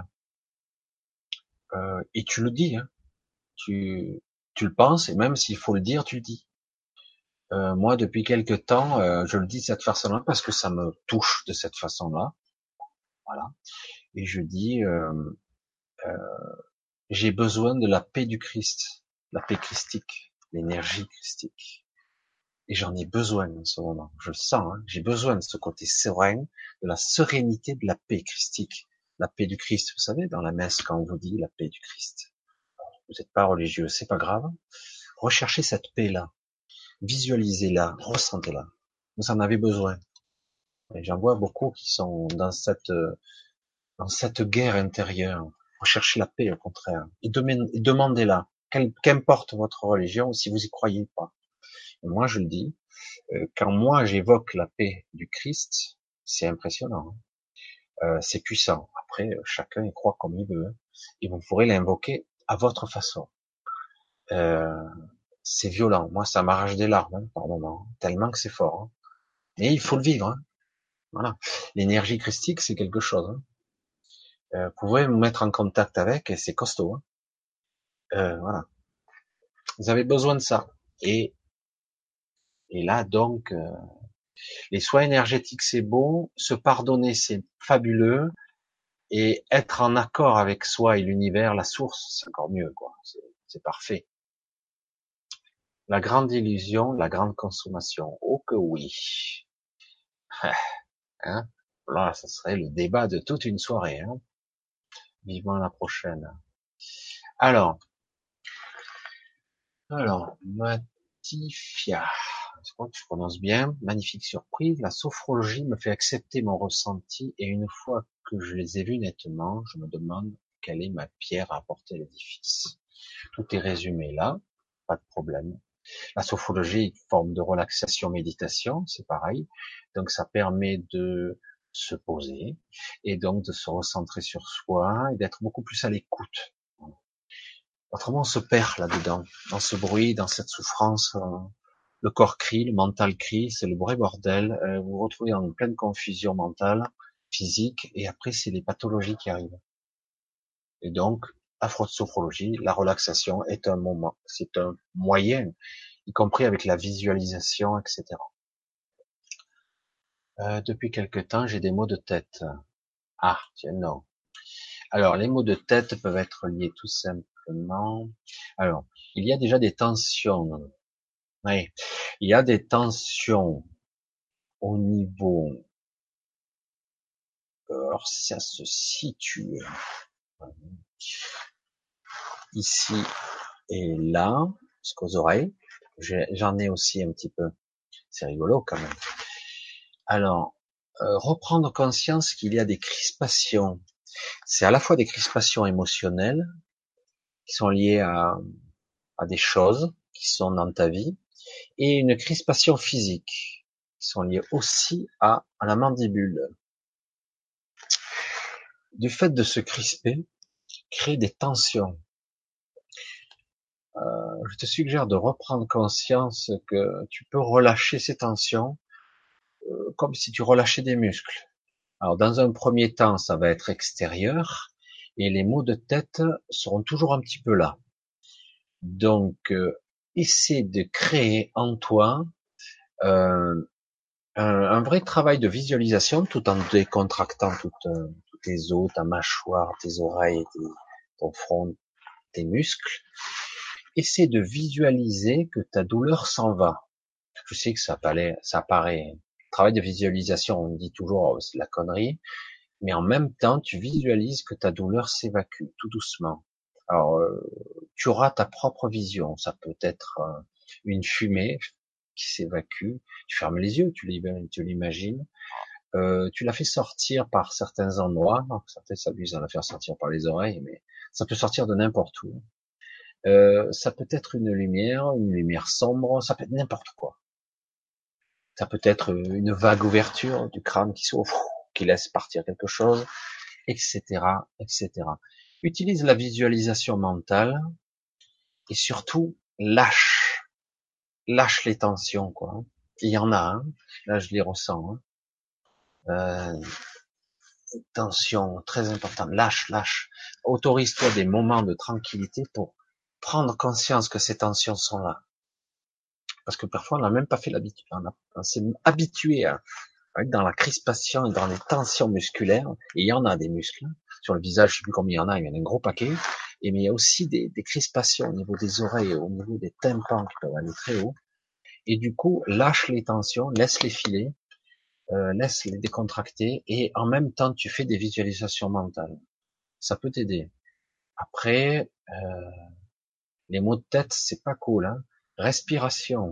Euh, et tu le dis, hein. Tu, tu le penses, et même s'il faut le dire, tu le dis. Euh, moi, depuis quelque temps, euh, je le dis de cette façon-là parce que ça me touche de cette façon-là. Voilà. Et je dis, euh, euh, j'ai besoin de la paix du Christ, la paix christique, l'énergie christique. Et j'en ai besoin en ce moment. Je le sens, hein. J'ai besoin de ce côté serein, de la sérénité, de la paix christique, la paix du Christ. Vous savez, dans la messe, quand on vous dit la paix du Christ, vous n'êtes pas religieux, c'est pas grave. Recherchez cette paix-là, visualisez-la, ressentez-la. Vous en avez besoin. Et j'en vois beaucoup qui sont dans cette dans cette guerre intérieure. Recherchez la paix, au contraire, et demandez-la. Qu'importe votre religion, si vous y croyez pas. Et moi, je le dis. Euh, quand moi j'évoque la paix du Christ, c'est impressionnant, hein. Euh, c'est puissant. Après, euh, chacun y croit comme il veut, hein. Et vous pourrez l'invoquer à votre façon. Euh, c'est violent. Moi, ça m'arrache des larmes, hein, par moment, tellement que c'est fort. Hein. Mais il faut le vivre. Hein. Voilà. L'énergie christique, c'est quelque chose. Hein. Euh, vous pouvez vous mettre en contact avec, et c'est costaud. Hein. Euh, voilà. Vous avez besoin de ça. Et, et là, donc, euh, les soins énergétiques, c'est bon. Se pardonner, c'est fabuleux. Et être en accord avec soi et l'univers, la source, c'est encore mieux, quoi. C'est, c'est parfait. La grande illusion, la grande consommation. Oh que oui. Hein, là, ça serait le débat de toute une soirée. Hein. Vivement la prochaine. Alors, alors, Matifia. Je crois que je prononce bien. Magnifique surprise. La sophrologie me fait accepter mon ressenti et une fois que je les ai vus nettement, je me demande quelle est ma pierre à apporter à l'édifice. Tout est résumé là. Pas de problème. La sophrologie, une forme de relaxation, méditation, c'est pareil. Donc ça permet de se poser et donc de se recentrer sur soi et d'être beaucoup plus à l'écoute. Autrement, on se perd là-dedans, dans ce bruit, dans cette souffrance. euh, Le corps crie, le mental crie, c'est le vrai bordel. euh, Vous vous retrouvez en pleine confusion mentale, physique, et après c'est les pathologies qui arrivent. Et donc, la sophrologie, la relaxation est un moment, c'est un moyen, y compris avec la visualisation, et cetera. Euh, depuis quelque temps, j'ai des maux de tête. Ah, tiens, non. Alors, les maux de tête peuvent être liés tout simplement. Alors, il y a déjà des tensions. Oui, il y a des tensions au niveau. Alors, ça se situe ici et là, jusqu'aux oreilles. J'ai- J'en ai aussi un petit peu. C'est rigolo quand même. Alors, euh, reprendre conscience qu'il y a des crispations. C'est à la fois des crispations émotionnelles qui sont liées à, à des choses qui sont dans ta vie et une crispation physique qui sont liées aussi à, à la mandibule. Du fait de se crisper, crée des tensions. Euh, je te suggère de reprendre conscience que tu peux relâcher ces tensions euh, comme si tu relâchais des muscles. Alors dans un premier temps, ça va être extérieur et les maux de tête seront toujours un petit peu là. Donc, euh, essaie de créer en toi euh, un, un vrai travail de visualisation tout en décontractant toutes, euh, tous tes os, ta mâchoire, tes oreilles, tes, ton front, tes muscles. Essaie de visualiser que ta douleur s'en va. Je sais que ça paraît, ça paraît, travail de visualisation, on dit toujours oh, c'est de la connerie, mais en même temps, tu visualises que ta douleur s'évacue tout doucement. Alors, euh, tu auras ta propre vision. Ça peut être euh, une fumée qui s'évacue. Tu fermes les yeux, tu l'imagines. Euh, tu la fais sortir par certains endroits. Certains s'amusent à la faire sortir par les oreilles, mais ça peut sortir de n'importe où. Euh, ça peut être une lumière, une lumière sombre, ça peut être n'importe quoi. Ça peut être une vague ouverture du crâne qui s'ouvre, qui laisse partir quelque chose, et cetera, et cetera. Utilise la visualisation mentale et surtout lâche, lâche les tensions, quoi. Il y en a, hein. Là je les ressens. Hein. Euh, tension très importante, lâche, lâche. Autorise-toi des moments de tranquillité pour prendre conscience que ces tensions sont là. Parce que parfois on n'a même pas fait l'habitude, on, on s'est habitué à, à être dans la crispation et dans les tensions musculaires. Et il y en a des muscles sur le visage, je sais plus combien il y en a, il y en a un gros paquet. Et mais il y a aussi des, des crispations au niveau des oreilles, au niveau des tympans qui peuvent aller très haut. Et du coup, lâche les tensions, laisse les filer, euh, laisse les décontracter, et en même temps, tu fais des visualisations mentales. Ça peut t'aider. Après, euh, les maux de tête, c'est pas cool. Hein. Respiration.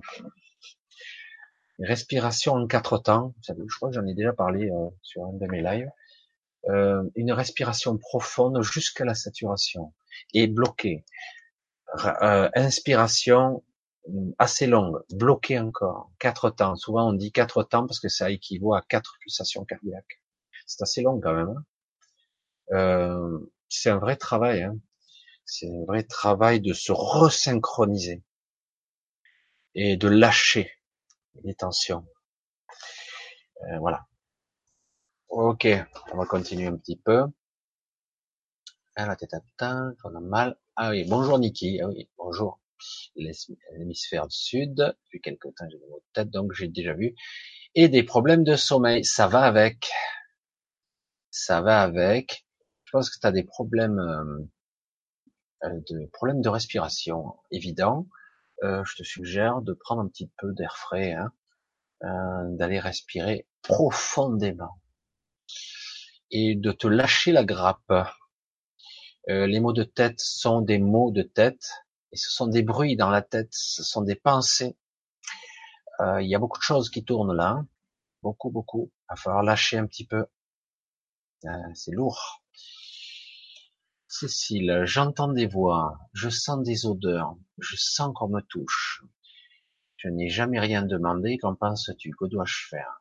Respiration en quatre temps. Je crois que j'en ai déjà parlé euh, sur un de mes lives. Euh, une respiration profonde jusqu'à la saturation et bloquée. Euh, inspiration assez longue, bloquée encore. Quatre temps. Souvent on dit quatre temps parce que ça équivaut à quatre pulsations cardiaques. C'est assez long quand même. Hein. Euh, c'est un vrai travail. Hein. C'est un vrai travail de se resynchroniser et de lâcher les tensions. Euh, voilà. Ok, on va continuer un petit peu. Ah, la tête atteinte, on a mal. Ah oui, bonjour Niki. Ah oui, bonjour. L'hémisphère sud. Depuis quelque temps, j'ai des maux de tête, donc j'ai déjà vu. Et des problèmes de sommeil. Ça va avec. Ça va avec. Je pense que tu as des problèmes, euh, de problèmes de respiration évidents. Euh, je te suggère de prendre un petit peu d'air frais, hein, euh, d'aller respirer profondément et de te lâcher la grappe. Euh, les maux de tête sont des maux de tête et ce sont des bruits dans la tête, ce sont des pensées. Euh, il y a beaucoup de choses qui tournent là, hein. Beaucoup, beaucoup. Il va falloir lâcher un petit peu. Euh, c'est lourd. Cécile, j'entends des voix, je sens des odeurs, je sens qu'on me touche. Je n'ai jamais rien demandé, qu'en penses-tu? Que dois-je faire?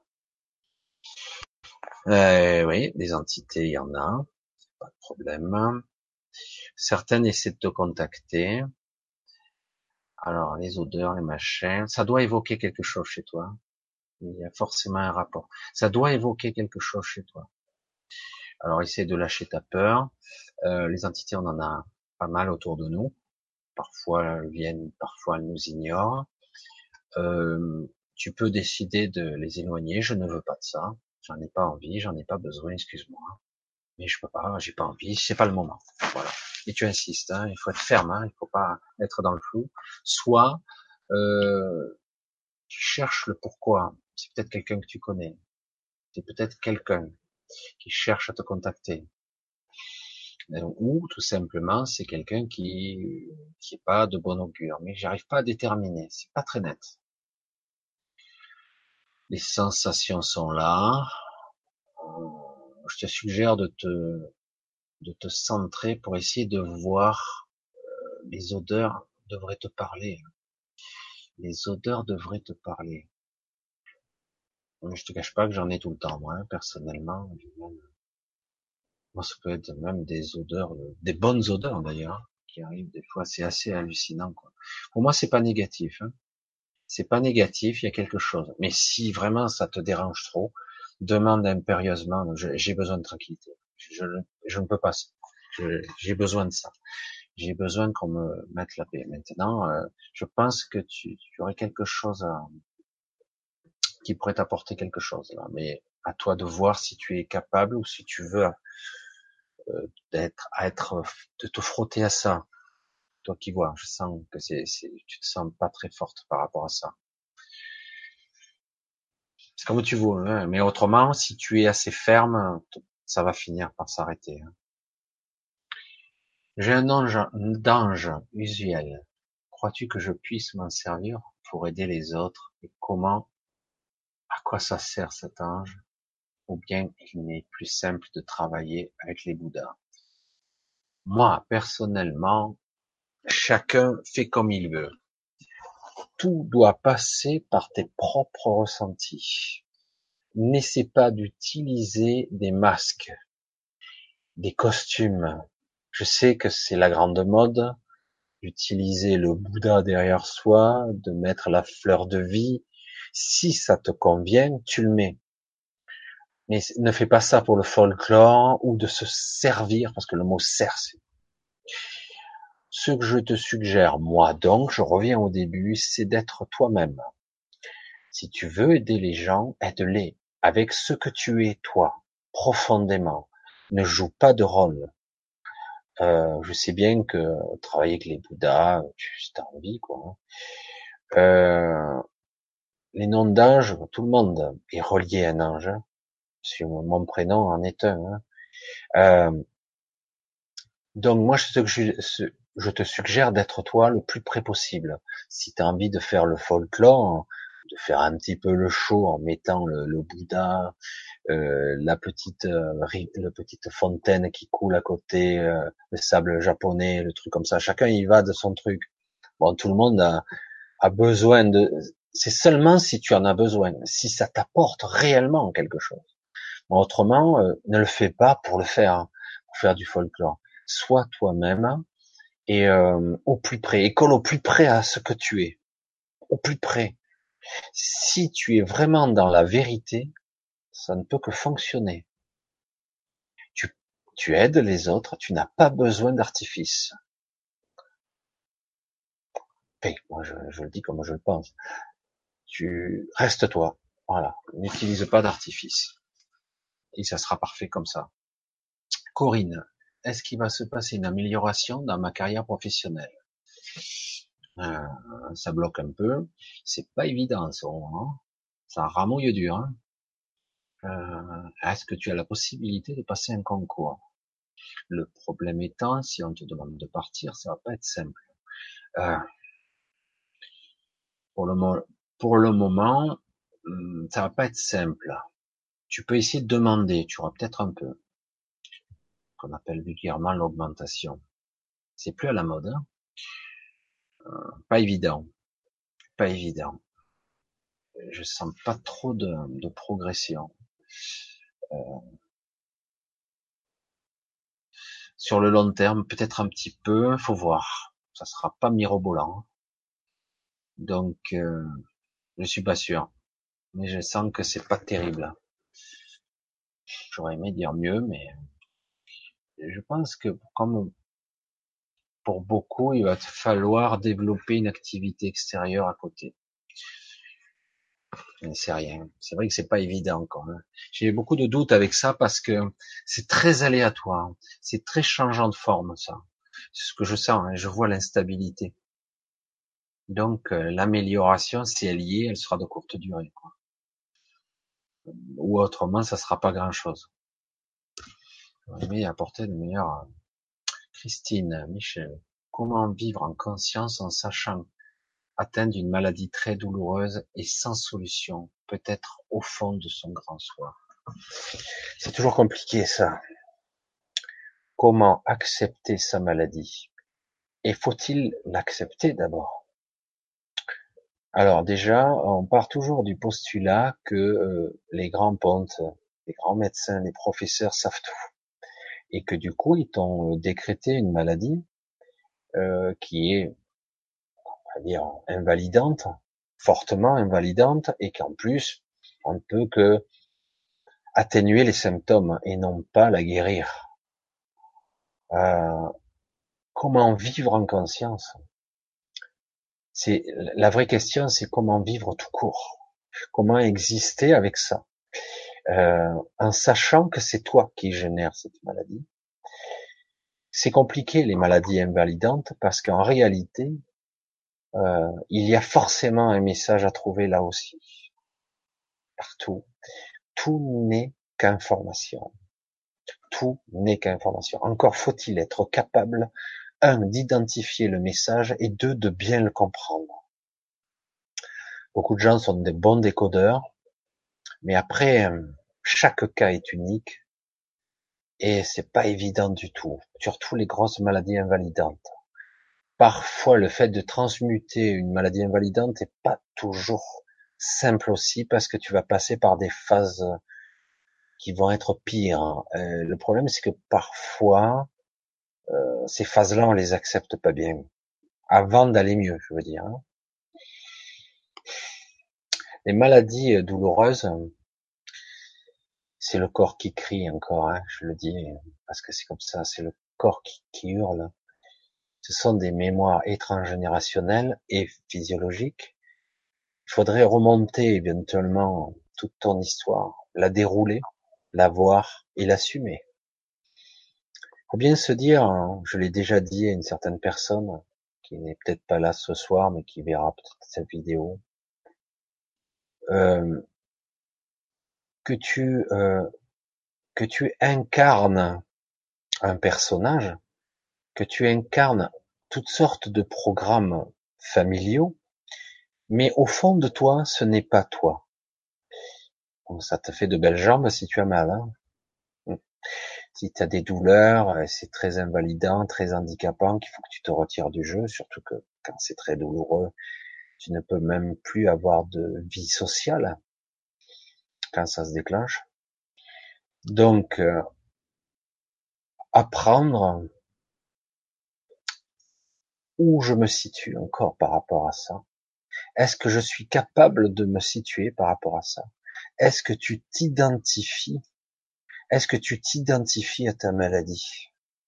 Euh, oui, des entités, il y en a, pas de problème. Certaines essaient de te contacter. Alors, les odeurs, les machins, ça doit évoquer quelque chose chez toi. Il y a forcément un rapport. Ça doit évoquer quelque chose chez toi. Alors, essaie de lâcher ta peur. Euh, les entités, on en a pas mal autour de nous. Parfois, elles viennent, parfois, elles nous ignorent. Euh, tu peux décider de les éloigner. Je ne veux pas de ça. J'en ai pas envie, j'en ai pas besoin, excuse-moi. Mais je peux pas, j'ai pas envie, c'est pas le moment. Voilà. Et tu insistes, hein, il faut être ferme, hein, il faut pas être dans le flou. Soit euh, tu cherches le pourquoi. C'est peut-être quelqu'un que tu connais. C'est peut-être quelqu'un qui cherche à te contacter. Ou tout simplement, c'est quelqu'un qui qui est pas de bon augure. Mais j'arrive pas à déterminer. C'est pas très net. Les sensations sont là. Je te suggère de te de te centrer pour essayer de voir. Les odeurs devraient te parler. Les odeurs devraient te parler. Je te cache pas que j'en ai tout le temps, moi, hein, personnellement. Moi, ça peut être même des odeurs, euh, des bonnes odeurs d'ailleurs, qui arrivent des fois. C'est assez hallucinant, quoi. Pour moi, c'est pas négatif. Hein. C'est pas négatif. Il y a quelque chose. Mais si vraiment ça te dérange trop, demande impérieusement. je- J'ai besoin de tranquillité. Je, je ne peux pas. Je- J'ai besoin de ça. J'ai besoin qu'on me mette la paix. Maintenant, euh, je pense que tu, tu aurais quelque chose à, qui pourrait t'apporter quelque chose là. Mais à toi de voir si tu es capable ou si tu veux euh, d'être, à être, de te frotter à ça. Toi qui vois, je sens que c'est, c'est, tu te sens pas très forte par rapport à ça. C'est comme tu veux, hein. Mais autrement, si tu es assez ferme, ça va finir par s'arrêter. Hein. J'ai un ange, d'ange usuel. Crois-tu que je puisse m'en servir pour aider les autres? Et comment, à quoi ça sert cet ange? Ou bien il n'est plus simple de travailler avec les Bouddhas? Moi, personnellement, Chacun fait comme il veut. Tout doit passer par tes propres ressentis. N'essaie pas d'utiliser des masques, des costumes. Je sais que c'est la grande mode d'utiliser le Bouddha derrière soi, de mettre la fleur de vie. Si ça te convient, tu le mets. Mais ne fais pas ça pour le folklore ou de se servir, parce que le mot sert, c'est ce que je te suggère, moi donc, je reviens au début, c'est d'être toi-même. Si tu veux aider les gens, aide-les avec ce que tu es toi, profondément. Ne joue pas de rôle. Euh, je sais bien que travailler avec les Bouddhas, tu as envie, quoi. Euh, les noms d'anges, tout le monde est relié à un ange. Hein. Si mon prénom en est un. Hein. Euh, donc moi, ce que je, ce- je te suggère d'être toi le plus près possible. Si tu as envie de faire le folklore, de faire un petit peu le show en mettant le, le Bouddha, euh, la petite euh, ri- la petite fontaine qui coule à côté, euh, le sable japonais, le truc comme ça. Chacun y va de son truc. Bon, tout le monde a, a besoin de. C'est seulement si tu en as besoin, si ça t'apporte réellement quelque chose. Bon, autrement, euh, ne le fais pas pour le faire, hein, pour faire du folklore. Sois toi-même et euh, au plus près, et colle au plus près à ce que tu es, au plus près. Si tu es vraiment dans la vérité, ça ne peut que fonctionner. Tu, tu aides les autres, tu n'as pas besoin d'artifice. Enfin, moi je, je le dis comme je le pense. Tu restes toi. Voilà. N'utilise pas d'artifice. Et ça sera parfait comme ça. Corinne, est-ce qu'il va se passer une amélioration dans ma carrière professionnelle? euh, Ça bloque un peu. C'est pas évident, ça. Hein. Ça ramouille dur. Hein. Euh, est-ce que tu as la possibilité de passer un concours? Le problème étant, si on te demande de partir, ça va pas être simple. Euh, pour le, mo- pour le moment, hum, ça va pas être simple. Tu peux essayer de demander, tu auras peut-être un peu, qu'on appelle vulgairement l'augmentation. C'est plus à la mode, hein. Pas évident, pas évident. Je sens pas trop de, de progression. Euh, sur le long terme, peut-être un petit peu, faut voir. Ça sera pas mirobolant. Donc, euh, je suis pas sûr. Mais je sens que c'est pas terrible. J'aurais aimé dire mieux, mais je pense que comme pour beaucoup, il va te falloir développer une activité extérieure à côté. Mais c'est rien. C'est vrai que c'est pas évident quand même. J'ai beaucoup de doutes avec ça parce que c'est très aléatoire. C'est très changeant de forme, ça. C'est ce que je sens, hein. Je vois l'instabilité. Donc, euh, l'amélioration, si elle y est, elle sera de courte durée, quoi. Ou autrement, ça sera pas grand chose. J'aurais aimé apporter le meilleur. Christine, Michel, comment vivre en conscience en sachant atteint d'une maladie très douloureuse et sans solution, peut-être au fond de son grand soi. C'est toujours compliqué ça. Comment accepter sa maladie? Et faut-il l'accepter d'abord? Alors déjà, on part toujours du postulat que euh, les grands pontes, les grands médecins, les professeurs savent tout. Et que du coup, ils t'ont décrété une maladie euh, qui est, on va dire, invalidante, fortement invalidante, et qu'en plus, on ne peut que atténuer les symptômes et non pas la guérir. Euh, comment vivre en conscience? C'est la vraie question, c'est comment vivre tout court, comment exister avec ça, euh, en sachant que c'est toi qui génères cette maladie. C'est compliqué les maladies invalidantes parce qu'en réalité, euh, il y a forcément un message à trouver là aussi, partout. Tout n'est qu'information. Tout n'est qu'information. Encore faut-il être capable, un, d'identifier le message et deux, de bien le comprendre. Beaucoup de gens sont des bons décodeurs, mais après, euh, chaque cas est unique et c'est pas évident du tout. Surtout les grosses maladies invalidantes. Parfois, le fait de transmuter une maladie invalidante n'est pas toujours simple aussi parce que tu vas passer par des phases qui vont être pires. Euh, le problème, c'est que parfois, euh, ces phases-là, on les accepte pas bien. Avant d'aller mieux, je veux dire. Hein. Les maladies euh, douloureuses, c'est le corps qui crie encore, hein, je le dis, parce que c'est comme ça, c'est le corps qui, qui hurle. Ce sont des mémoires transgénérationnelles et physiologiques. Il faudrait remonter éventuellement toute ton histoire, la dérouler, la voir et l'assumer. Faut bien se dire, hein, je l'ai déjà dit à une certaine personne qui n'est peut-être pas là ce soir, mais qui verra peut-être cette vidéo, euh, que tu euh, que tu incarnes un personnage, que tu incarnes toutes sortes de programmes familiaux, mais au fond de toi, ce n'est pas toi. Donc ça te fait de belles jambes si tu as mal. Hein. Si tu as des douleurs, c'est très invalidant, très handicapant, qu'il faut que tu te retires du jeu, surtout que quand c'est très douloureux, tu ne peux même plus avoir de vie sociale quand ça se déclenche. Donc, euh, apprendre où je me situe encore par rapport à ça. Est-ce que je suis capable de me situer par rapport à ça? Est-ce que tu t'identifies? Est-ce que tu t'identifies à ta maladie?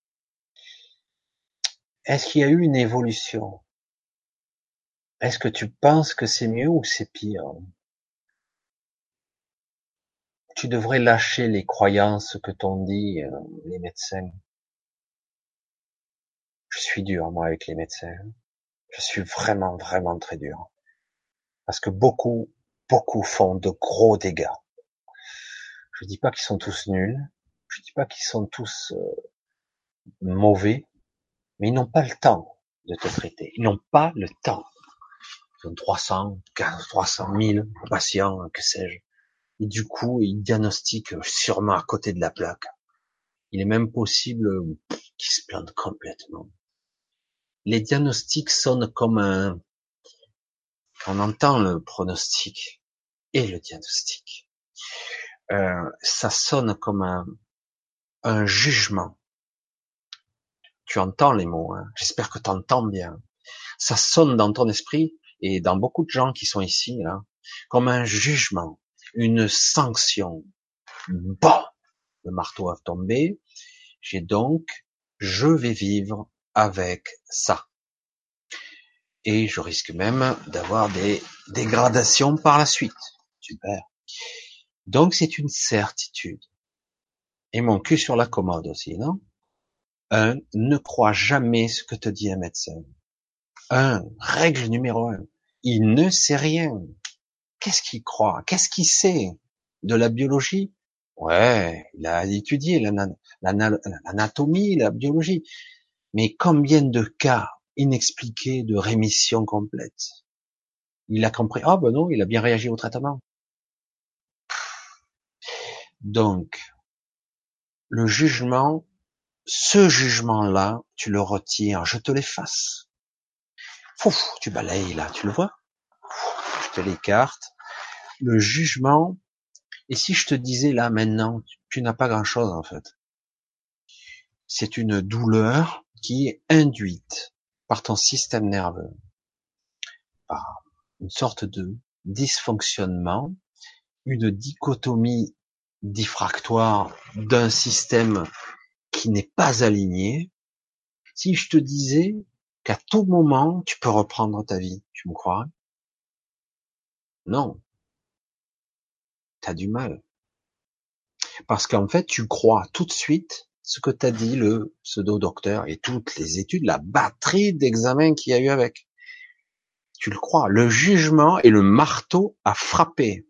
Est-ce qu'il y a eu une évolution? Est-ce que tu penses que c'est mieux ou c'est pire? Tu devrais lâcher les croyances que t'ont dit euh, les médecins. Je suis dur, moi, avec les médecins. Je suis vraiment, vraiment très dur. Parce que beaucoup, beaucoup font de gros dégâts. Je dis pas qu'ils sont tous nuls. Je dis pas qu'ils sont tous euh, mauvais. Mais ils n'ont pas le temps de te traiter. Ils n'ont pas le temps. Ils ont trois cents, trois cent mille patients, que sais-je. Et du coup, ils diagnostiquent sûrement à côté de la plaque. Il est même possible qu'ils se plantent complètement. Les diagnostics sonnent comme un... On entend le pronostic et le diagnostic. Euh, ça sonne comme un, un jugement. Tu entends les mots, hein. J'espère que tu entends bien. Ça sonne dans ton esprit et dans beaucoup de gens qui sont ici, là, comme un jugement, une sanction. Bon, le marteau a tombé. J'ai donc, je vais vivre avec ça. Et je risque même d'avoir des dégradations par la suite. Super. Donc c'est une certitude. Et mon cul sur la commode aussi, non? Un, ne crois jamais ce que te dit un médecin. Un, règle numéro un, il ne sait rien. Qu'est-ce qu'il croit? Qu'est-ce qu'il sait? De la biologie? Ouais, il a étudié l'anatomie, la biologie. Mais combien de cas inexpliqués de rémission complète? Il a compris, ah ben non, il a bien réagi au traitement. Donc, le jugement, ce jugement-là, tu le retires, je te l'efface. Fouf, tu balayes là, tu le vois? Je te l'écarte. Le jugement, et si je te disais là maintenant, tu, tu n'as pas grand-chose en fait. C'est une douleur qui est induite par ton système nerveux, par une sorte de dysfonctionnement, une dichotomie diffractoire d'un système qui n'est pas aligné. Si je te disais qu'à tout moment, tu peux reprendre ta vie, tu me croirais? Non, tu as du mal. Parce qu'en fait, tu crois tout de suite ce que t'a dit le pseudo-docteur et toutes les études, la batterie d'examens qu'il y a eu avec. Tu le crois. Le jugement et le marteau a frappé.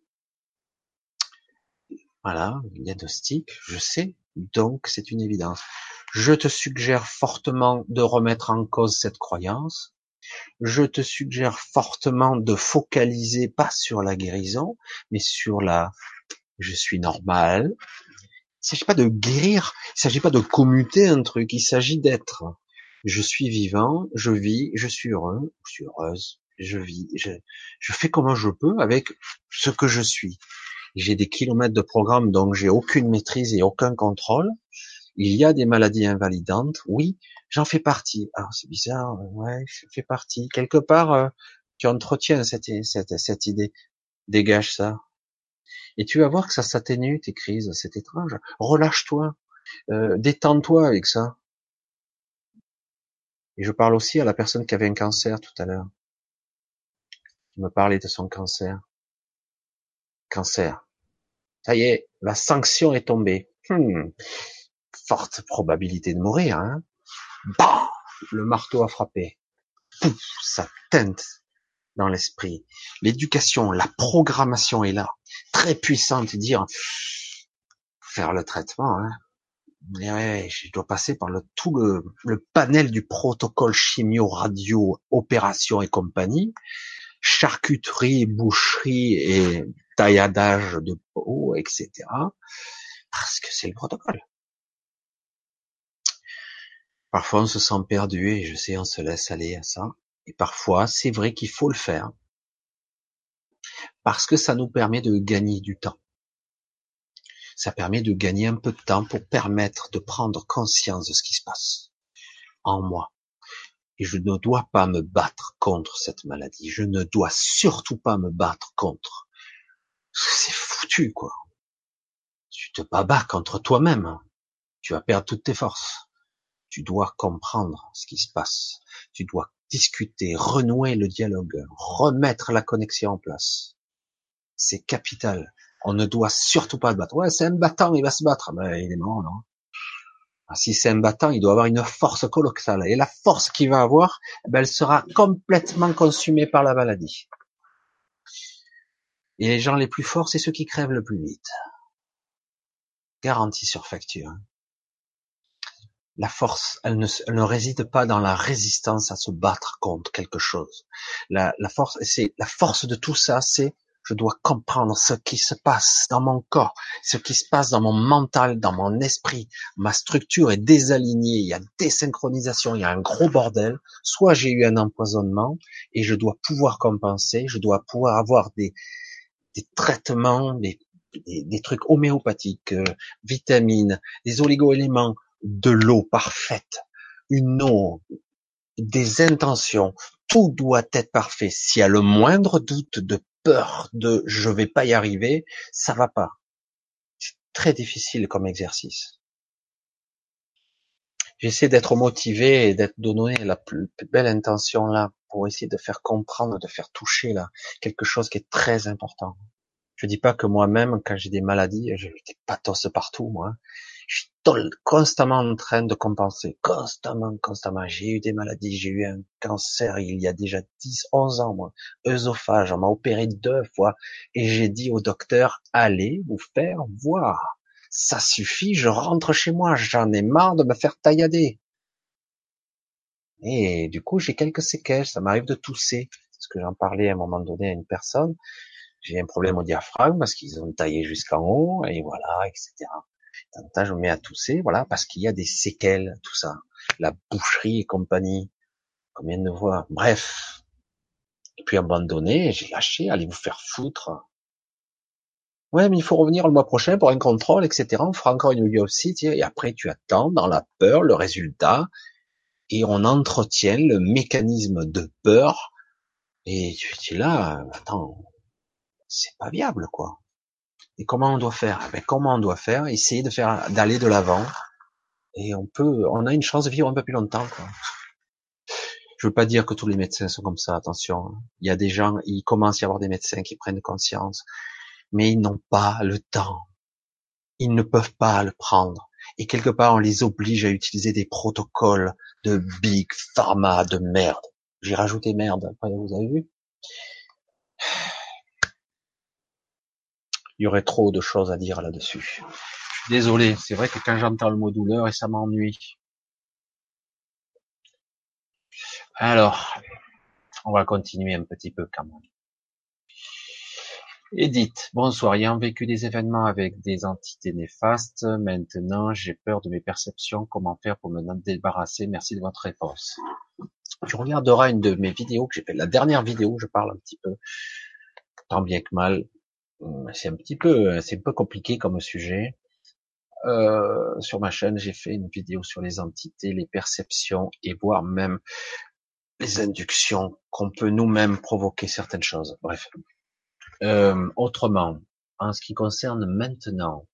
Voilà, le diagnostic, je sais, donc c'est une évidence. Je te suggère fortement de remettre en cause cette croyance. Je te suggère fortement de focaliser pas sur la guérison, mais sur la je suis normal. Il ne s'agit pas de guérir, il ne s'agit pas de commuter un truc, il s'agit d'être. Je suis vivant, je vis, je suis heureux, je suis heureuse, je vis, je, je fais comme je peux avec ce que je suis. J'ai des kilomètres de programme, donc j'ai aucune maîtrise et aucun contrôle. Il y a des maladies invalidantes, oui, j'en fais partie. Alors c'est bizarre, ouais, je fais partie. Quelque part, euh, tu entretiens cette, cette, cette idée, dégage ça. Et tu vas voir que ça s'atténue, tes crises, c'est étrange. Relâche-toi, euh, détends-toi avec ça. Et je parle aussi à la personne qui avait un cancer tout à l'heure, qui me parlait de son cancer. Cancer. Ça y est, la sanction est tombée. Hmm, forte probabilité de mourir, hein. Bah, le marteau a frappé. Pouf, ça teinte dans l'esprit. L'éducation, la programmation est là, très puissante. Dire, faire le traitement, hein. Mais ouais, je dois passer par le, tout le, le panel du protocole chimio, radio, opération et compagnie, charcuterie, boucherie et tailladage de peau, et cetera. Parce que c'est le protocole. Parfois, on se sent perdu et je sais, on se laisse aller à ça. Et parfois, c'est vrai qu'il faut le faire parce que ça nous permet de gagner du temps. Ça permet de gagner un peu de temps pour permettre de prendre conscience de ce qui se passe en moi. Et je ne dois pas me battre contre cette maladie. Je ne dois surtout pas me battre contre. C'est foutu, quoi. Tu te bats contre toi-même. Tu vas perdre toutes tes forces. Tu dois comprendre ce qui se passe. Tu dois discuter, renouer le dialogue, remettre la connexion en place. C'est capital. On ne doit surtout pas se battre. Ouais, c'est un battant, il va se battre. Ben, il est mort, non? Si c'est un battant, il doit avoir une force colossale. Et la force qu'il va avoir, ben, elle sera complètement consumée par la maladie. Et les gens les plus forts, c'est ceux qui crèvent le plus vite. Garantie sur facture. La force, elle ne, elle ne réside pas dans la résistance à se battre contre quelque chose. La, la force, c'est la force de tout ça, c'est je dois comprendre ce qui se passe dans mon corps, ce qui se passe dans mon mental, dans mon esprit. Ma structure est désalignée, il y a désynchronisation, il y a un gros bordel. Soit j'ai eu un empoisonnement et je dois pouvoir compenser, je dois pouvoir avoir des, des traitements, des, des, des trucs homéopathiques, euh, vitamines, des oligo-éléments, de l'eau parfaite, une eau, des intentions, tout doit être parfait. S'il y a le moindre doute de peur de je vais pas y arriver, ça va pas. C'est très difficile comme exercice. J'essaie d'être motivé et d'être donné la plus belle intention là pour essayer de faire comprendre, de faire toucher là quelque chose qui est très important. Je dis pas que moi-même, quand j'ai des maladies, j'ai des pathos partout, moi. Je suis constamment en train de compenser. Constamment, constamment. J'ai eu des maladies. J'ai eu un cancer il y a déjà dix, onze ans, moi. œsophage. On m'a opéré deux fois. Et j'ai dit au docteur, allez vous faire voir. Ça suffit, je rentre chez moi. J'en ai marre de me faire taillader. Et du coup, j'ai quelques séquelles. Ça m'arrive de tousser. C'est ce que j'en parlais à un moment donné à une personne. J'ai un problème au diaphragme parce qu'ils ont taillé jusqu'en haut, et voilà, et cetera. Tant je me mets à tousser, voilà, parce qu'il y a des séquelles, tout ça. La boucherie et compagnie, combien de fois. Bref. Et puis abandonné, j'ai lâché, allez vous faire foutre. Ouais, mais il faut revenir le mois prochain pour un contrôle, et cetera. On fera encore une biopsie, tiens, et après tu attends dans la peur le résultat, et on entretient le mécanisme de peur, et tu dis là, attends, c'est pas viable, quoi. Et comment on doit faire? Eh ben, comment on doit faire? Essayer de faire, d'aller de l'avant. Et on peut, on a une chance de vivre un peu plus longtemps, quoi. Je veux pas dire que tous les médecins sont comme ça, attention. Il y a des gens, il commence à y avoir des médecins qui prennent conscience, mais ils n'ont pas le temps. Ils ne peuvent pas le prendre. Et quelque part, on les oblige à utiliser des protocoles de big pharma, de merde. J'ai rajouté merde. Vous avez vu? Il y aurait trop de choses à dire là-dessus. Je suis désolé. C'est vrai que quand j'entends le mot douleur, et ça m'ennuie. Alors, on va continuer un petit peu quand même. Edith, bonsoir. Ayant vécu des événements avec des entités néfastes, maintenant j'ai peur de mes perceptions. Comment faire pour me en débarrasser? Merci de votre réponse. Tu regarderas une de mes vidéos que j'ai fait, la dernière vidéo où je parle un petit peu, tant bien que mal. C'est un petit peu, c'est un peu compliqué comme sujet. Euh, sur ma chaîne, j'ai fait une vidéo sur les entités, les perceptions et voire même les inductions qu'on peut nous-mêmes provoquer certaines choses. Bref. Euh, autrement, en ce qui concerne maintenant,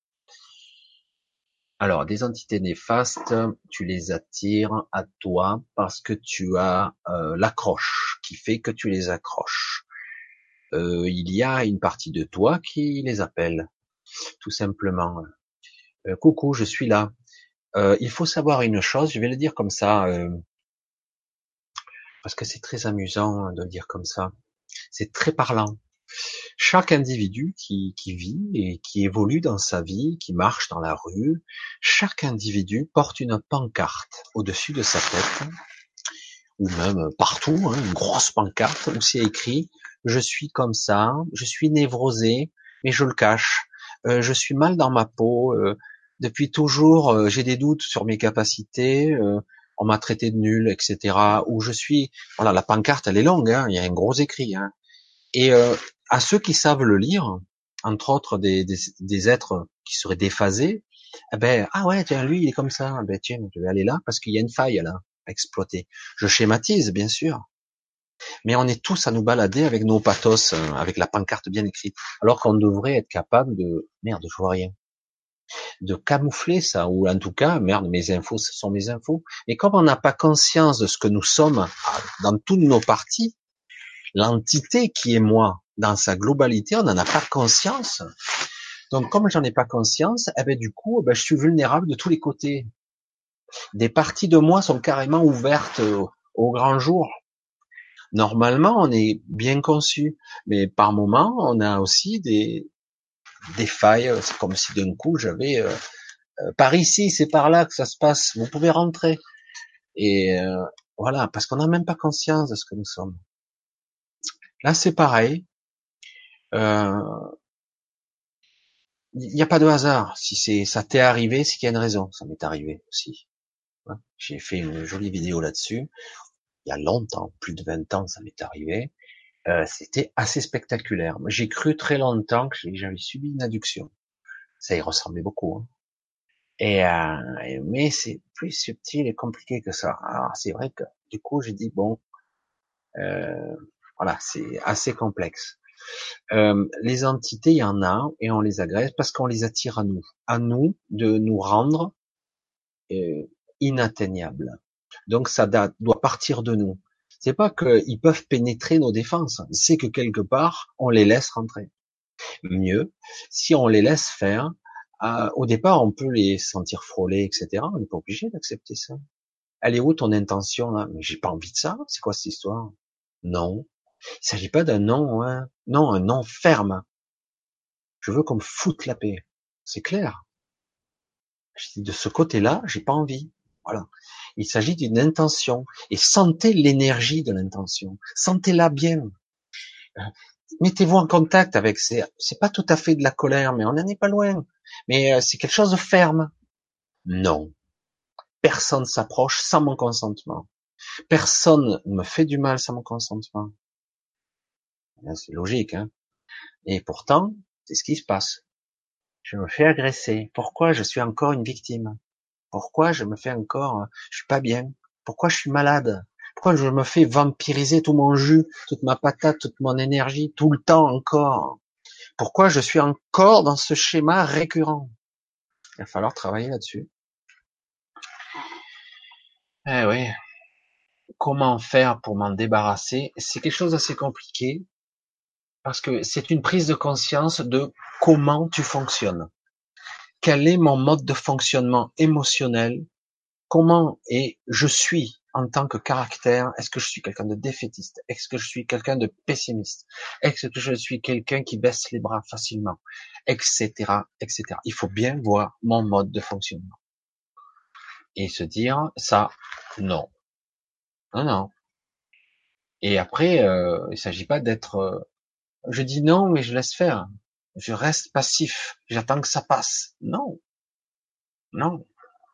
alors des entités néfastes, tu les attires à toi parce que tu as euh, l'accroche qui fait que tu les accroches. Euh, il y a une partie de toi qui les appelle, tout simplement. Euh, coucou, je suis là. Euh, il faut savoir une chose, je vais le dire comme ça, euh, parce que c'est très amusant de le dire comme ça. C'est très parlant. Chaque individu qui, qui vit et qui évolue dans sa vie, qui marche dans la rue, chaque individu porte une pancarte au-dessus de sa tête, ou même partout, hein, une grosse pancarte où c'est écrit «Je suis comme ça, je suis névrosé, mais je le cache. Euh, je suis mal dans ma peau. Euh, depuis toujours, euh, j'ai des doutes sur mes capacités. Euh, on m'a traité de nul, et cetera» Ou je suis, voilà, la pancarte elle est longue, hein, il y a un gros écrit, hein. Et euh, à ceux qui savent le lire, entre autres des, des, des êtres qui seraient déphasés, eh ben ah ouais tiens lui il est comme ça, eh ben tiens je vais aller là parce qu'il y a une faille là à exploiter. Je schématise bien sûr, mais on est tous à nous balader avec nos pathos, euh, avec la pancarte bien écrite, alors qu'on devrait être capable de merde je vois rien, de camoufler ça ou en tout cas merde mes infos ce sont mes infos. Et comme on n'a pas conscience de ce que nous sommes dans toutes nos parties, l'entité qui est moi, dans sa globalité, on n'en a pas conscience. Donc, comme j'en ai pas conscience, eh ben, du coup, eh ben, je suis vulnérable de tous les côtés. Des parties de moi sont carrément ouvertes au, au grand jour. Normalement, on est bien conçu, mais par moment, on a aussi des, des failles. C'est comme si d'un coup, j'avais euh, euh, par ici, c'est par là que ça se passe. Vous pouvez rentrer. Et euh, voilà, parce qu'on n'a même pas conscience de ce que nous sommes. Là, c'est pareil. Euh, Il n'y a pas de hasard. Si c'est ça t'est arrivé, c'est qu'il y a une raison. Ça m'est arrivé aussi. Hein. J'ai fait une jolie vidéo là-dessus. Il y a longtemps, plus de vingt ans, ça m'est arrivé. Euh, c'était assez spectaculaire. J'ai cru très longtemps que j'avais subi une adduction. Ça y ressemblait beaucoup. Hein. Et euh, mais c'est plus subtil et compliqué que ça. Alors c'est vrai que du coup j'ai dit bon, euh, voilà, c'est assez complexe. Euh, les entités, il y en a et on les agresse parce qu'on les attire à nous, à nous de nous rendre euh, inatteignable. Donc ça da- doit partir de nous. C'est pas qu'ils peuvent pénétrer nos défenses, c'est que quelque part on les laisse rentrer. Mieux, si on les laisse faire, euh, au départ on peut les sentir frôler, et cetera. On n'est pas obligé d'accepter ça. Elle est où ton intention là? Mais j'ai pas envie de ça. C'est quoi cette histoire? Non, il s'agit pas d'un non, hein. Non, un non ferme. Je veux qu'on me foute la paix. C'est clair. Je dis, de ce côté-là, j'ai pas envie. Voilà. Il s'agit d'une intention. Et sentez l'énergie de l'intention. Sentez-la bien. Euh, Mettez-vous en contact avec ces, c'est pas tout à fait de la colère, mais on n'en est pas loin. Mais euh, c'est quelque chose de ferme. Non. Personne s'approche sans mon consentement. Personne ne me fait du mal sans mon consentement. C'est logique, hein. Et pourtant, c'est ce qui se passe. Je me fais agresser. Pourquoi je suis encore une victime? Pourquoi je me fais encore, je suis pas bien? Pourquoi je suis malade? Pourquoi je me fais vampiriser tout mon jus, toute ma patate, toute mon énergie, tout le temps encore? Pourquoi je suis encore dans ce schéma récurrent? Il va falloir travailler là-dessus. Eh oui. Comment faire pour m'en débarrasser? C'est quelque chose d'assez compliqué parce que c'est une prise de conscience de comment tu fonctionnes. Quel est mon mode de fonctionnement émotionnel? Comment et je suis en tant que caractère? Est-ce que je suis quelqu'un de défaitiste? Est-ce que je suis quelqu'un de pessimiste? Est-ce que je suis quelqu'un qui baisse les bras facilement? Etc., et cetera. Il faut bien voir mon mode de fonctionnement et se dire ça, non, non, non. Et après, euh, il s'agit pas d'être, euh, Je dis non, mais je laisse faire. Je reste passif. J'attends que ça passe. Non, non.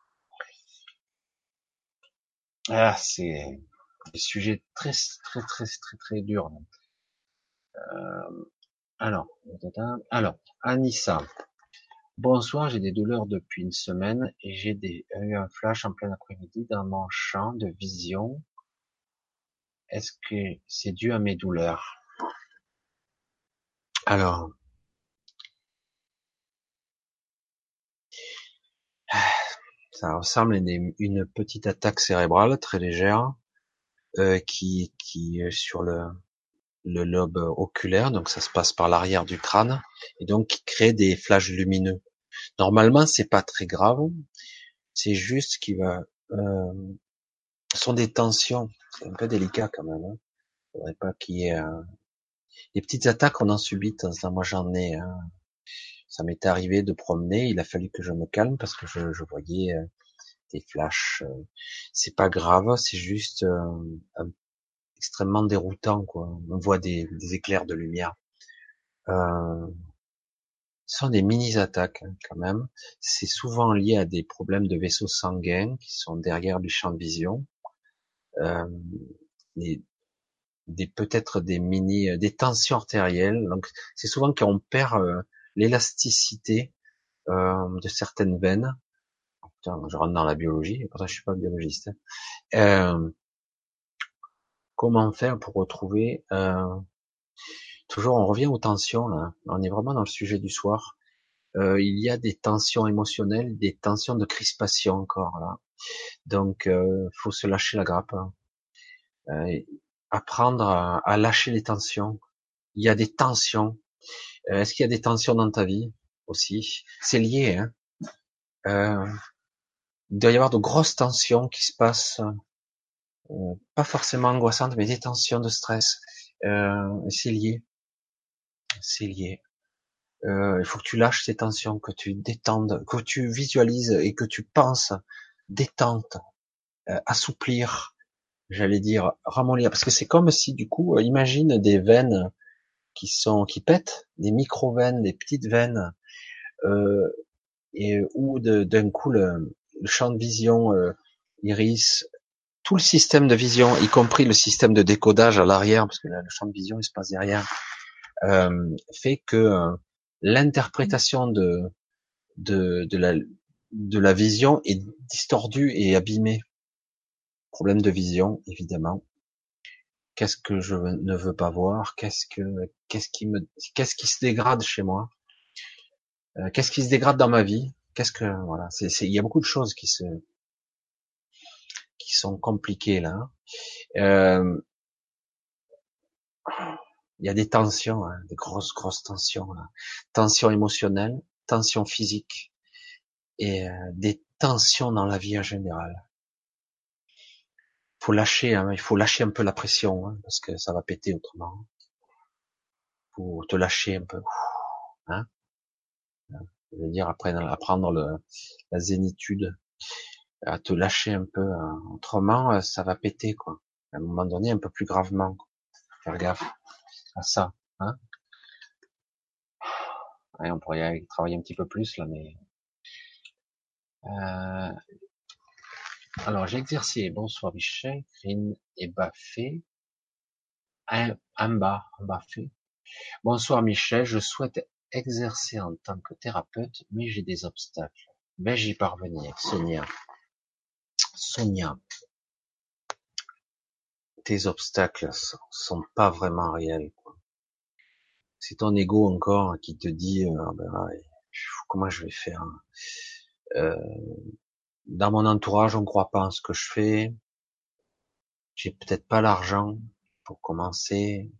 Ah, c'est des sujets très, très, très, très, très durs. Euh, alors, alors, Anissa. Bonsoir, j'ai des douleurs depuis une semaine et j'ai des, eu un flash en plein après-midi dans mon champ de vision. Est-ce que c'est dû à mes douleurs? Alors, ça ressemble à une, une petite attaque cérébrale très légère euh, qui, qui est sur le, le lobe oculaire, donc ça se passe par l'arrière du crâne et donc qui crée des flashs lumineux. Normalement, c'est pas très grave, c'est juste qu'il va, euh, ce sont des tensions, c'est un peu délicat quand même. Hein. Faudrait pas qu'il y ait euh, des petites attaques on en subit. Ça, moi j'en ai. Hein. Ça m'est arrivé de promener, il a fallu que je me calme parce que je, je voyais euh, des flashs. euh. C'est pas grave, c'est juste euh, un- extrêmement déroutant quoi. On voit des, des éclairs de lumière. Euh, Ce sont des mini-attaques hein, quand même. C'est souvent lié à des problèmes de vaisseaux sanguins qui sont derrière du champ de vision. Euh, des, des- peut-être des mini, euh, des tensions artérielles. Donc c'est souvent qu'on perd euh, l'élasticité euh, de certaines veines. Putain, je rentre dans la biologie, et pourtant je suis pas biologiste. Hein. Euh, comment faire pour retrouver euh, toujours on revient aux tensions là. On est vraiment dans le sujet du soir. Euh, il y a des tensions émotionnelles, des tensions de crispation encore là. Donc, euh, faut se lâcher la grappe, hein. Euh, apprendre à, à lâcher les tensions. Il y a des tensions. Euh, Est-ce qu'il y a des tensions dans ta vie aussi? C'est lié. Hein. Euh, il doit y avoir de grosses tensions qui se passent, euh, pas forcément angoissantes, mais des tensions de stress. Euh, c'est lié. C'est lié. Euh, il faut que tu lâches ces tensions, que tu détendes, que tu visualises et que tu penses détente, euh, assouplir, j'allais dire ramollir, parce que c'est comme si du coup, euh, imagine des veines qui sont qui pètent, des micro-veines, des petites veines, euh, et où de- d'un coup le, le champ de vision, euh, iris, tout le système de vision, y compris le système de décodage à l'arrière, parce que là, le champ de vision il se passe derrière, euh, fait que euh, l'interprétation de, de de la de la vision est distordue et abîmée. Problème de vision, évidemment. Qu'est-ce que je ne veux pas voir? Qu'est-ce que, qu'est-ce qui me, qu'est-ce qui se dégrade chez moi? Euh, qu'est-ce qui se dégrade dans ma vie? Qu'est-ce que, voilà, c'est, c'est, il y a beaucoup de choses qui se, qui sont compliquées là. Euh, il y a des tensions, hein, des grosses, grosses tensions là. Tensions émotionnelles, tensions physiques et euh, des tensions dans la vie en général. Faut lâcher, hein, il faut lâcher un peu la pression, hein, parce que ça va péter autrement. Faut te lâcher un peu, hein. Je veux dire, après, apprendre le, la zénitude, à te lâcher un peu. Hein. Autrement, euh, ça va péter, quoi. À un moment donné, un peu plus gravement. Quoi. Faire gaffe à ça. Hein. Ouais, on pourrait y travailler un petit peu plus là, mais. Euh, alors, j'ai exercé. Bonsoir Michel, Green et Baffé. Amba, Baffé. Bonsoir Michel, je souhaite exercer en tant que thérapeute, mais j'ai des obstacles. Vais-je y parvenir, Sonia? Sonia, tes obstacles sont, sont pas vraiment réels. C'est ton ego encore qui te dit euh, ah ben, ouais, comment je vais faire. Euh, dans mon entourage, on ne croit pas en ce que je fais. J'ai peut-être pas l'argent pour commencer.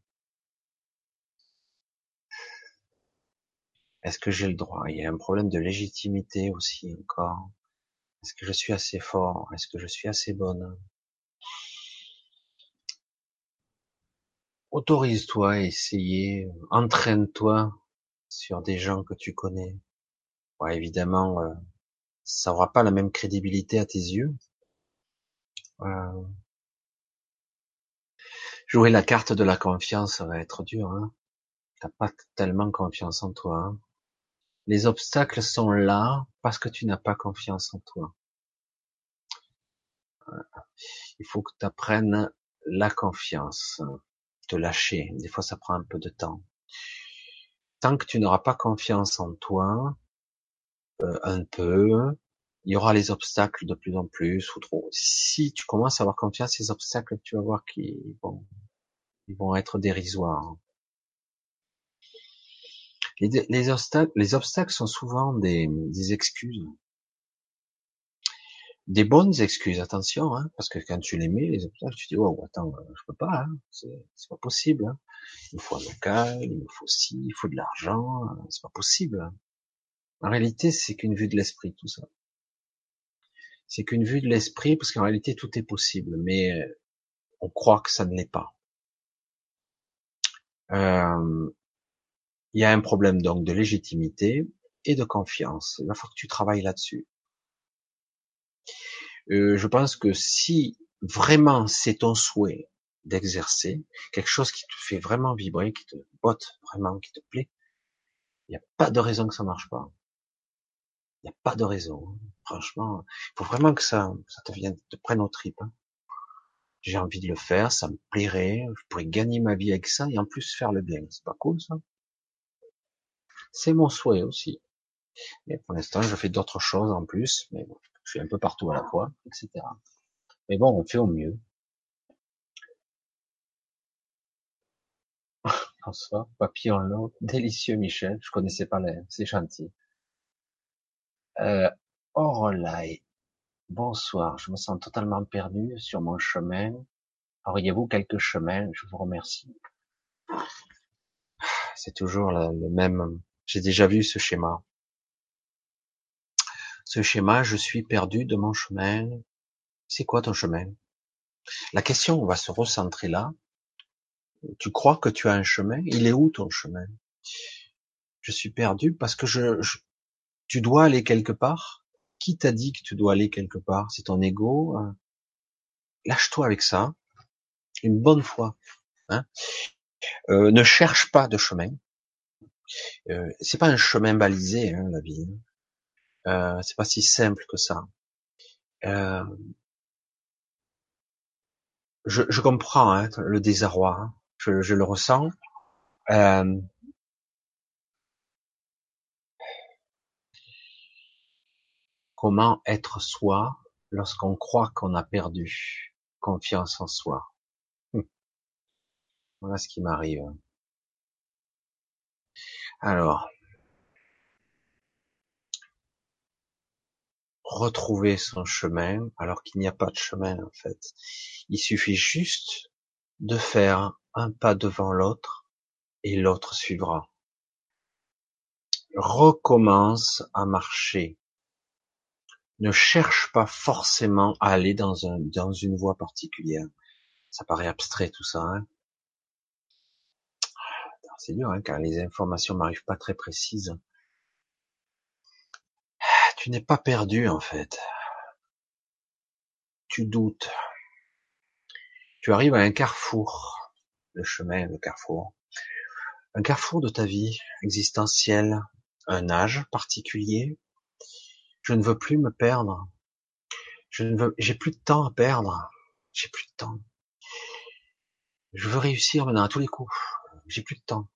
Est-ce que j'ai le droit? Il y a un problème de légitimité aussi encore. Est-ce que je suis assez fort? Est-ce que je suis assez bonne? Autorise-toi à essayer. Entraîne-toi sur des gens que tu connais. Ouais, évidemment, euh, ça aura pas la même crédibilité à tes yeux. Euh, Jouer la carte de la confiance, ça va être dur. Hein. T'as pas tellement confiance en toi, hein. Les obstacles sont là parce que tu n'as pas confiance en toi. Il faut que tu apprennes la confiance, te lâcher. Des fois, ça prend un peu de temps. Tant que tu n'auras pas confiance en toi, euh, un peu, il y aura les obstacles de plus en plus ou trop. Si tu commences à avoir confiance, ces obstacles, tu vas voir qu'ils vont, ils vont être dérisoires. Les, les obstacles, les obstacles sont souvent des, des excuses. Des bonnes excuses, attention, hein, parce que quand tu les mets, les obstacles, tu dis, oh, attends, euh, je peux pas, hein, c'est c'est pas possible, hein. Il me faut un local, il me faut ci, il faut de l'argent, euh, c'est pas possible, hein. En réalité, c'est qu'une vue de l'esprit, tout ça. C'est qu'une vue de l'esprit, parce qu'en réalité, tout est possible, mais euh, on croit que ça ne l'est pas. Euh, Il y a un problème donc de légitimité et de confiance. Il va falloir que tu travailles là-dessus. Euh, je pense que si vraiment c'est ton souhait d'exercer quelque chose qui te fait vraiment vibrer, qui te botte vraiment, qui te plaît, il n'y a pas de raison que ça marche pas. Il n'y a pas de raison. Franchement, il faut vraiment que ça, ça te vienne, te prenne aux tripes, hein. J'ai envie de le faire, ça me plairait, je pourrais gagner ma vie avec ça et en plus faire le bien. C'est pas cool ça? C'est mon souhait aussi. Mais pour l'instant, je fais d'autres choses en plus, mais bon, je suis un peu partout à la fois, et cetera. Mais bon, on fait au mieux. François, papillon long, délicieux Michel, je connaissais pas les, c'est gentil. Euh, Orlai, bonsoir, je me sens totalement perdu sur mon chemin. Auriez-vous quelques chemins? Je vous remercie. C'est toujours le, le même. J'ai déjà vu ce schéma. Ce schéma, je suis perdu de mon chemin. C'est quoi ton chemin? La question, on va se recentrer là. Tu crois que tu as un chemin? Il est où ton chemin? Je suis perdu parce que je, je- tu dois aller quelque part. Qui t'a dit que tu dois aller quelque part? C'est ton ego? euh, Lâche-toi avec ça, une bonne fois. Hein. Euh, ne cherche pas de chemin. Euh, c'est pas un chemin balisé, hein, la vie. Euh, c'est pas si simple que ça. Euh, je, je comprends, hein, le désarroi. Hein. Je, je le ressens. Euh, comment être soi lorsqu'on croit qu'on a perdu confiance en soi? Hum, Voilà ce qui m'arrive. Alors, retrouver son chemin alors qu'il n'y a pas de chemin en fait. Il suffit juste de faire un pas devant l'autre et l'autre suivra. Recommence à marcher. Ne cherche pas forcément à aller dans un, dans une voie particulière. Ça paraît abstrait tout ça, hein. C'est dur, hein, car les informations m'arrivent pas très précises. Tu n'es pas perdu, en fait. Tu doutes. Tu arrives à un carrefour. Le chemin, le carrefour. Un carrefour de ta vie existentielle. Un âge particulier. Je ne veux plus me perdre. Je ne veux, j'ai plus de temps à perdre. J'ai plus de temps. Je veux réussir maintenant à tous les coups. J'ai plus de temps.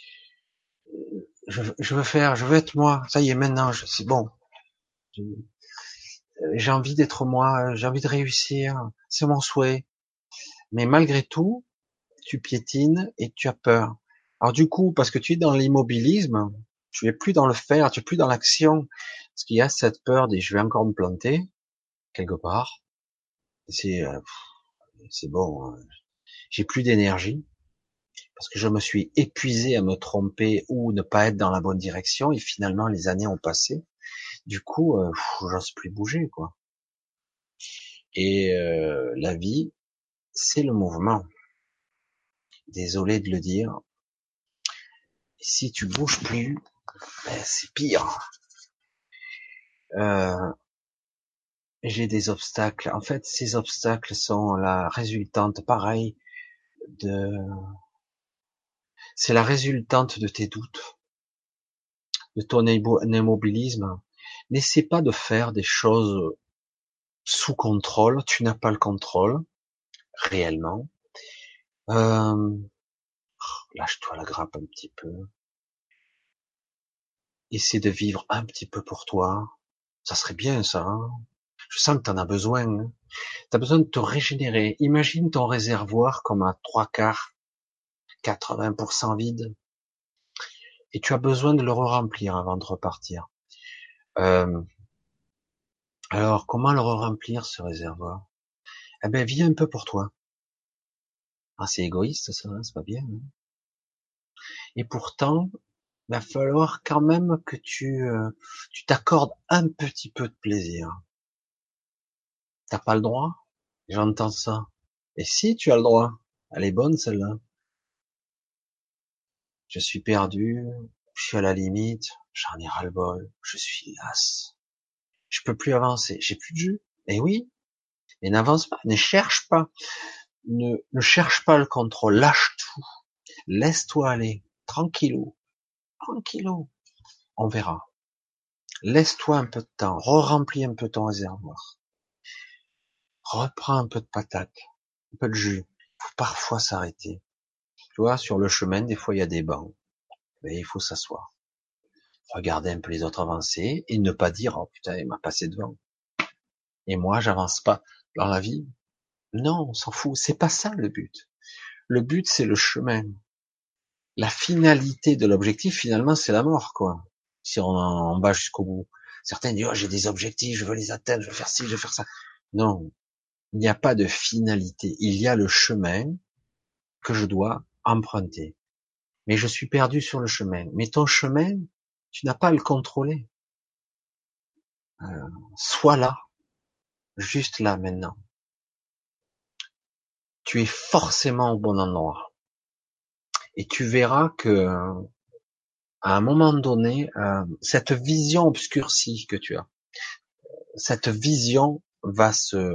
Je, je veux faire, je veux être moi. Ça y est, maintenant, je- c'est bon. Je- J'ai envie d'être moi. J'ai envie de réussir. C'est mon souhait. Mais malgré tout, tu piétines et tu as peur. Alors du coup, parce que tu es dans l'immobilisme, tu es plus dans le faire, tu es plus dans l'action. Parce qu'il y a cette peur de je vais encore me planter quelque part. C'est euh, c'est bon. euh, J'ai plus d'énergie parce que je me suis épuisé à me tromper ou ne pas être dans la bonne direction et finalement les années ont passé. Du coup, euh, pff, j'ose plus bouger quoi. Et euh, la vie, c'est le mouvement. Désolé de le dire. Si tu bouges plus, ben, c'est pire. Euh, j'ai des obstacles. En fait, ces obstacles sont la résultante, pareil, de C'est la résultante de tes doutes, de ton émo- immobilisme. N'essaie pas de faire des choses sous contrôle. Tu n'as pas le contrôle réellement. Euh, Lâche-toi la grappe un petit peu. Essaie de vivre un petit peu pour toi. Ça serait bien ça. Hein. Je sens que tu en as besoin. Hein. Tu as besoin de te régénérer. Imagine ton réservoir comme à trois quarts, quatre-vingts pour cent vide. Et tu as besoin de le re-remplir avant de repartir. Euh, alors, comment le re-remplir, ce réservoir? Eh ben, vis un peu pour toi. Ah, c'est égoïste, ça, hein, c'est pas bien. Hein. Et pourtant, il va falloir quand même que tu euh, tu t'accordes un petit peu de plaisir. T'as pas le droit? J'entends ça. Et si tu as le droit? Elle est bonne, celle-là. Je suis perdu, je suis à la limite, j'en ai ras-le-bol, je suis las. Je peux plus avancer, j'ai plus de jus. Et oui, et n'avance pas, ne cherche pas, ne, ne cherche pas le contrôle, lâche tout, laisse-toi aller, tranquillou, tranquillou, on verra. Laisse-toi un peu de temps, re-remplis un peu ton réservoir, reprends un peu de patate, un peu de jus. Il faut parfois s'arrêter. Tu vois, sur le chemin, des fois, il y a des bancs, mais il faut s'asseoir. Regarder un peu les autres avancer et ne pas dire, oh putain, il m'a passé devant. Et moi, j'avance pas dans la vie. Non, on s'en fout. C'est pas ça le but. Le but, c'est le chemin. La finalité de l'objectif, finalement, c'est la mort, quoi. Si on en va jusqu'au bout. Certains disent, oh, j'ai des objectifs, je veux les atteindre, je veux faire ci, je veux faire ça. Non. Il n'y a pas de finalité. Il y a le chemin que je dois emprunter. Mais je suis perdu sur le chemin. Mais ton chemin, tu n'as pas à le contrôler. Euh, sois là, juste là maintenant. Tu es forcément au bon endroit. Et tu verras que à un moment donné, euh, cette vision obscurcie que tu as, cette vision va se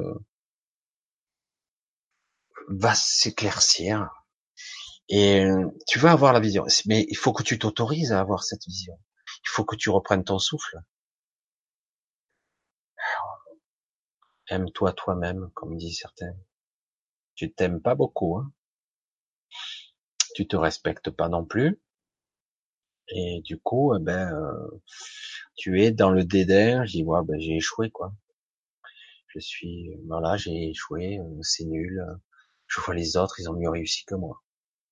va s'éclaircir et euh, tu vas avoir la vision. Mais il faut que tu t'autorises à avoir cette vision. Il faut que tu reprennes ton souffle. Aime-toi toi-même, comme disent certains. Tu t'aimes pas beaucoup, hein. Tu te respectes pas non plus. Et du coup, eh ben, euh, tu es dans le dédain. Je dis, ouais, ben, j'ai échoué, quoi. Je suis, voilà, j'ai échoué, euh, c'est nul. Je vois les autres, ils ont mieux réussi que moi.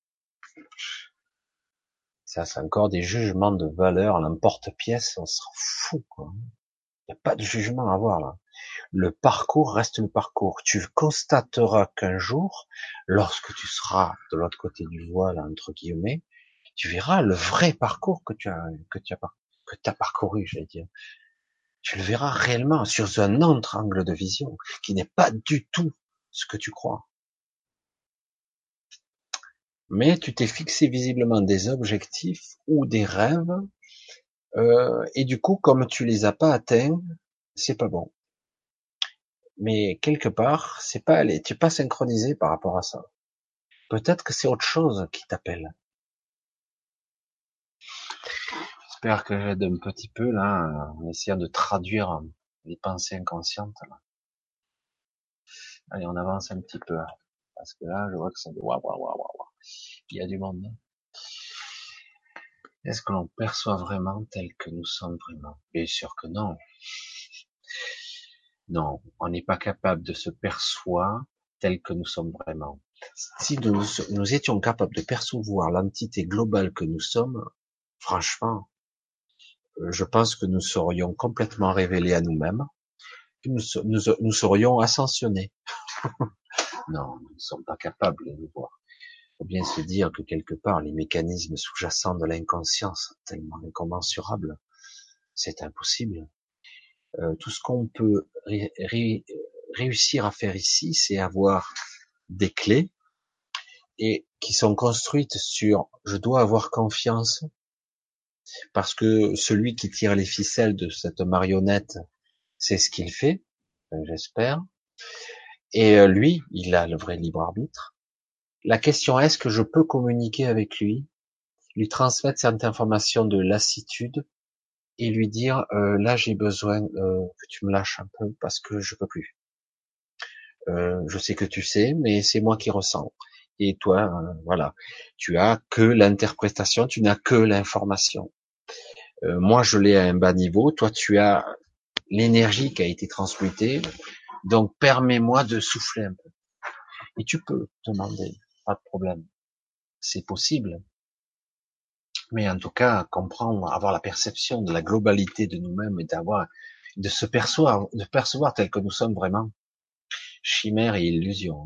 Ça, c'est encore des jugements de valeur à l'emporte-pièce, on s'en fout, quoi. Il n'y a pas de jugement à avoir, là. Le parcours reste le parcours. Tu constateras qu'un jour, lorsque tu seras de l'autre côté du voile, entre guillemets, tu verras le vrai parcours que tu as, que tu as, que tu as parcouru, je vais dire. Tu le verras réellement sur un autre angle de vision, qui n'est pas du tout ce que tu crois. Mais tu t'es fixé visiblement des objectifs ou des rêves, euh, et du coup, comme tu les as pas atteints, c'est pas bon. Mais quelque part, c'est pas allé, tu es pas synchronisé par rapport à ça. Peut-être que c'est autre chose qui t'appelle. J'espère que j'aide un petit peu là, en essayant de traduire les pensées inconscientes. Là. Allez, on avance un petit peu, hein, parce que là, je vois que ça, waouh, waouh, waouh, waouh, il y a du monde. Est-ce que l'on perçoit vraiment tel que nous sommes vraiment? Bien sûr que non. Non, on n'est pas capable de se percevoir tel que nous sommes vraiment. Si nous, nous étions capables de percevoir l'entité globale que nous sommes, franchement, je pense que nous serions complètement révélés à nous-mêmes, que nous, nous, nous serions ascensionnés. Non, nous ne sommes pas capables de nous voir. Il faut bien se dire que quelque part, les mécanismes sous-jacents de l'inconscience sont tellement incommensurables, c'est impossible. Euh, tout ce qu'on peut ré ré réussir à faire ici, c'est avoir des clés et qui sont construites sur je dois avoir confiance parce que celui qui tire les ficelles de cette marionnette, c'est ce qu'il fait, j'espère. Et euh, lui, il a le vrai libre arbitre. La question est, est-ce que je peux communiquer avec lui? lui transmettre cette information de lassitude et lui dire euh, là j'ai besoin euh, que tu me lâches un peu parce que je peux plus. Euh, je sais que tu sais, mais c'est moi qui ressens. Et toi, euh, voilà, tu as que l'interprétation, tu n'as que l'information. Euh, moi, je l'ai à un bas niveau, toi, tu as l'énergie qui a été transmutée. Donc, permets-moi de souffler un peu. Et tu peux demander, pas de problème. C'est possible. Mais en tout cas, comprendre, avoir la perception de la globalité de nous-mêmes et d'avoir, de se percevoir, de percevoir tel que nous sommes vraiment. Chimère et illusion.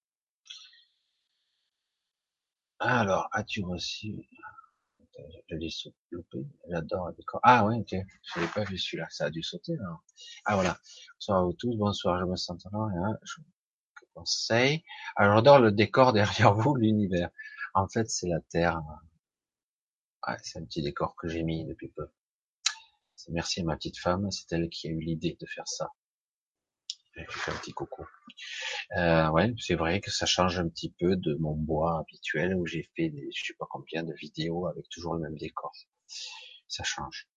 Alors, as-tu reçu, je l'ai loupé, j'adore le décor. Ah ouais, ok, je l'ai pas vu celui-là, ça a dû sauter alors. Ah voilà, bonsoir à vous tous, bonsoir, je me sens là, hein, je vous conseille. Alors j'adore le décor derrière vous, l'univers. En fait, c'est la Terre. Ouais, c'est un petit décor que j'ai mis depuis peu. Merci à ma petite femme, c'est elle qui a eu l'idée de faire ça. Je lui fais un petit coucou. Euh, ouais, c'est vrai que ça change un petit peu de mon bois habituel où j'ai fait des, je sais pas combien de vidéos avec toujours le même décor. Ça change.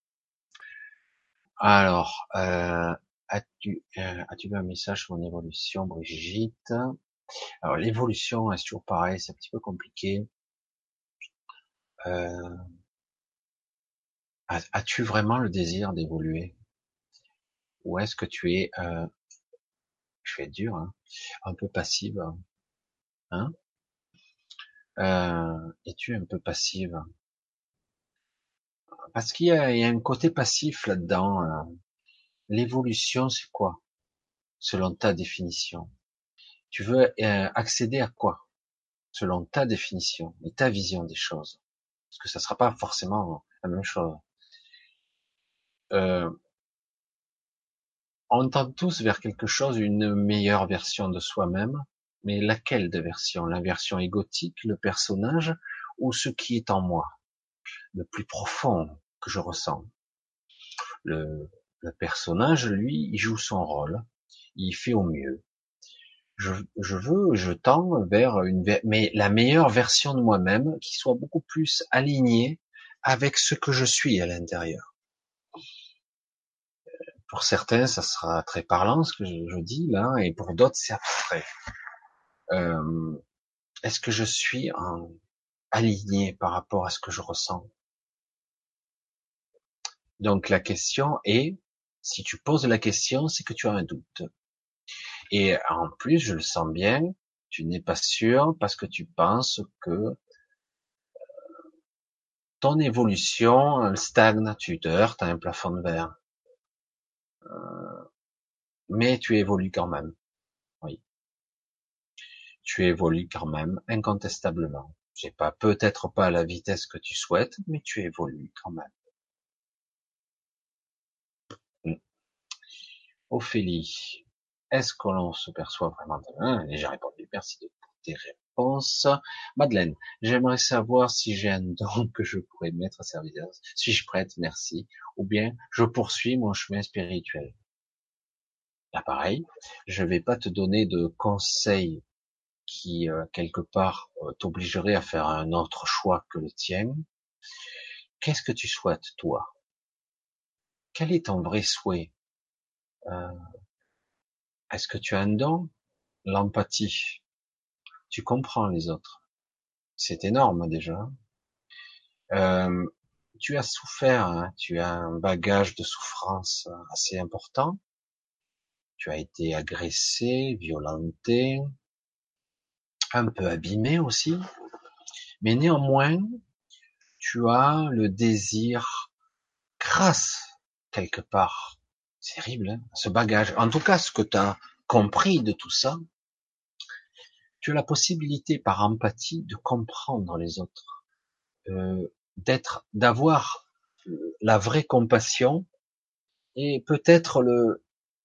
Alors, euh, as-tu euh, as-tu vu un message sur mon évolution, Brigitte? Alors, l'évolution, c'est toujours pareil, c'est un petit peu compliqué. Euh, as- as-tu vraiment le désir d'évoluer? Ou est-ce que tu es, euh, je vais être dur, hein, un peu passive, hein? Euh, es-tu un peu passive? Parce qu'il y a, il y a un côté passif là-dedans. euh. L'évolution, c'est quoi, selon ta définition? Tu veux euh, accéder à quoi, selon ta définition et ta vision des choses? Parce que ça sera pas forcément la même chose. Euh, on tend tous vers quelque chose, une meilleure version de soi-même, mais laquelle de version? La version égotique, le personnage, ou ce qui est en moi, le plus profond que je ressens? Le, le personnage, lui, il joue son rôle, il fait au mieux. Je, je veux, je tends vers une, mais la meilleure version de moi-même qui soit beaucoup plus alignée avec ce que je suis à l'intérieur. Pour certains, ça sera très parlant ce que je, je dis là, et pour d'autres, c'est abstrait. Euh, est-ce que je suis en, aligné par rapport à ce que je ressens? Donc la question est, si tu poses la question, c'est que tu as un doute. Et en plus, je le sens bien, tu n'es pas sûr parce que tu penses que ton évolution elle stagne, tu te heurtes à un plafond de verre. Mais tu évolues quand même. Oui, tu évolues quand même, incontestablement. C'est pas, peut-être pas à la vitesse que tu souhaites, mais tu évolues quand même. Mm. Ophélie, est-ce que l'on se perçoit vraiment de hein, et j'ai répondu, merci de tes réponses. Madeleine, j'aimerais savoir si j'ai un don que je pourrais mettre à service. Suis-je prête? Merci. Ou bien, je poursuis mon chemin spirituel. Là, pareil, je vais pas te donner de conseils qui, euh, quelque part, euh, t'obligerait à faire un autre choix que le tien. Qu'est-ce que tu souhaites, toi? Quel est ton vrai souhait? Euh, est-ce que tu as un don? L'empathie. Tu comprends les autres. C'est énorme déjà. Euh, tu as souffert, hein, tu as un bagage de souffrance assez important. Tu as été agressé, violenté, un peu abîmé aussi. Mais néanmoins, tu as le désir, grâce quelque part, c'est terrible, hein, ce bagage. En tout cas, ce que tu as compris de tout ça, tu as la possibilité par empathie de comprendre les autres, euh, d'être, d'avoir la vraie compassion et peut-être le,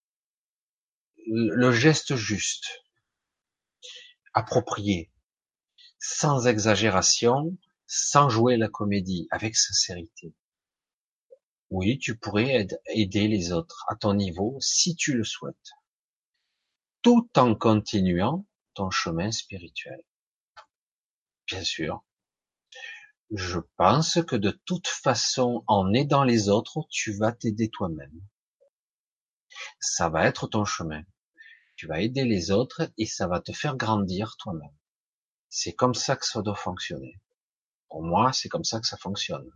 le geste juste, approprié, sans exagération, sans jouer la comédie, avec sincérité. Oui, tu pourrais aider les autres à ton niveau si tu le souhaites, tout en continuant ton chemin spirituel. Bien sûr. Je pense que de toute façon, en aidant les autres, tu vas t'aider toi-même. Ça va être ton chemin. Tu vas aider les autres et ça va te faire grandir toi-même. C'est comme ça que ça doit fonctionner. Pour moi, c'est comme ça que ça fonctionne.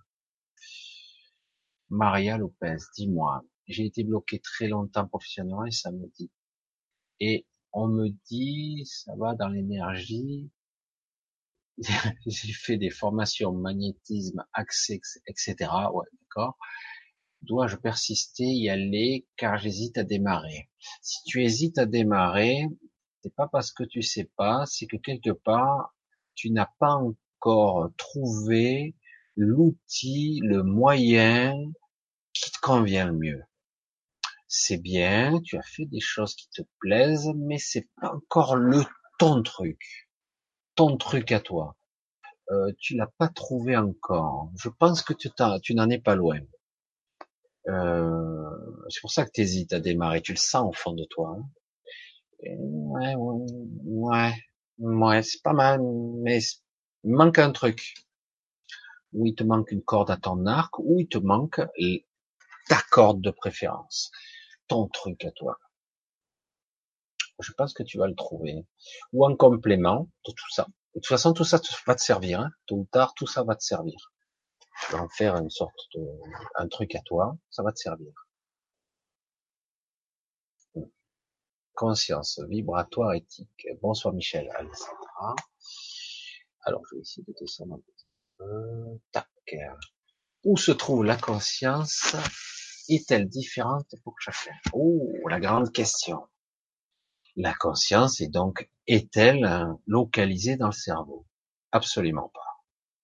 Maria Lopez, dis-moi, j'ai été bloqué très longtemps professionnellement et ça me dit. Et on me dit, ça va dans l'énergie. J'ai fait des formations magnétisme, accès, et cetera. Ouais, d'accord. Dois-je persister, y aller, car j'hésite à démarrer. Si tu hésites à démarrer, c'est pas parce que tu sais pas, c'est que quelque part, tu n'as pas encore trouvé l'outil, le moyen qui te convient le mieux. C'est bien, tu as fait des choses qui te plaisent, mais c'est pas encore le ton truc, ton truc à toi. Euh, tu l'as pas trouvé encore. Je pense que tu t'en- tu n'en es pas loin. Euh, c'est pour ça que tu hésites à démarrer. Tu le sens au fond de toi. Hein. Et ouais, ouais, ouais, ouais, c'est pas mal, mais il manque un truc. Ou il te manque une corde à ton arc, ou il te manque ta corde de préférence, ton truc à toi. Je pense que tu vas le trouver. Ou en complément de tout ça. De toute façon, tout ça va te servir. Hein. Tôt ou tard, tout ça va te servir. Tu vas en faire une sorte de, un truc à toi, ça va te servir. Conscience, vibratoire, éthique. Bonsoir Michel, Alessandra. Alors, je vais essayer de descendre un petit peu. Tac. Où se trouve la conscience? Est-elle différente pour chacun? Oh, la grande question. La conscience est donc, est-elle localisée dans le cerveau? Absolument pas.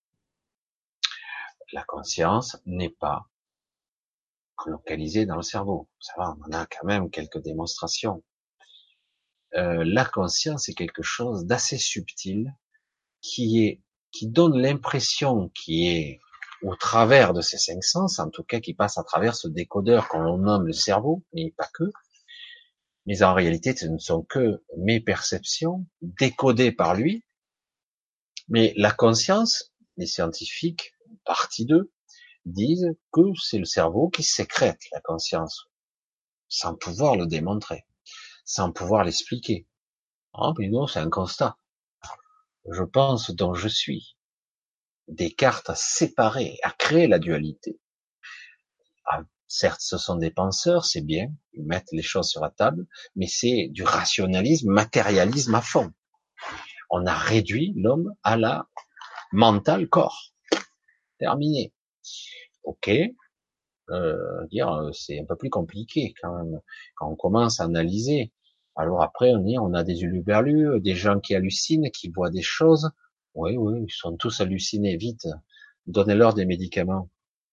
La conscience n'est pas localisée dans le cerveau. Ça va, on en a quand même quelques démonstrations. Euh, la conscience est quelque chose d'assez subtil qui est, qui donne l'impression qui est au travers de ces cinq sens, en tout cas qui passe à travers ce décodeur qu'on nomme le cerveau, mais pas que. Mais en réalité, ce ne sont que mes perceptions décodées par lui. Mais la conscience, les scientifiques, partie d'eux, disent que c'est le cerveau qui sécrète la conscience, sans pouvoir le démontrer, sans pouvoir l'expliquer. Ah, mais non, c'est un constat. Je pense dont je suis. Descartes a séparé, a créé la dualité. Ah, certes, ce sont des penseurs, c'est bien, ils mettent les choses sur la table, mais c'est du rationalisme, matérialisme à fond. On a réduit l'homme à la mental corps. Terminé. Ok, euh, dire euh, c'est un peu plus compliqué quand même quand on commence à analyser. Alors après on dit on a des huluberlus, des gens qui hallucinent, qui voient des choses. Oui, oui, ils sont tous hallucinés. Vite, donnez-leur des médicaments.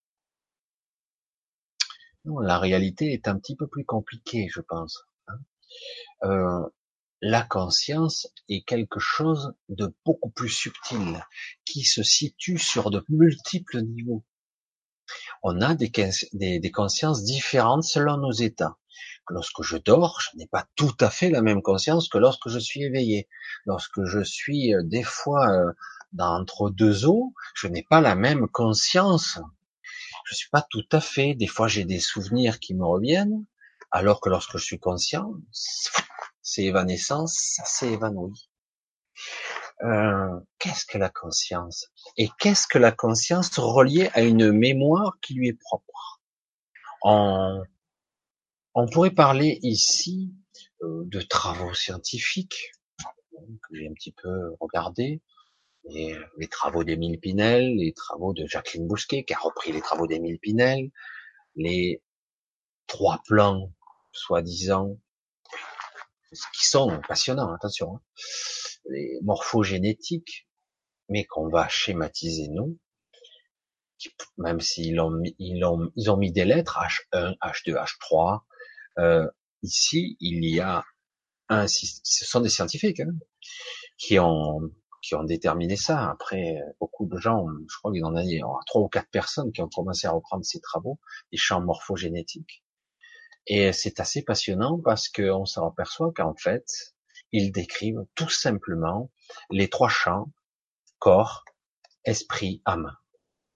Non, la réalité est un petit peu plus compliquée, je pense. Hein. Euh, la conscience est quelque chose de beaucoup plus subtil, qui se situe sur de multiples niveaux. On a des, des, des consciences différentes selon nos états. Lorsque je dors, je n'ai pas tout à fait la même conscience que lorsque je suis éveillé. Lorsque je suis euh, des fois euh, dans, entre deux eaux, je n'ai pas la même conscience. Je suis pas tout à fait. Des fois, j'ai des souvenirs qui me reviennent, alors que lorsque je suis conscient, c'est évanescent, ça s'est évanoui. Euh, qu'est-ce que la conscience? Et qu'est-ce que la conscience reliée à une mémoire qui lui est propre? On, on pourrait parler ici euh, de travaux scientifiques que j'ai un petit peu regardé, les, les travaux d'Émile Pinel, les travaux de Jacqueline Bousquet qui a repris les travaux d'Émile Pinel, les trois plans soi-disant qui sont passionnants, attention, hein, les morphogénétiques, mais qu'on va schématiser nous, même s'ils ont, mis- ils ont, ils ont mis des lettres H un, H deux, H trois. Euh, ici, il y a un, ce sont des scientifiques hein, qui ont qui ont déterminé ça. Après, beaucoup de gens, je crois qu'il y en a, il y a trois ou quatre personnes qui ont commencé à reprendre ces travaux, des champs morphogénétiques. Et c'est assez passionnant parce qu'on s'en aperçoit qu'en fait, ils décrivent tout simplement les trois champs, corps, esprit, âme.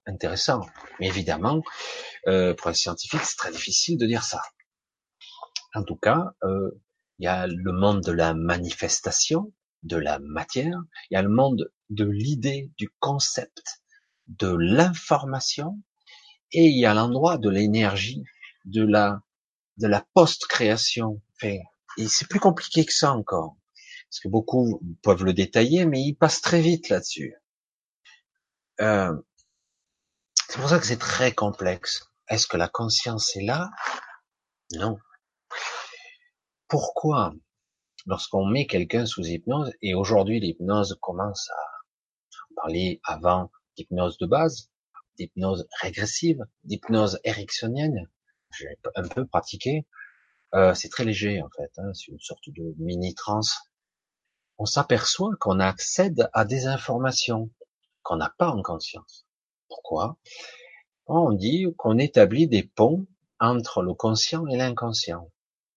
intéressant. Mais évidemment, euh, pour un scientifique, c'est très difficile de dire ça. En tout cas, euh, il y a le monde de la manifestation, de la matière, il y a le monde de l'idée, du concept, de l'information, et il y a l'endroit de l'énergie, de la de la post-création. Enfin, et c'est plus compliqué que ça encore, parce que beaucoup peuvent le détailler, mais ils passent très vite là-dessus. Euh, c'est pour ça que c'est très complexe. Est-ce que la conscience est là? Non. Pourquoi, lorsqu'on met quelqu'un sous hypnose, et aujourd'hui l'hypnose commence à parler avant d'hypnose de base, d'hypnose régressive, d'hypnose ericksonienne, j'ai un peu pratiqué, euh, c'est très léger en fait, hein, c'est une sorte de mini-trance. On s'aperçoit qu'on accède à des informations qu'on n'a pas en conscience. Pourquoi? On dit qu'on établit des ponts entre le conscient et l'inconscient.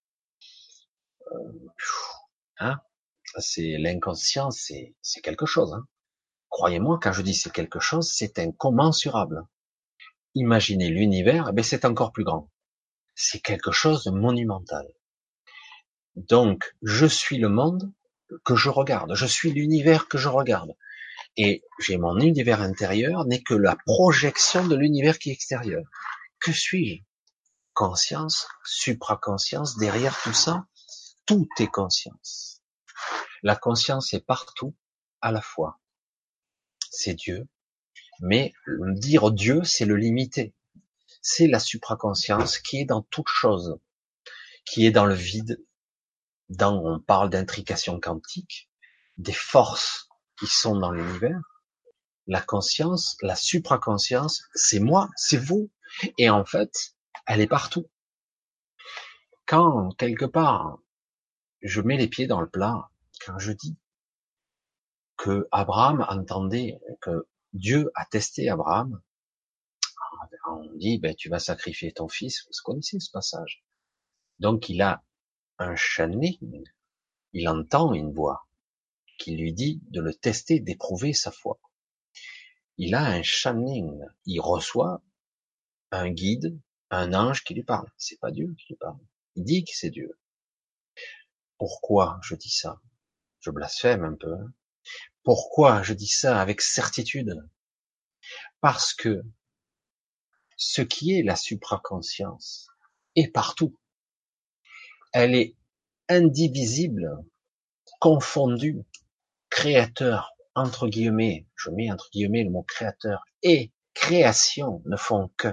Euh, hein, c'est l'inconscient, c'est c'est quelque chose. Hein. Croyez-moi, quand je dis c'est quelque chose, c'est incommensurable. Imaginez l'univers, eh ben c'est encore plus grand. C'est quelque chose de monumental. Donc, je suis le monde que je regarde, je suis l'univers que je regarde. Et j'ai mon univers intérieur n'est que la projection de l'univers qui est extérieur. Que suis-je? Conscience, supraconscience, derrière tout ça, tout est conscience. La conscience est partout, à la fois. C'est Dieu. Mais dire Dieu, c'est le limiter. C'est la supraconscience qui est dans toute chose, qui est dans le vide, dans, on parle d'intrication quantique, des forces qui sont dans l'univers. La conscience, la supraconscience, c'est moi, c'est vous. Et en fait, elle est partout. Quand, quelque part, je mets les pieds dans le plat, quand je dis que Abraham entendait, que Dieu a testé Abraham, on dit, ben, tu vas sacrifier ton fils. Vous connaissez ce passage. Donc, il a un channeling. Il entend une voix qui lui dit de le tester, d'éprouver sa foi. Il a un channeling. Il reçoit un guide, un ange qui lui parle. C'est pas Dieu qui lui parle. Il dit que c'est Dieu. Pourquoi je dis ça? Je blasphème un peu. Hein. Pourquoi je dis ça avec certitude? Parce que ce qui est la supraconscience est partout. Elle est indivisible, confondue, créateur, entre guillemets, je mets entre guillemets le mot créateur, et création ne font qu'un.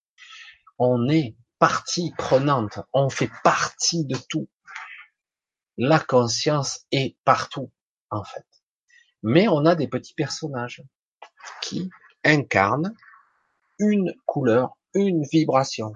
On est partie prenante, on fait partie de tout. La conscience est partout, en fait. Mais on a des petits personnages qui incarnent une couleur, une vibration.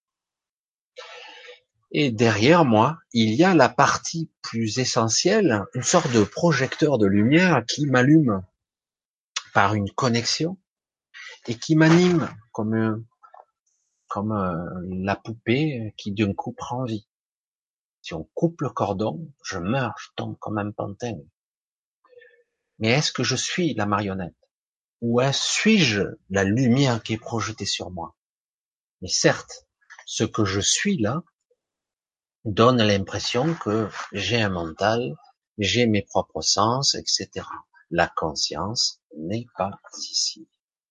Et derrière moi, il y a la partie plus essentielle, une sorte de projecteur de lumière qui m'allume par une connexion et qui m'anime comme comme euh, la poupée qui d'un coup prend vie. Si on coupe le cordon, je meurs, je tombe comme un pantin. Mais est-ce que je suis la marionnette? Ou suis-je la lumière qui est projetée sur moi? Mais certes, ce que je suis là donne l'impression que j'ai un mental, j'ai mes propres sens, et cetera. La conscience n'est pas ici.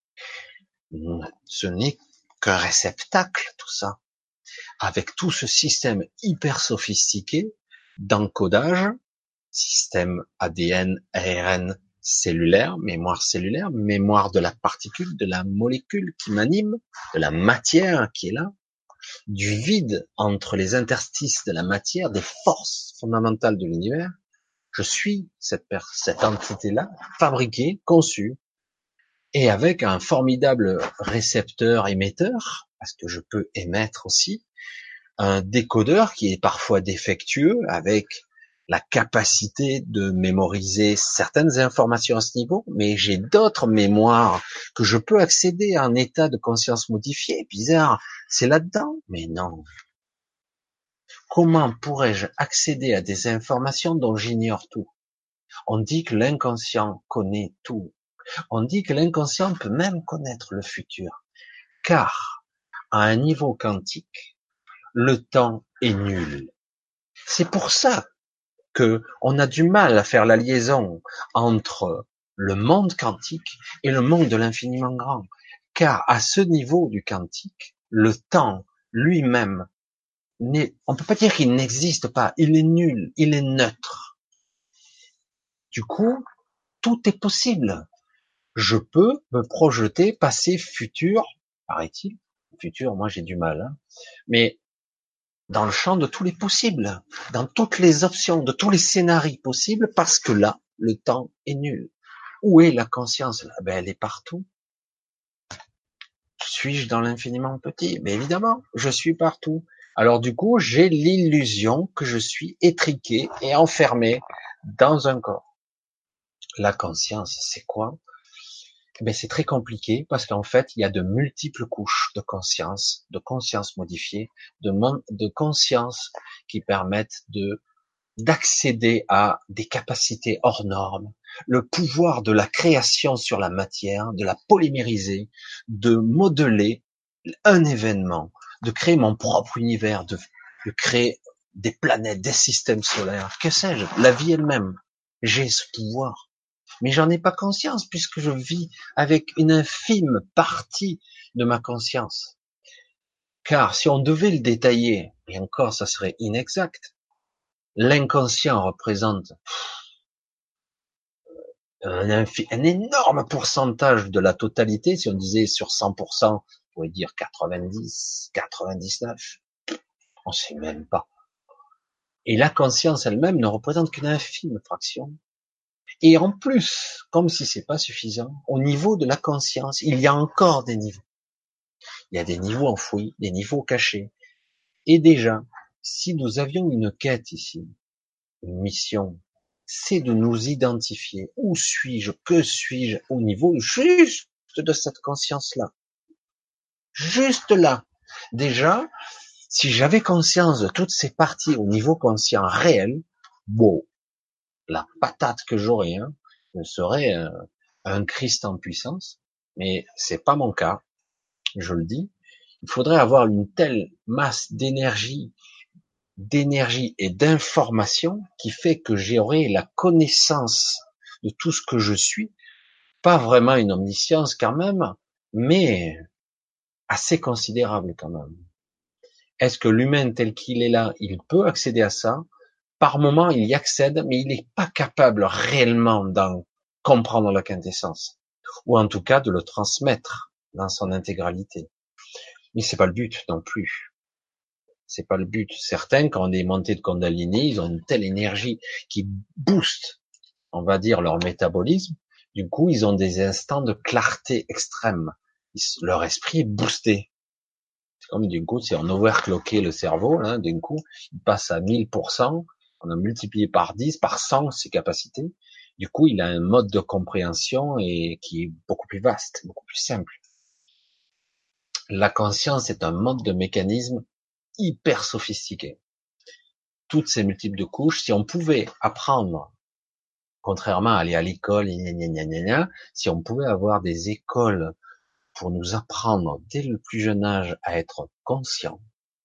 Ce n'est qu'un réceptacle, tout ça. Avec tout ce système hyper sophistiqué d'encodage, système A D N, A R N cellulaire, mémoire cellulaire, mémoire de la particule, de la molécule qui m'anime, de la matière qui est là, du vide entre les interstices de la matière, des forces fondamentales de l'univers. Je suis cette, cette entité-là, fabriquée, conçue, et avec un formidable récepteur émetteur, parce que je peux émettre aussi, un décodeur qui est parfois défectueux, avec la capacité de mémoriser certaines informations à ce niveau, mais j'ai d'autres mémoires que je peux accéder à un état de conscience modifié. Bizarre, c'est là-dedans? Mais non. Comment pourrais-je accéder à des informations dont j'ignore tout? On dit que l'inconscient connaît tout. On dit que l'inconscient peut même connaître le futur, car à un niveau quantique, le temps est nul. C'est pour ça que on a du mal à faire la liaison entre le monde quantique et le monde de l'infiniment grand, car à ce niveau du quantique, le temps lui-même n'est, on peut pas dire qu'il n'existe pas, il est nul, il est neutre. Du coup, tout est possible. Je peux me projeter, passé, futur, paraît-il. Futur, moi j'ai du mal, hein. Mais dans le champ de tous les possibles, dans toutes les options, de tous les scénarios possibles, parce que là, le temps est nul. Où est la conscience? Là, ben, elle est partout. Suis-je dans l'infiniment petit? Mais évidemment, je suis partout. Alors du coup, j'ai l'illusion que je suis étriqué et enfermé dans un corps. La conscience, c'est quoi? Ben, c'est très compliqué parce qu'en fait, il y a de multiples couches de conscience, de conscience modifiée, de, de conscience qui permettent de d'accéder à des capacités hors normes, le pouvoir de la création sur la matière, de la polymériser, de modeler un événement, de créer mon propre univers, de, de créer des planètes, des systèmes solaires, que sais-je, la vie elle-même. J'ai ce pouvoir. Mais j'en ai pas conscience puisque je vis avec une infime partie de ma conscience. Car si on devait le détailler, et encore ça serait inexact, l'inconscient représente un, infi- un énorme pourcentage de la totalité. Si on disait sur cent pour cent, on pourrait dire quatre-vingt-dix, quatre-vingt-dix-neuf. On sait même pas. Et la conscience elle-même ne représente qu'une infime fraction. Et en plus, comme si c'est pas suffisant, au niveau de la conscience, il y a encore des niveaux. Il y a des niveaux enfouis, des niveaux cachés. Et déjà, si nous avions une quête ici, une mission, c'est de nous identifier. Où suis-je? Que suis-je au niveau juste de cette conscience-là? Juste là. Déjà, si j'avais conscience de toutes ces parties au niveau conscient réel, bon, la patate que j'aurais, hein, je serais euh, un Christ en puissance, mais c'est pas mon cas, je le dis. Il faudrait avoir une telle masse d'énergie, d'énergie et d'information qui fait que j'aurai la connaissance de tout ce que je suis, pas vraiment une omniscience quand même, mais assez considérable quand même. Est-ce que l'humain tel qu'il est là, il peut accéder à ça? Par moment, il y accède, mais il n'est pas capable réellement d'en comprendre la quintessence, ou en tout cas de le transmettre dans son intégralité. Mais c'est pas le but non plus. C'est pas le but. Certains, quand on est monté de Kundalini, ils ont une telle énergie qui booste, on va dire, leur métabolisme. Du coup, ils ont des instants de clarté extrême. Leur esprit est boosté. C'est comme d'un coup, si on overclockait le cerveau, là, d'un coup, il passe à mille pour cent. On a multiplié par dix, par cent ses capacités. Du coup, il a un mode de compréhension et qui est beaucoup plus vaste, beaucoup plus simple. La conscience est un mode de mécanisme hyper sophistiqué. Toutes ces multiples de couches, si on pouvait apprendre, contrairement à aller à l'école, gna gna gna gna gna, si on pouvait avoir des écoles pour nous apprendre dès le plus jeune âge à être conscient.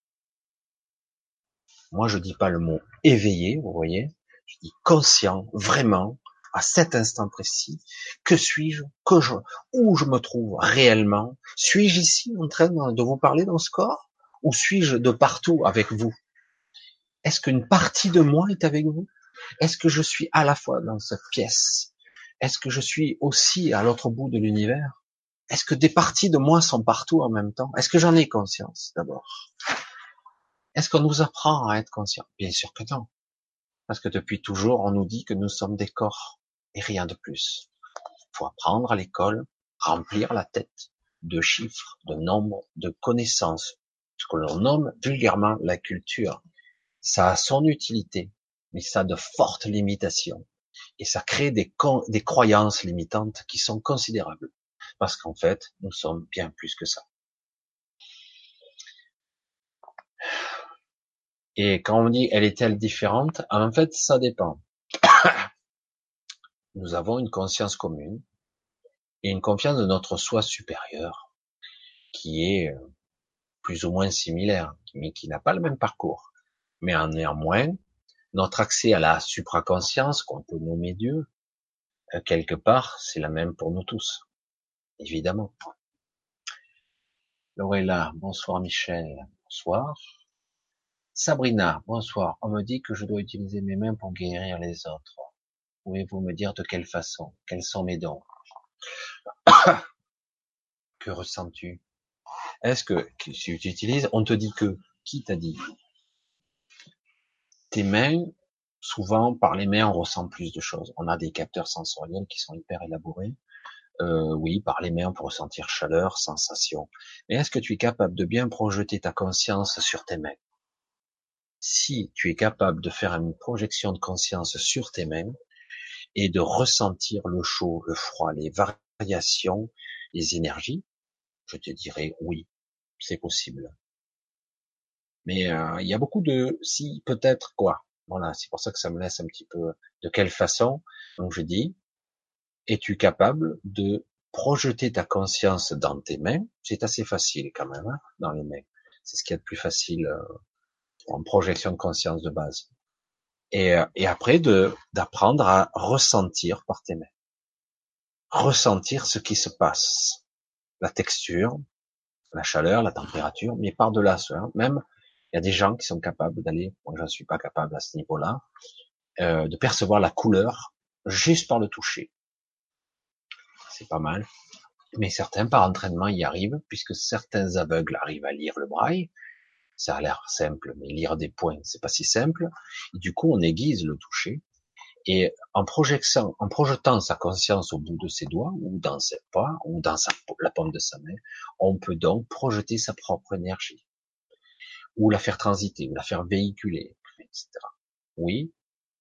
Moi, je dis pas le mot éveillé, vous voyez. Je dis conscient, vraiment, à cet instant précis. Que suis-je? Que je, où je me trouve réellement? Suis-je ici en train de vous parler dans ce corps? Ou suis-je de partout avec vous? Est-ce qu'une partie de moi est avec vous? Est-ce que je suis à la fois dans cette pièce? Est-ce que je suis aussi à l'autre bout de l'univers? Est-ce que des parties de moi sont partout en même temps? Est-ce que j'en ai conscience d'abord? Est-ce qu'on nous apprend à être conscient? Bien sûr que non. Parce que depuis toujours, on nous dit que nous sommes des corps et rien de plus. Il faut apprendre à l'école, remplir la tête de chiffres, de nombres, de connaissances, ce que l'on nomme vulgairement la culture. Ça a son utilité, mais ça a de fortes limitations. Et ça crée des, des croyances limitantes qui sont considérables. Parce qu'en fait, nous sommes bien plus que ça. Et quand on dit elle est-elle différente, en fait, ça dépend. Nous avons une conscience commune et une confiance de notre soi supérieur, qui est euh, plus ou moins similaire, mais qui n'a pas le même parcours. Mais en néanmoins, notre accès à la supraconscience, qu'on peut nommer Dieu, euh, quelque part, c'est la même pour nous tous, évidemment. Lorella, bonsoir Michel, bonsoir. Sabrina, bonsoir. On me dit que je dois utiliser mes mains pour guérir les autres. Pouvez-vous me dire de quelle façon? Quels sont mes dons? Que ressens-tu? Est-ce que, que si tu utilises, on te dit que, qui t'a dit? Tes mains, souvent, par les mains, on ressent plus de choses. On a des capteurs sensoriels qui sont hyper élaborés. Euh, oui, par les mains, on peut ressentir chaleur, sensation. Mais est-ce que tu es capable de bien projeter ta conscience sur tes mains? Si tu es capable de faire une projection de conscience sur tes mains et de ressentir le chaud, le froid, les variations, les énergies, je te dirais oui, c'est possible. Mais euh, il y a beaucoup de si, peut-être, quoi. Voilà, c'est pour ça que ça me laisse un petit peu de quelle façon. Donc je dis, es-tu capable de projeter ta conscience dans tes mains? C'est assez facile quand même, hein, dans les mains. C'est ce qui est le plus facile euh, en projection de conscience de base. Et, euh, et après de d'apprendre à ressentir par tes mains, ressentir ce qui se passe, la texture, la chaleur, la température, mais par-delà cela, même il y a des gens qui sont capables d'aller, moi je ne suis pas capable à ce niveau-là, euh, de percevoir la couleur juste par le toucher. C'est pas mal. Mais certains par entraînement y arrivent, puisque certains aveugles arrivent à lire le braille. Ça a l'air simple, mais lire des points, c'est pas si simple. Et du coup, on aiguise le toucher. Et en projetant, en projetant sa conscience au bout de ses doigts, ou dans ses pas, ou dans sa, la paume de sa main, on peut donc projeter sa propre énergie, ou la faire transiter, ou la faire véhiculer, et cetera. Oui,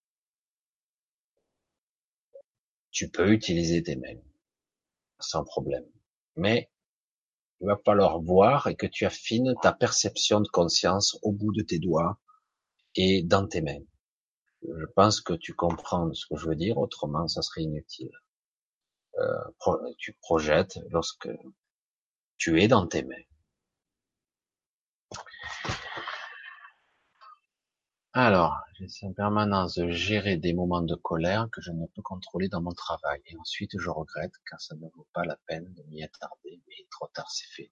tu peux utiliser tes mains, sans problème. Mais il va falloir voir et que tu affines ta perception de conscience au bout de tes doigts et dans tes mains. Je pense que tu comprends ce que je veux dire, autrement ça serait inutile. Euh, tu projettes lorsque tu es dans tes mains. Alors, j'essaie en permanence de gérer des moments de colère que je ne peux contrôler dans mon travail. Et ensuite, je regrette car ça ne vaut pas la peine de m'y attarder. Mais trop tard, c'est fait.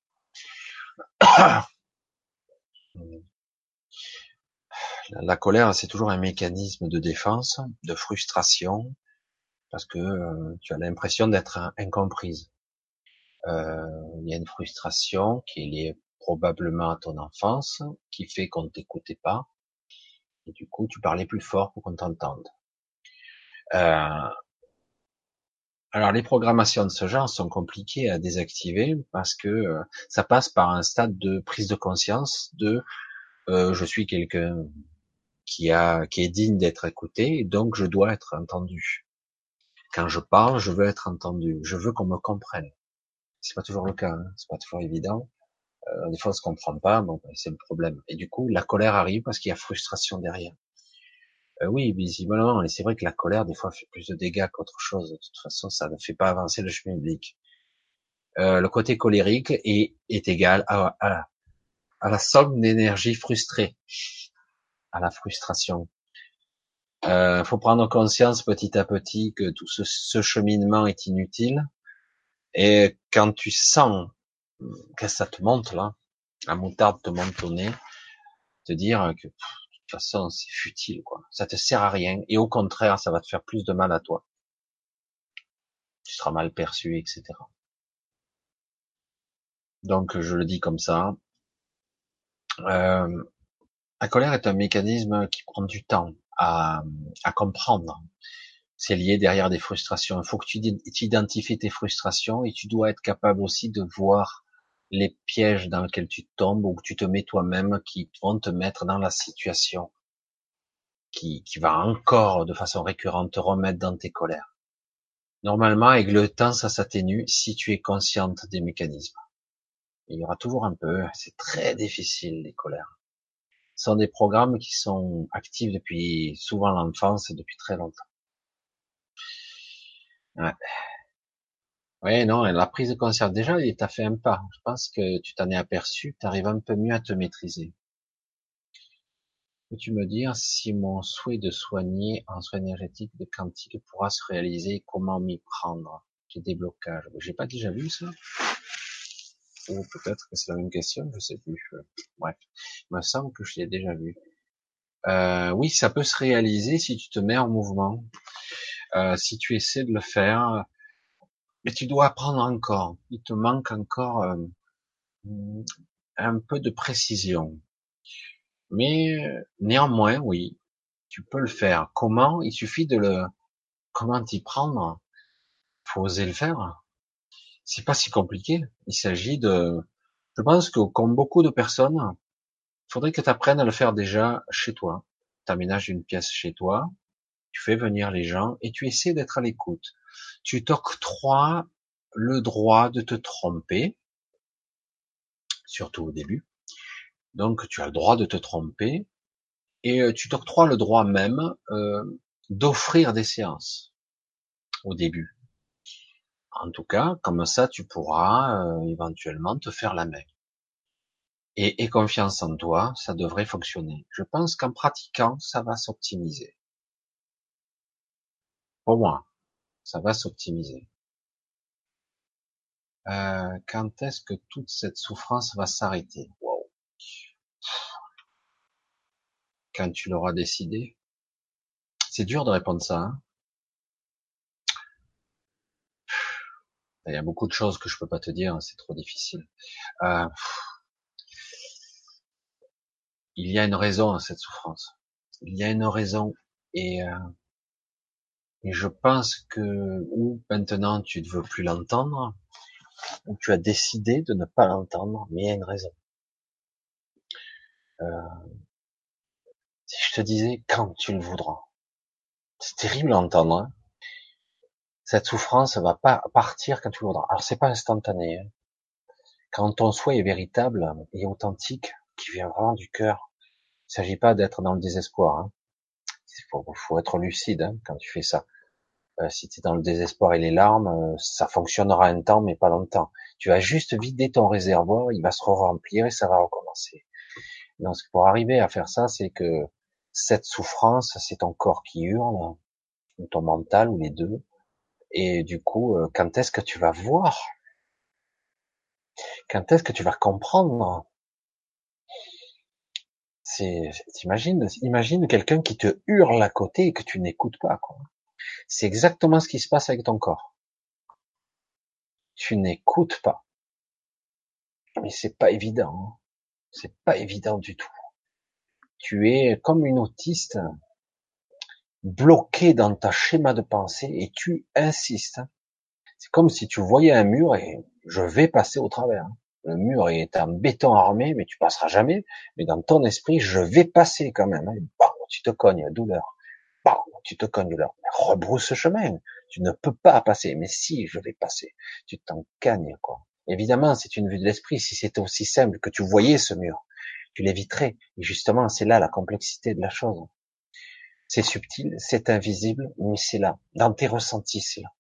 La colère, c'est toujours un mécanisme de défense, de frustration, parce que euh, tu as l'impression d'être incomprise. Euh, il y a une frustration qui est liée probablement à ton enfance, qui fait qu'on ne t'écoutait pas, et du coup tu parlais plus fort pour qu'on t'entende. Euh, alors les programmations de ce genre sont compliquées à désactiver parce que euh, ça passe par un stade de prise de conscience de euh, je suis quelqu'un qui a qui est digne d'être écouté, donc je dois être entendu. Quand je parle, je veux être entendu, je veux qu'on me comprenne. C'est pas toujours le cas, hein. C'est pas toujours évident. Euh, des fois, on se comprend pas, bon, ben, c'est le problème. Et du coup, la colère arrive parce qu'il y a frustration derrière. Euh, oui, visiblement, et c'est vrai que la colère, des fois, fait plus de dégâts qu'autre chose. De toute façon, ça ne fait pas avancer le chemin public. Euh, le côté colérique est, est égal à, à, à la somme d'énergie frustrée, à la frustration. Euh, faut prendre conscience petit à petit que tout ce, ce cheminement est inutile. Et quand tu sens que ça te monte là, la moutarde te monte au nez, te dire que de toute façon, c'est futile, quoi. Ça te sert à rien. Et au contraire, ça va te faire plus de mal à toi. Tu seras mal perçu, et cetera. Donc, je le dis comme ça. Euh, la colère est un mécanisme qui prend du temps à, à comprendre. C'est lié derrière des frustrations. Il faut que tu identifies tes frustrations et tu dois être capable aussi de voir les pièges dans lesquels tu tombes ou que tu te mets toi-même qui vont te mettre dans la situation qui, qui va encore de façon récurrente te remettre dans tes colères. Normalement, avec le temps, ça s'atténue si tu es consciente des mécanismes. Il y aura toujours un peu, c'est très difficile, les colères. Ce sont des programmes qui sont actifs depuis souvent l'enfance et depuis très longtemps. Ouais. Ouais, non, la prise de conscience, déjà, tu as fait un pas. Je pense que tu t'en es aperçu, tu arrives un peu mieux à te maîtriser. Peux-tu me dire si mon souhait de soigner en soins énergétiques de quantique pourra se réaliser, comment m'y prendre? J'ai des blocages. J'ai pas déjà vu ça? Ou peut-être que c'est la même question, je sais plus. Euh, Bref, il me semble que je l'ai déjà vu. Euh, oui, ça peut se réaliser si tu te mets en mouvement, euh, si tu essaies de le faire, mais tu dois apprendre encore. Il te manque encore euh, un peu de précision. Mais euh, néanmoins, oui, tu peux le faire. Comment? Il suffit de le, comment t'y prendre? Faut oser le faire. C'est pas si compliqué. Il s'agit de, je pense que comme beaucoup de personnes, il faudrait que tu apprennes à le faire déjà chez toi. Tu aménages une pièce chez toi, tu fais venir les gens et tu essaies d'être à l'écoute. Tu t'octroies le droit de te tromper, surtout au début. Donc tu as le droit de te tromper et euh, tu t'octroies le droit même euh, d'offrir des séances au début. En tout cas, comme ça, tu pourras euh, éventuellement te faire la main. Et aie confiance en toi, ça devrait fonctionner. Je pense qu'en pratiquant, ça va s'optimiser. Pour moi, ça va s'optimiser. Euh, quand est-ce que toute cette souffrance va s'arrêter? Wow. Quand tu l'auras décidé. C'est dur de répondre ça. Hein. Il y a beaucoup de choses que je peux pas te dire, c'est trop difficile. Euh, il y a une raison à cette souffrance. Il y a une raison et, euh, et je pense que ou maintenant tu ne veux plus l'entendre, ou tu as décidé de ne pas l'entendre, mais il y a une raison. Euh, si je te disais quand tu le voudras, c'est terrible à entendre. Hein. Cette souffrance va pas partir quand tu le voudras. Alors c'est pas instantané. Hein. Quand ton souhait est véritable et authentique, qui vient vraiment du cœur, il s'agit pas d'être dans le désespoir. Hein. Il faut, faut être lucide hein, quand tu fais ça. Euh, si tu es dans le désespoir et les larmes, euh, ça fonctionnera un temps, mais pas longtemps. Tu vas juste vider ton réservoir, il va se remplir et ça va recommencer. Donc, pour arriver à faire ça, c'est que cette souffrance, c'est ton corps qui hurle, ou ton mental, ou les deux. Et du coup, euh, quand est-ce que tu vas voir? Quand est-ce que tu vas comprendre? C'est, t'imagines, imagine quelqu'un qui te hurle à côté et que tu n'écoutes pas, quoi. C'est exactement ce qui se passe avec ton corps. Tu n'écoutes pas. Mais c'est pas évident. Hein. C'est pas évident du tout. Tu es comme une autiste, bloqué dans ta schéma de pensée et tu insistes. C'est comme si tu voyais un mur et je vais passer au travers. Le mur est en béton armé, mais tu passeras jamais. Mais dans ton esprit, je vais passer quand même. Bam, tu te cognes, douleur. Bam, tu te cognes, douleur. Mais rebrousse chemin. Tu ne peux pas passer. Mais si, je vais passer. Tu t'en cagnes, quoi. Évidemment, c'est une vue de l'esprit. Si c'était aussi simple que tu voyais ce mur, tu l'éviterais. Et justement, c'est là la complexité de la chose. C'est subtil, c'est invisible, mais c'est là. Dans tes ressentis, c'est là.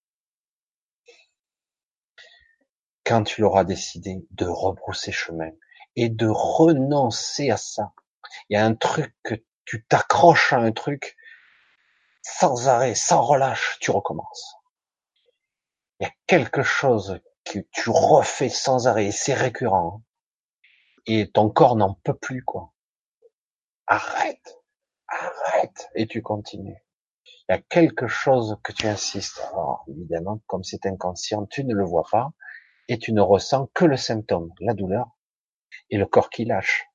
Quand tu l'auras décidé de rebrousser chemin et de renoncer à ça, il y a un truc que tu t'accroches à un truc sans arrêt, sans relâche, tu recommences. Il y a quelque chose que tu refais sans arrêt et c'est récurrent et ton corps n'en peut plus quoi. Arrête, arrête et tu continues. Il y a quelque chose que tu insistes. Alors évidemment, comme c'est inconscient, tu ne le vois pas et tu ne ressens que le symptôme, la douleur et le corps qui lâche.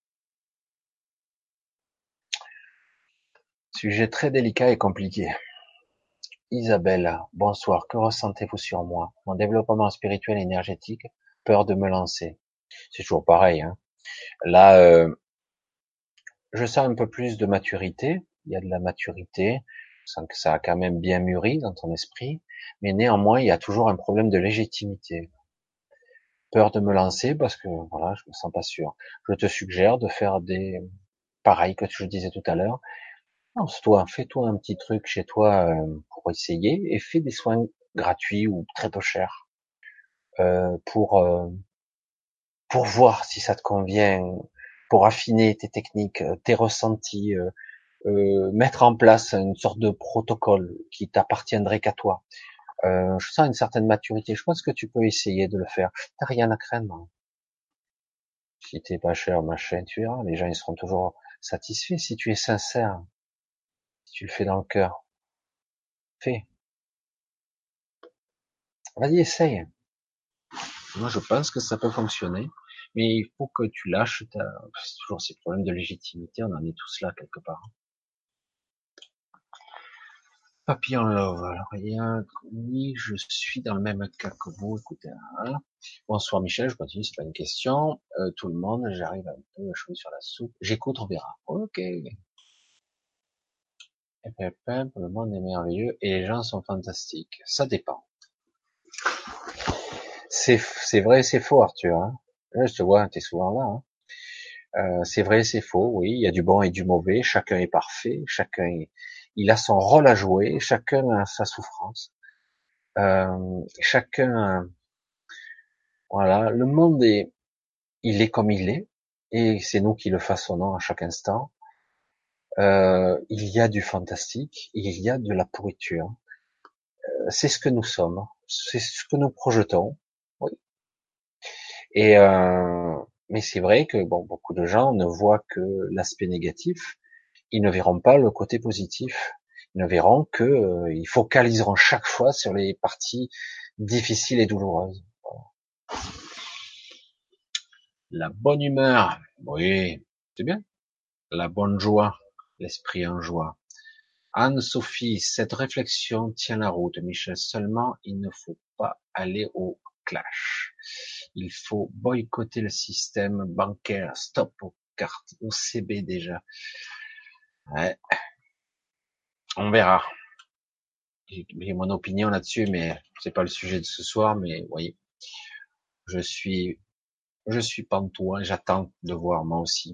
Sujet très délicat et compliqué. Isabelle, bonsoir. Que ressentez-vous sur moi? Mon développement spirituel et énergétique, peur de me lancer. C'est toujours pareil. Hein. Là, euh, je sens un peu plus de maturité. Il y a de la maturité. Je sens que ça a quand même bien mûri dans ton esprit. Mais néanmoins, il y a toujours un problème de légitimité. Peur de me lancer parce que voilà, je me sens pas sûr. Je te suggère de faire des pareil que je disais tout à l'heure. Lance-toi, fais-toi un petit truc chez toi euh, pour essayer et fais des soins gratuits ou très peu chers. euh, pour euh, pour voir si ça te convient, pour affiner tes techniques, euh, tes ressentis, euh, euh, mettre en place une sorte de protocole qui t'appartiendrait qu'à toi. Euh, je sens une certaine maturité. Je pense que tu peux essayer de le faire. T'as rien à craindre, hein. Si t'es pas cher, machin, tu verras. Les gens, ils seront toujours satisfaits si tu es sincère, si tu le fais dans le cœur. Fais. Vas-y, essaye. Moi, je pense que ça peut fonctionner. Mais il faut que tu lâches ta, c'est toujours ces problèmes de légitimité. On en est tous là quelque part. Papillon Love. Alors, il y a, oui, je suis dans le même cas que vous. Écoutez, voilà. Bonsoir Michel, je continue, c'est pas une question. Euh, tout le monde, j'arrive un peu à cheveux sur la soupe. J'écoute, on verra. Ok. Et puis, après, le monde est merveilleux et les gens sont fantastiques. Ça dépend. C'est, c'est vrai et c'est faux, Arthur, hein. Là, je te vois, t'es souvent là, hein. Euh, c'est vrai et c'est faux, oui. Il y a du bon et du mauvais. Chacun est parfait. Chacun est, il a son rôle à jouer. Chacun a sa souffrance. Euh, chacun, voilà. Le monde est, il est comme il est. Et c'est nous qui le façonnons à chaque instant. Euh, il y a du fantastique, il y a de la pourriture. Euh, C'est ce que nous sommes, c'est ce que nous projetons. Oui. Et euh, mais c'est vrai que bon, beaucoup de gens ne voient que l'aspect négatif. Ils ne verront pas le côté positif. Ils ne verront que euh, ils focaliseront chaque fois sur les parties difficiles et douloureuses. La bonne humeur, oui, c'est bien. La bonne joie, l'esprit en joie. Anne-Sophie, cette réflexion tient la route, Michel. Seulement, il ne faut pas aller au clash. Il faut boycotter le système bancaire. Stop aux cartes, au C B déjà. Ouais, on verra. J'ai j'ai mon opinion là-dessus, mais c'est pas le sujet de ce soir. Mais oui, je suis, je suis pantois. J'attends de voir moi aussi.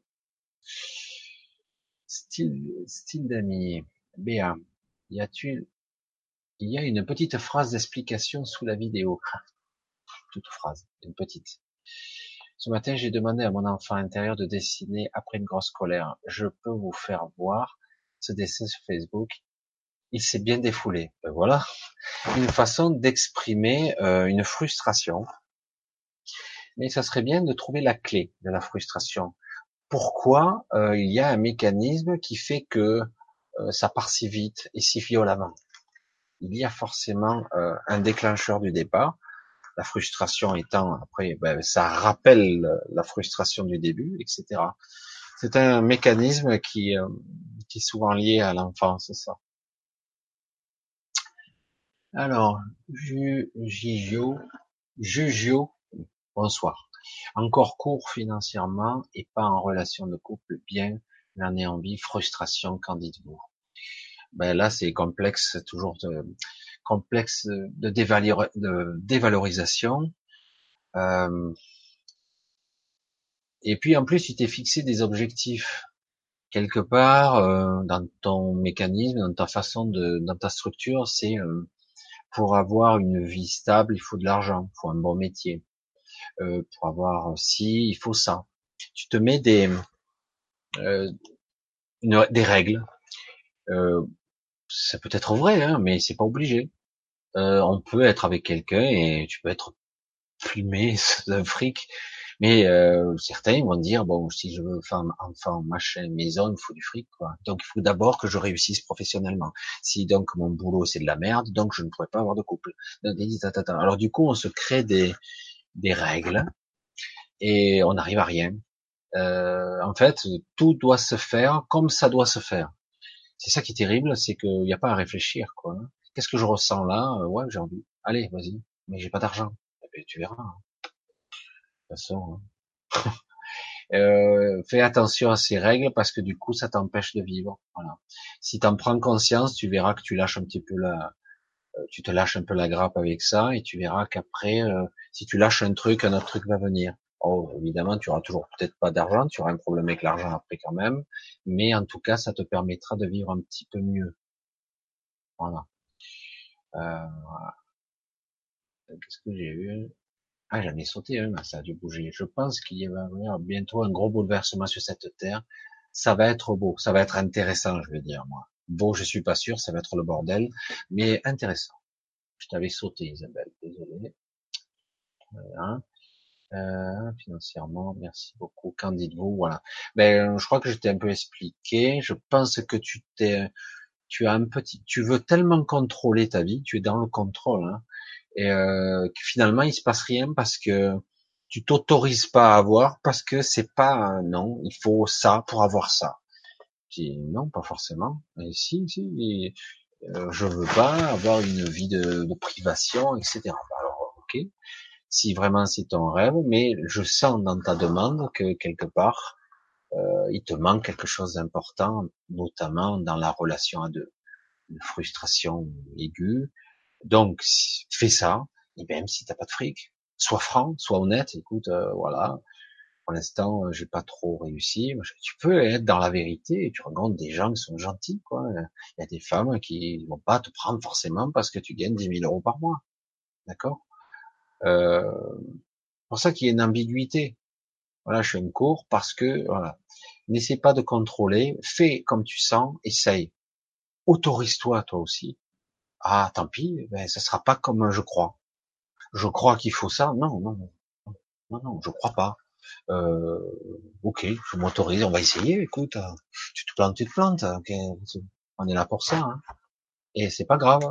Style, style d'ami. Béa, y a-t-il, il y a une petite phrase d'explication sous la vidéo. Toute phrase, une petite. Ce matin, j'ai demandé à mon enfant intérieur de dessiner après une grosse colère. Je peux vous faire voir ce dessin sur Facebook. Il s'est bien défoulé. Ben voilà, une façon d'exprimer euh, une frustration. Mais ça serait bien de trouver la clé de la frustration. Pourquoi euh, il y a un mécanisme qui fait que euh, ça part si vite et si violemment? Il y a forcément euh, un déclencheur du départ. La frustration étant, après, ben, ça rappelle la frustration du début, et cetera. C'est un mécanisme qui, euh, qui est souvent lié à l'enfance, ça. Alors, Ju- Gigio, Jugio, bonsoir. Encore court financièrement et pas en relation de couple, bien, j'en ai envie, frustration, qu'en dites-vous? Ben là, c'est complexe, toujours de, complexe de, dévalor- de dévalorisation. Euh, et puis en plus, tu t'es fixé des objectifs quelque part euh, dans ton mécanisme, dans ta façon de, dans ta structure, c'est euh, pour avoir une vie stable, il faut de l'argent, il faut un bon métier. Euh, pour avoir ci, il faut ça. Tu te mets des euh, une- des règles. Euh, Ça peut être vrai, hein, mais c'est pas obligé. Euh, on peut être avec quelqu'un et tu peux être plumé d'un fric. Mais euh, certains vont dire bon, si je veux femme, enfant, machin, maison, il me faut du fric, quoi. Donc il faut d'abord que je réussisse professionnellement. Si donc mon boulot c'est de la merde, donc je ne pourrais pas avoir de couple. Alors du coup, on se crée des des règles et on n'arrive à rien. Euh, en fait, tout doit se faire comme ça doit se faire. C'est ça qui est terrible, c'est qu'il n'y a pas à réfléchir, quoi. Qu'est-ce que je ressens là? Euh, Ouais, j'ai envie. Allez, vas-y. Mais j'ai pas d'argent. Eh ben, tu verras, hein. De toute façon, hein. Euh, fais attention à ces règles parce que du coup, ça t'empêche de vivre. Voilà. Si t'en prends conscience, tu verras que tu lâches un petit peu la, euh, tu te lâches un peu la grappe avec ça et tu verras qu'après, euh, si tu lâches un truc, un autre truc va venir. Oh, évidemment, tu auras toujours peut-être pas d'argent, tu auras un problème avec l'argent après quand même, mais en tout cas, ça te permettra de vivre un petit peu mieux. Voilà. Euh, Qu'est-ce que j'ai eu? Ah, j'en ai sauté un, ça a dû bouger. Je pense qu'il y va y avoir bientôt un gros bouleversement sur cette terre. Ça va être beau, ça va être intéressant, je veux dire, moi. Beau, je suis pas sûr, ça va être le bordel, mais intéressant. Je t'avais sauté, Isabelle, désolé. Hein. Euh, financièrement, merci beaucoup. Qu'en dites-vous? Voilà. Ben, je crois que je t'ai un peu expliqué. Je pense que tu t'es, tu as un petit, tu veux tellement contrôler ta vie, tu es dans le contrôle, hein, et euh, que finalement il se passe rien parce que tu t'autorises pas à avoir parce que c'est pas un non, il faut ça pour avoir ça. Je dis non, pas forcément. Et si, si, et, euh, je veux pas avoir une vie de, de privation, et cetera. Alors, ok, si vraiment c'est ton rêve, mais je sens dans ta demande que quelque part euh, il te manque quelque chose d'important, notamment dans la relation à deux, une frustration aiguë. Donc, fais ça, et même si t'as pas de fric, sois franc, sois honnête, écoute, euh, voilà, pour l'instant, euh, j'ai pas trop réussi. Tu peux être dans la vérité, et tu rencontres des gens qui sont gentils, quoi. Il y a des femmes qui vont pas te prendre forcément parce que tu gagnes dix mille euros par mois, d'accord? Euh, c'est pour ça qu'il y a une ambiguïté. Voilà, je fais une cours parce que, voilà. N'essaie pas de contrôler, fais comme tu sens, essaye. Autorise-toi, toi aussi. Ah, tant pis, ben, ça sera pas comme je crois. Je crois qu'il faut ça. Non, non, non, non, non, je crois pas. Euh, ok, je m'autorise, on va essayer. Écoute, euh, tu te plantes, tu te plantes. Ok, on est là pour ça, hein. Et c'est pas grave.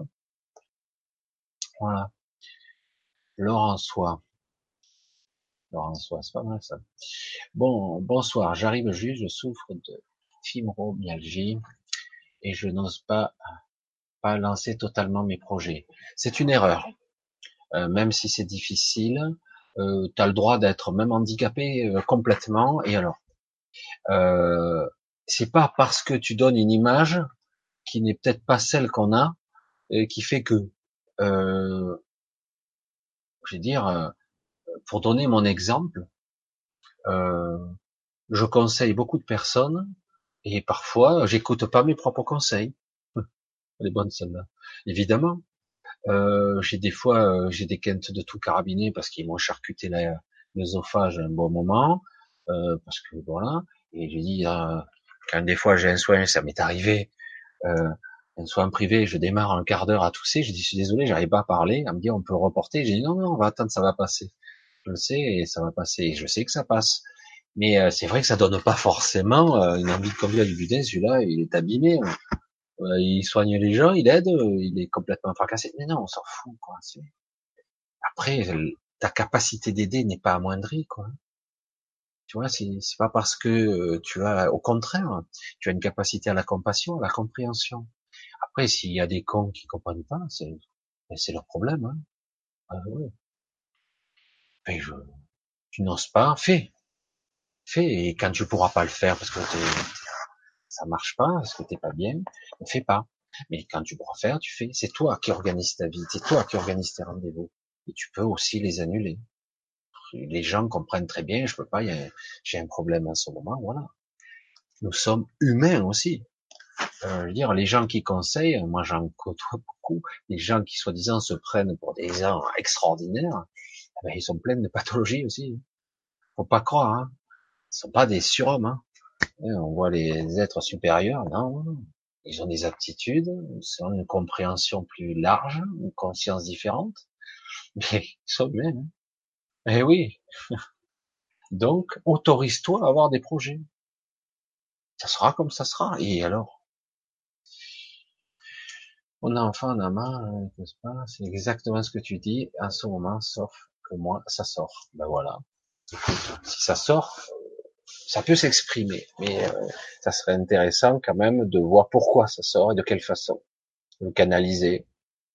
Voilà. Laurent Soir. Laurent Soir, c'est pas mal ça. Bon, bonsoir. J'arrive juste, je souffre de fibromyalgie et je n'ose pas pas lancer totalement mes projets. C'est une erreur. Euh, même si c'est difficile, euh, tu as le droit d'être même handicapé euh, complètement. Et alors, euh, c'est pas parce que tu donnes une image qui n'est peut-être pas celle qu'on a et qui fait que, euh, je vais dire, euh, pour donner mon exemple, euh, je conseille beaucoup de personnes et parfois j'écoute pas mes propres conseils. Elle est bonne celle-là. Évidemment, euh, j'ai des fois euh, j'ai des quintes de tout carabiner parce qu'ils m'ont charcuté la- l'œsophage un bon moment, euh, parce que voilà. Et j'ai dit euh, quand des fois j'ai un soin, ça m'est arrivé. Euh, un soin privé, je démarre un quart d'heure à tousser, je dis je suis désolé, j'arrive pas à parler, elle me dit on peut reporter, j'ai dit non non, on va attendre, ça va passer. Je le sais et ça va passer, et je sais que ça passe. Mais euh, c'est vrai que ça donne pas forcément euh, une envie de conduire du butin, celui-là il est abîmé, hein. Euh, il soigne les gens, il aide, euh, il est complètement fracassé. Mais non, on s'en fout quoi. C'est- Après, ta capacité d'aider n'est pas amoindrie quoi. Tu vois, c'est c'est pas parce que euh, tu as, au contraire, tu as une capacité à la compassion, à la compréhension. Après, s'il y a des cons qui comprennent pas, c'est ben, c'est leur problème. Hein. Ah, ouais. Ben, je, tu n'oses pas, fais, fais. Et quand tu pourras pas le faire parce que t'es- ça marche pas, parce que t'es pas bien, ne fais pas. Mais quand tu pourras faire, tu fais. C'est toi qui organise ta vie, c'est toi qui organise tes rendez-vous. Et tu peux aussi les annuler. Les gens comprennent très bien, je peux pas, il y a- j'ai un problème en ce moment, voilà. Nous sommes humains aussi. Euh, je veux dire, les gens qui conseillent, moi j'en côtoie beaucoup, les gens qui soi-disant se prennent pour des gens extraordinaires, eh ben, ils sont pleins de pathologies aussi. Faut pas croire, hein. Ils sont pas des surhommes, hein. Eh, on voit les êtres supérieurs, non, non, non. Ils ont des aptitudes, ils ont une compréhension plus large, une conscience différente, mais ils sont humains. Hein. Eh oui. Donc, autorise-toi à avoir des projets. Ça sera comme ça sera. Et alors, on a enfin un marre, n'est-ce pas? C'est exactement ce que tu dis en ce moment, sauf que moi, ça sort. Ben voilà. Écoute, si ça sort, ça peut s'exprimer, mais euh, ça serait intéressant quand même de voir pourquoi ça sort et de quelle façon. Le canaliser.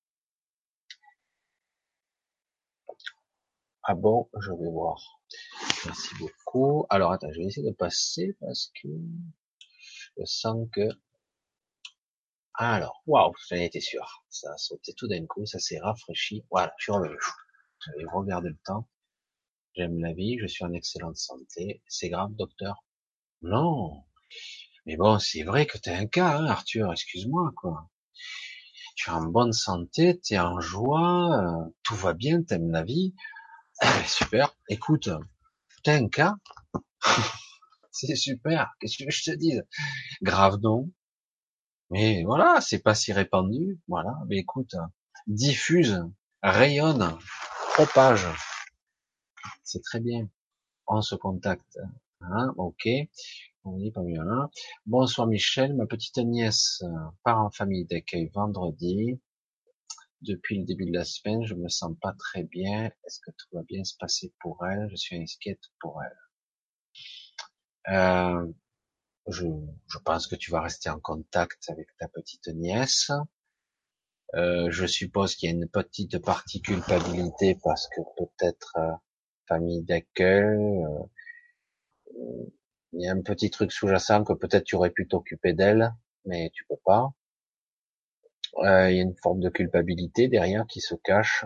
Ah bon, je vais voir. Merci beaucoup. Alors attends, je vais essayer de passer parce que je sens que... Alors, waouh, j'en étais sûr. Ça a sauté tout d'un coup, ça s'est rafraîchi. Voilà, je suis revenu. J'avais regardé le temps. J'aime la vie, je suis en excellente santé. C'est grave, docteur? Non. Mais bon, c'est vrai que t'es un cas, hein, Arthur, excuse-moi, quoi. tu es en bonne santé, tu es en joie, euh, tout va bien, t'aimes la vie. Eh, super. Écoute, t'as un cas, c'est super. Qu'est-ce que je te dis? Grave non. Mais voilà, c'est pas si répandu. Voilà. Mais écoute, diffuse, rayonne, propage. C'est très bien. On se contacte. Hein, ok. On dit pas mieux. Hein. Bonsoir Michel, ma petite nièce euh, part en famille d'accueil vendredi. Depuis le début de la semaine, je me sens pas très bien. Est-ce que tout va bien se passer pour elle? Je suis inquiète pour elle. Euh, je, je pense que tu vas rester en contact avec ta petite nièce. Euh, je suppose qu'il y a une petite partie culpabilité parce que peut-être euh, famille d'accueil, euh, il y a un petit truc sous-jacent que peut-être tu aurais pu t'occuper d'elle, mais tu peux pas. Euh, il y a une forme de culpabilité derrière qui se cache.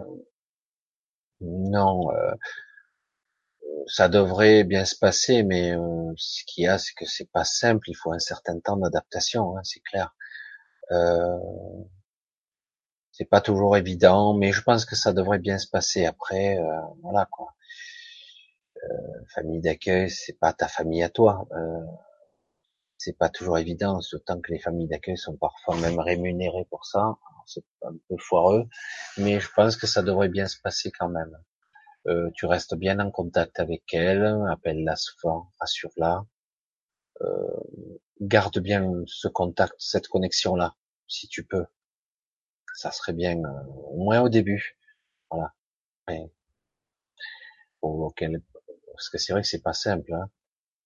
Non, euh, ça devrait bien se passer, mais euh, ce qu'il y a, c'est que c'est pas simple. Il faut un certain temps d'adaptation, hein, c'est clair. Euh, c'est pas toujours évident, mais je pense que ça devrait bien se passer. Après, euh, voilà quoi. Famille d'accueil, c'est pas ta famille à toi. Euh, c'est pas toujours évident, d'autant que les familles d'accueil sont parfois même rémunérées pour ça. Alors, c'est un peu foireux, mais je pense que ça devrait bien se passer quand même. Euh, tu restes bien en contact avec elle, appelle-la souvent, rassure-la, garde bien ce contact, cette connexion-là, si tu peux. Ça serait bien, euh, au moins au début. Voilà. Et pour qu'elle- parce que c'est vrai que c'est pas simple. Hein.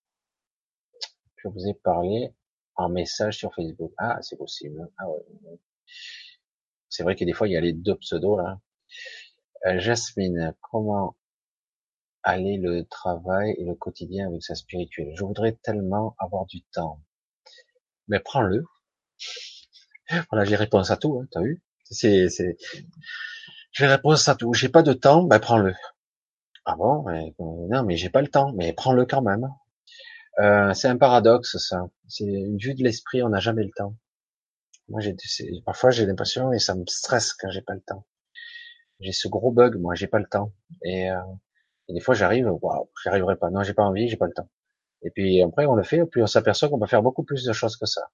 Je vous ai parlé en message sur Facebook. Ah, c'est possible. Ah ouais. C'est vrai que des fois il y a les deux pseudos là. Euh, Jasmine, comment aller le travail et le quotidien avec sa spirituelle? Je voudrais tellement avoir du temps. Mais prends-le. Voilà, j'ai réponse à tout, hein, t'as vu? C'est, c'est, j'ai réponse à tout. J'ai pas de temps, ben prends-le. Ah bon? Mais, euh, non, mais j'ai pas le temps. Mais prends-le quand même. Euh, c'est un paradoxe, ça. C'est une vue de l'esprit, on n'a jamais le temps. Moi, j'ai, c'est- parfois, j'ai l'impression et ça me stresse quand j'ai pas le temps. J'ai ce gros bug, moi, j'ai pas le temps. Et, euh, et des fois, j'arrive, waouh, j'y arriverai pas. Non, j'ai pas envie, j'ai pas le temps. Et puis après, on le fait, puis on s'aperçoit qu'on peut faire beaucoup plus de choses que ça.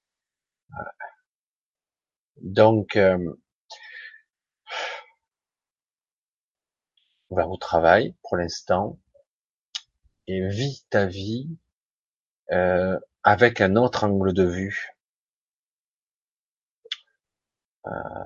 Donc, euh, va au travail pour l'instant et vis ta vie euh, avec un autre angle de vue. Euh,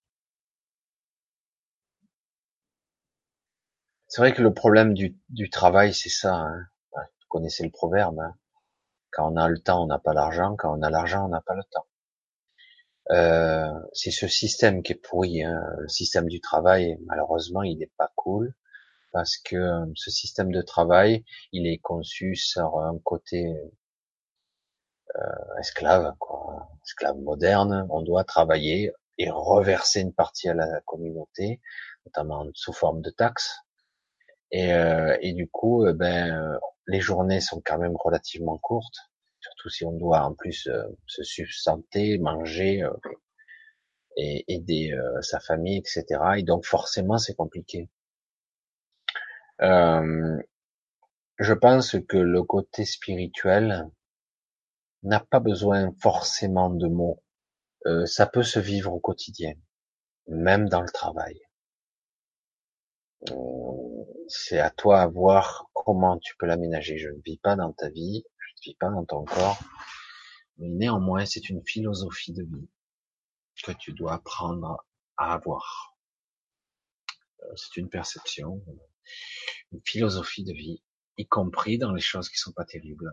c'est vrai que le problème du, du travail, c'est ça. Hein. Ouais, vous connaissez le proverbe. Hein. Quand on a le temps, on n'a pas l'argent. Quand on a l'argent, on n'a pas le temps. Euh, c'est ce système qui est pourri. Hein. Le système du travail, malheureusement, il n'est pas cool parce que euh, ce système de travail, il est conçu sur un côté esclave, quoi, esclave moderne. On doit travailler et reverser une partie à la communauté, notamment sous forme de taxes. Et, euh, et du coup, euh, ben, euh, les journées sont quand même relativement courtes, surtout si on doit en plus euh, se substanter, manger euh, et aider euh, sa famille, et cetera. Et donc forcément, c'est compliqué. Euh, je pense que le côté spirituel n'a pas besoin forcément de mots. Euh, ça peut se vivre au quotidien, même dans le travail. Euh, C'est à toi à voir comment tu peux l'aménager. Je ne vis pas dans ta vie, je ne vis pas dans ton corps, mais néanmoins, c'est une philosophie de vie que tu dois apprendre à avoir. Euh, C'est une perception, une philosophie de vie, y compris dans les choses qui sont pas terribles.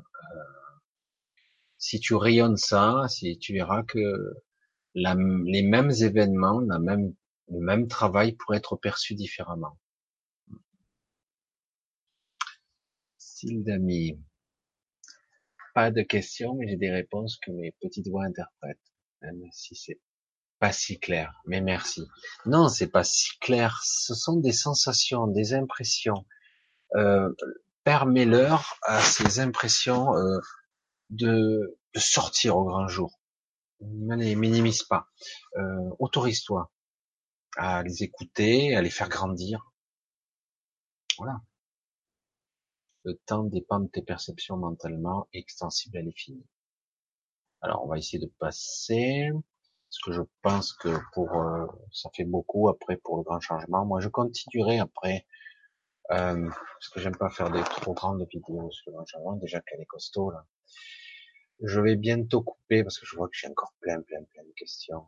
Si tu rayonnes ça, si tu verras que la- les mêmes événements, la même, le même travail pourrait être perçu différemment. Sildami, pas de questions, mais j'ai des réponses que mes petites voix interprètent, même si c'est pas si clair. Mais merci. Non, c'est pas si clair. Ce sont des sensations, des impressions. Euh, Permets-leur à ces impressions euh, de, de sortir au grand jour. ne les minimise pas. Euh, autorise-toi à les écouter, à les faire grandir. Voilà. Le temps dépend de tes perceptions mentalement extensibles à l'infini. Alors, on va essayer de passer, parce que je pense que pour euh, ça fait beaucoup après pour le grand changement. Moi, je continuerai après, euh, parce que j'aime pas faire des trop grandes vidéos sur le grand changement. Déjà qu'elle est costaud là. Je vais bientôt couper parce que je vois que j'ai encore plein, plein, plein de questions.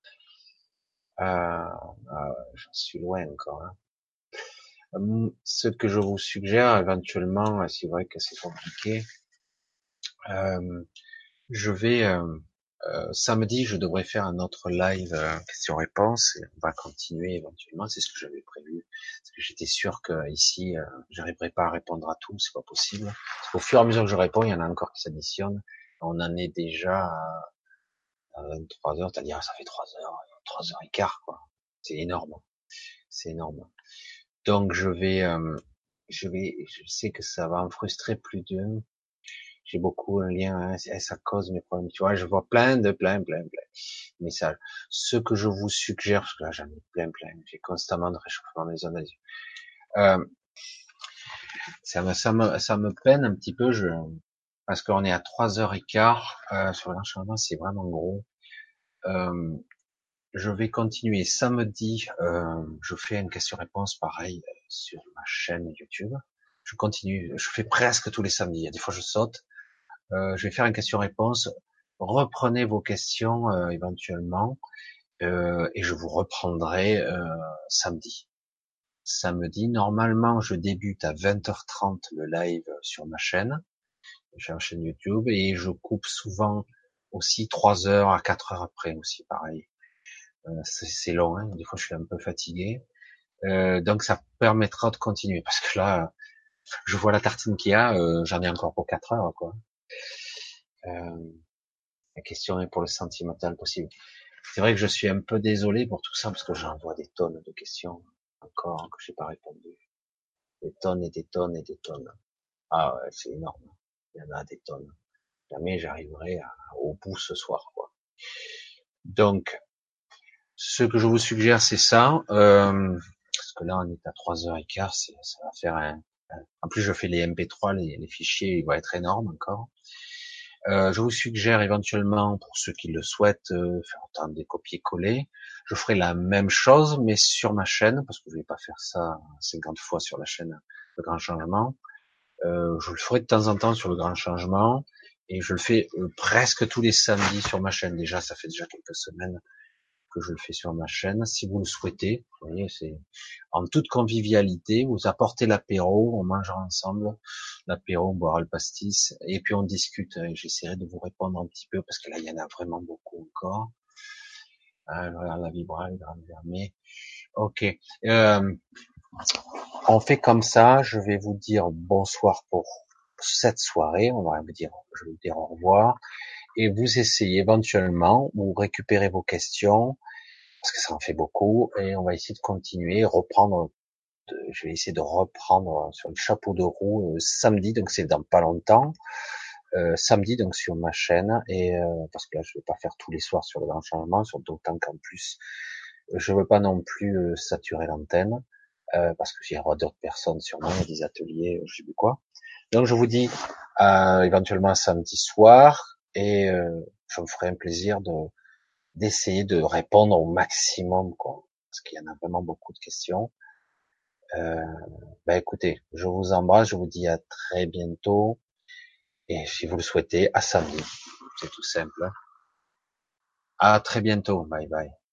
Euh, ah ouais, j'en suis loin encore. Hein. Hum, Ce que je vous suggère éventuellement, euh, c'est vrai que c'est compliqué. Euh, je vais euh, euh, samedi, je devrais faire un autre live euh, questions-réponses. Et on va continuer éventuellement, c'est ce que j'avais prévu. Parce que j'étais sûr que ici, euh, j'arriverai pas à répondre à tout, c'est pas possible. Parce qu'au fur et à mesure que je réponds, il y en a encore qui s'additionnent. On en est déjà à, à vingt-trois heures, c'est-à-dire ça fait trois heures, trois heures et quart, quoi. C'est énorme, c'est énorme. Donc je vais, euh, je vais, je sais que ça va en frustrer plus d'un. J'ai beaucoup un lien, hein, ça cause mes problèmes. Tu vois, je vois plein de, plein, plein, plein de messages. Ce que je vous suggère, parce que là j'en ai plein, plein, j'ai constamment de réchauffement des zones des yeux. Euh, ça me, ça me, ça me peine un petit peu, je, parce qu'on est à trois heures et quart, euh, sur l'enchaînement, c'est vraiment gros. Euh, je vais continuer samedi, euh, je fais une question-réponse pareil euh, sur ma chaîne YouTube. Je continue, je fais presque tous les samedis. Il y a des fois je saute. Euh, je vais faire une question-réponse. Reprenez vos questions euh, éventuellement euh, et je vous reprendrai euh, samedi. Samedi, normalement, je débute à vingt heures trente le live sur ma chaîne. J'ai une chaîne YouTube et je coupe souvent aussi trois heures à quatre heures après aussi, pareil. Euh, c'est long, hein. Des fois je suis un peu fatigué. Euh, donc ça permettra de continuer parce que là, je vois la tartine qu'il y a, euh, j'en ai encore pour quatre heures, quoi. Euh, la question est pour le sentimental possible. C'est vrai que je suis un peu désolé pour tout ça parce que j'en vois des tonnes de questions encore que j'ai pas répondu. Des tonnes et des tonnes et des tonnes. Ah ouais, c'est énorme. Il y en a des tonnes. Jamais j'arriverai à- au bout ce soir, quoi. Donc, ce que je vous suggère, c'est ça. Euh, parce que là, on est à trois heures quinze, c'est, ça va faire un, un- En plus, je fais les M P trois, les, les fichiers, ils vont être énormes encore. Euh, je vous suggère éventuellement, pour ceux qui le souhaitent, euh, faire autant des copier-coller. Je ferai la même chose, mais sur ma chaîne, parce que je vais pas faire ça cinquante fois sur la chaîne Le Grand Changement. Euh, je le ferai de temps en temps sur Le Grand Changement, et je le fais euh, presque tous les samedis sur ma chaîne. Déjà, ça fait déjà quelques semaines que je le fais sur ma chaîne. Si vous le souhaitez, vous voyez, c'est en toute convivialité. Vous apportez l'apéro, on mangera ensemble l'apéro, on boira le pastis, et puis on discute. J'essaierai de vous répondre un petit peu parce que là, il y en a vraiment beaucoup encore. Ah, je regarde la vibra, le grand fermé. Ok. Euh, on fait comme ça. Je vais vous dire bonsoir pour cette soirée. On va vous dire, je vais vous dire au revoir. Et vous essayez éventuellement, vous récupérez vos questions, parce que ça en fait beaucoup, et on va essayer de continuer, reprendre, de- je vais essayer de reprendre sur le chapeau de roue euh, samedi, donc c'est dans pas longtemps, euh, samedi donc sur ma chaîne, et euh, parce que là je vais pas faire tous les soirs sur le grand changement, sur d'autant qu'en plus je veux pas non plus euh, saturer l'antenne, euh, parce que il y aura d'autres personnes sur moi, des ateliers, je sais plus quoi. Donc je vous dis euh, éventuellement samedi soir, et euh, je me ferai un plaisir de d'essayer de répondre au maximum, quoi, parce qu'il y en a vraiment beaucoup de questions. Euh, bah écoutez, je vous embrasse, je vous dis à très bientôt, et si vous le souhaitez, à samedi. C'est tout simple. À très bientôt. Bye bye.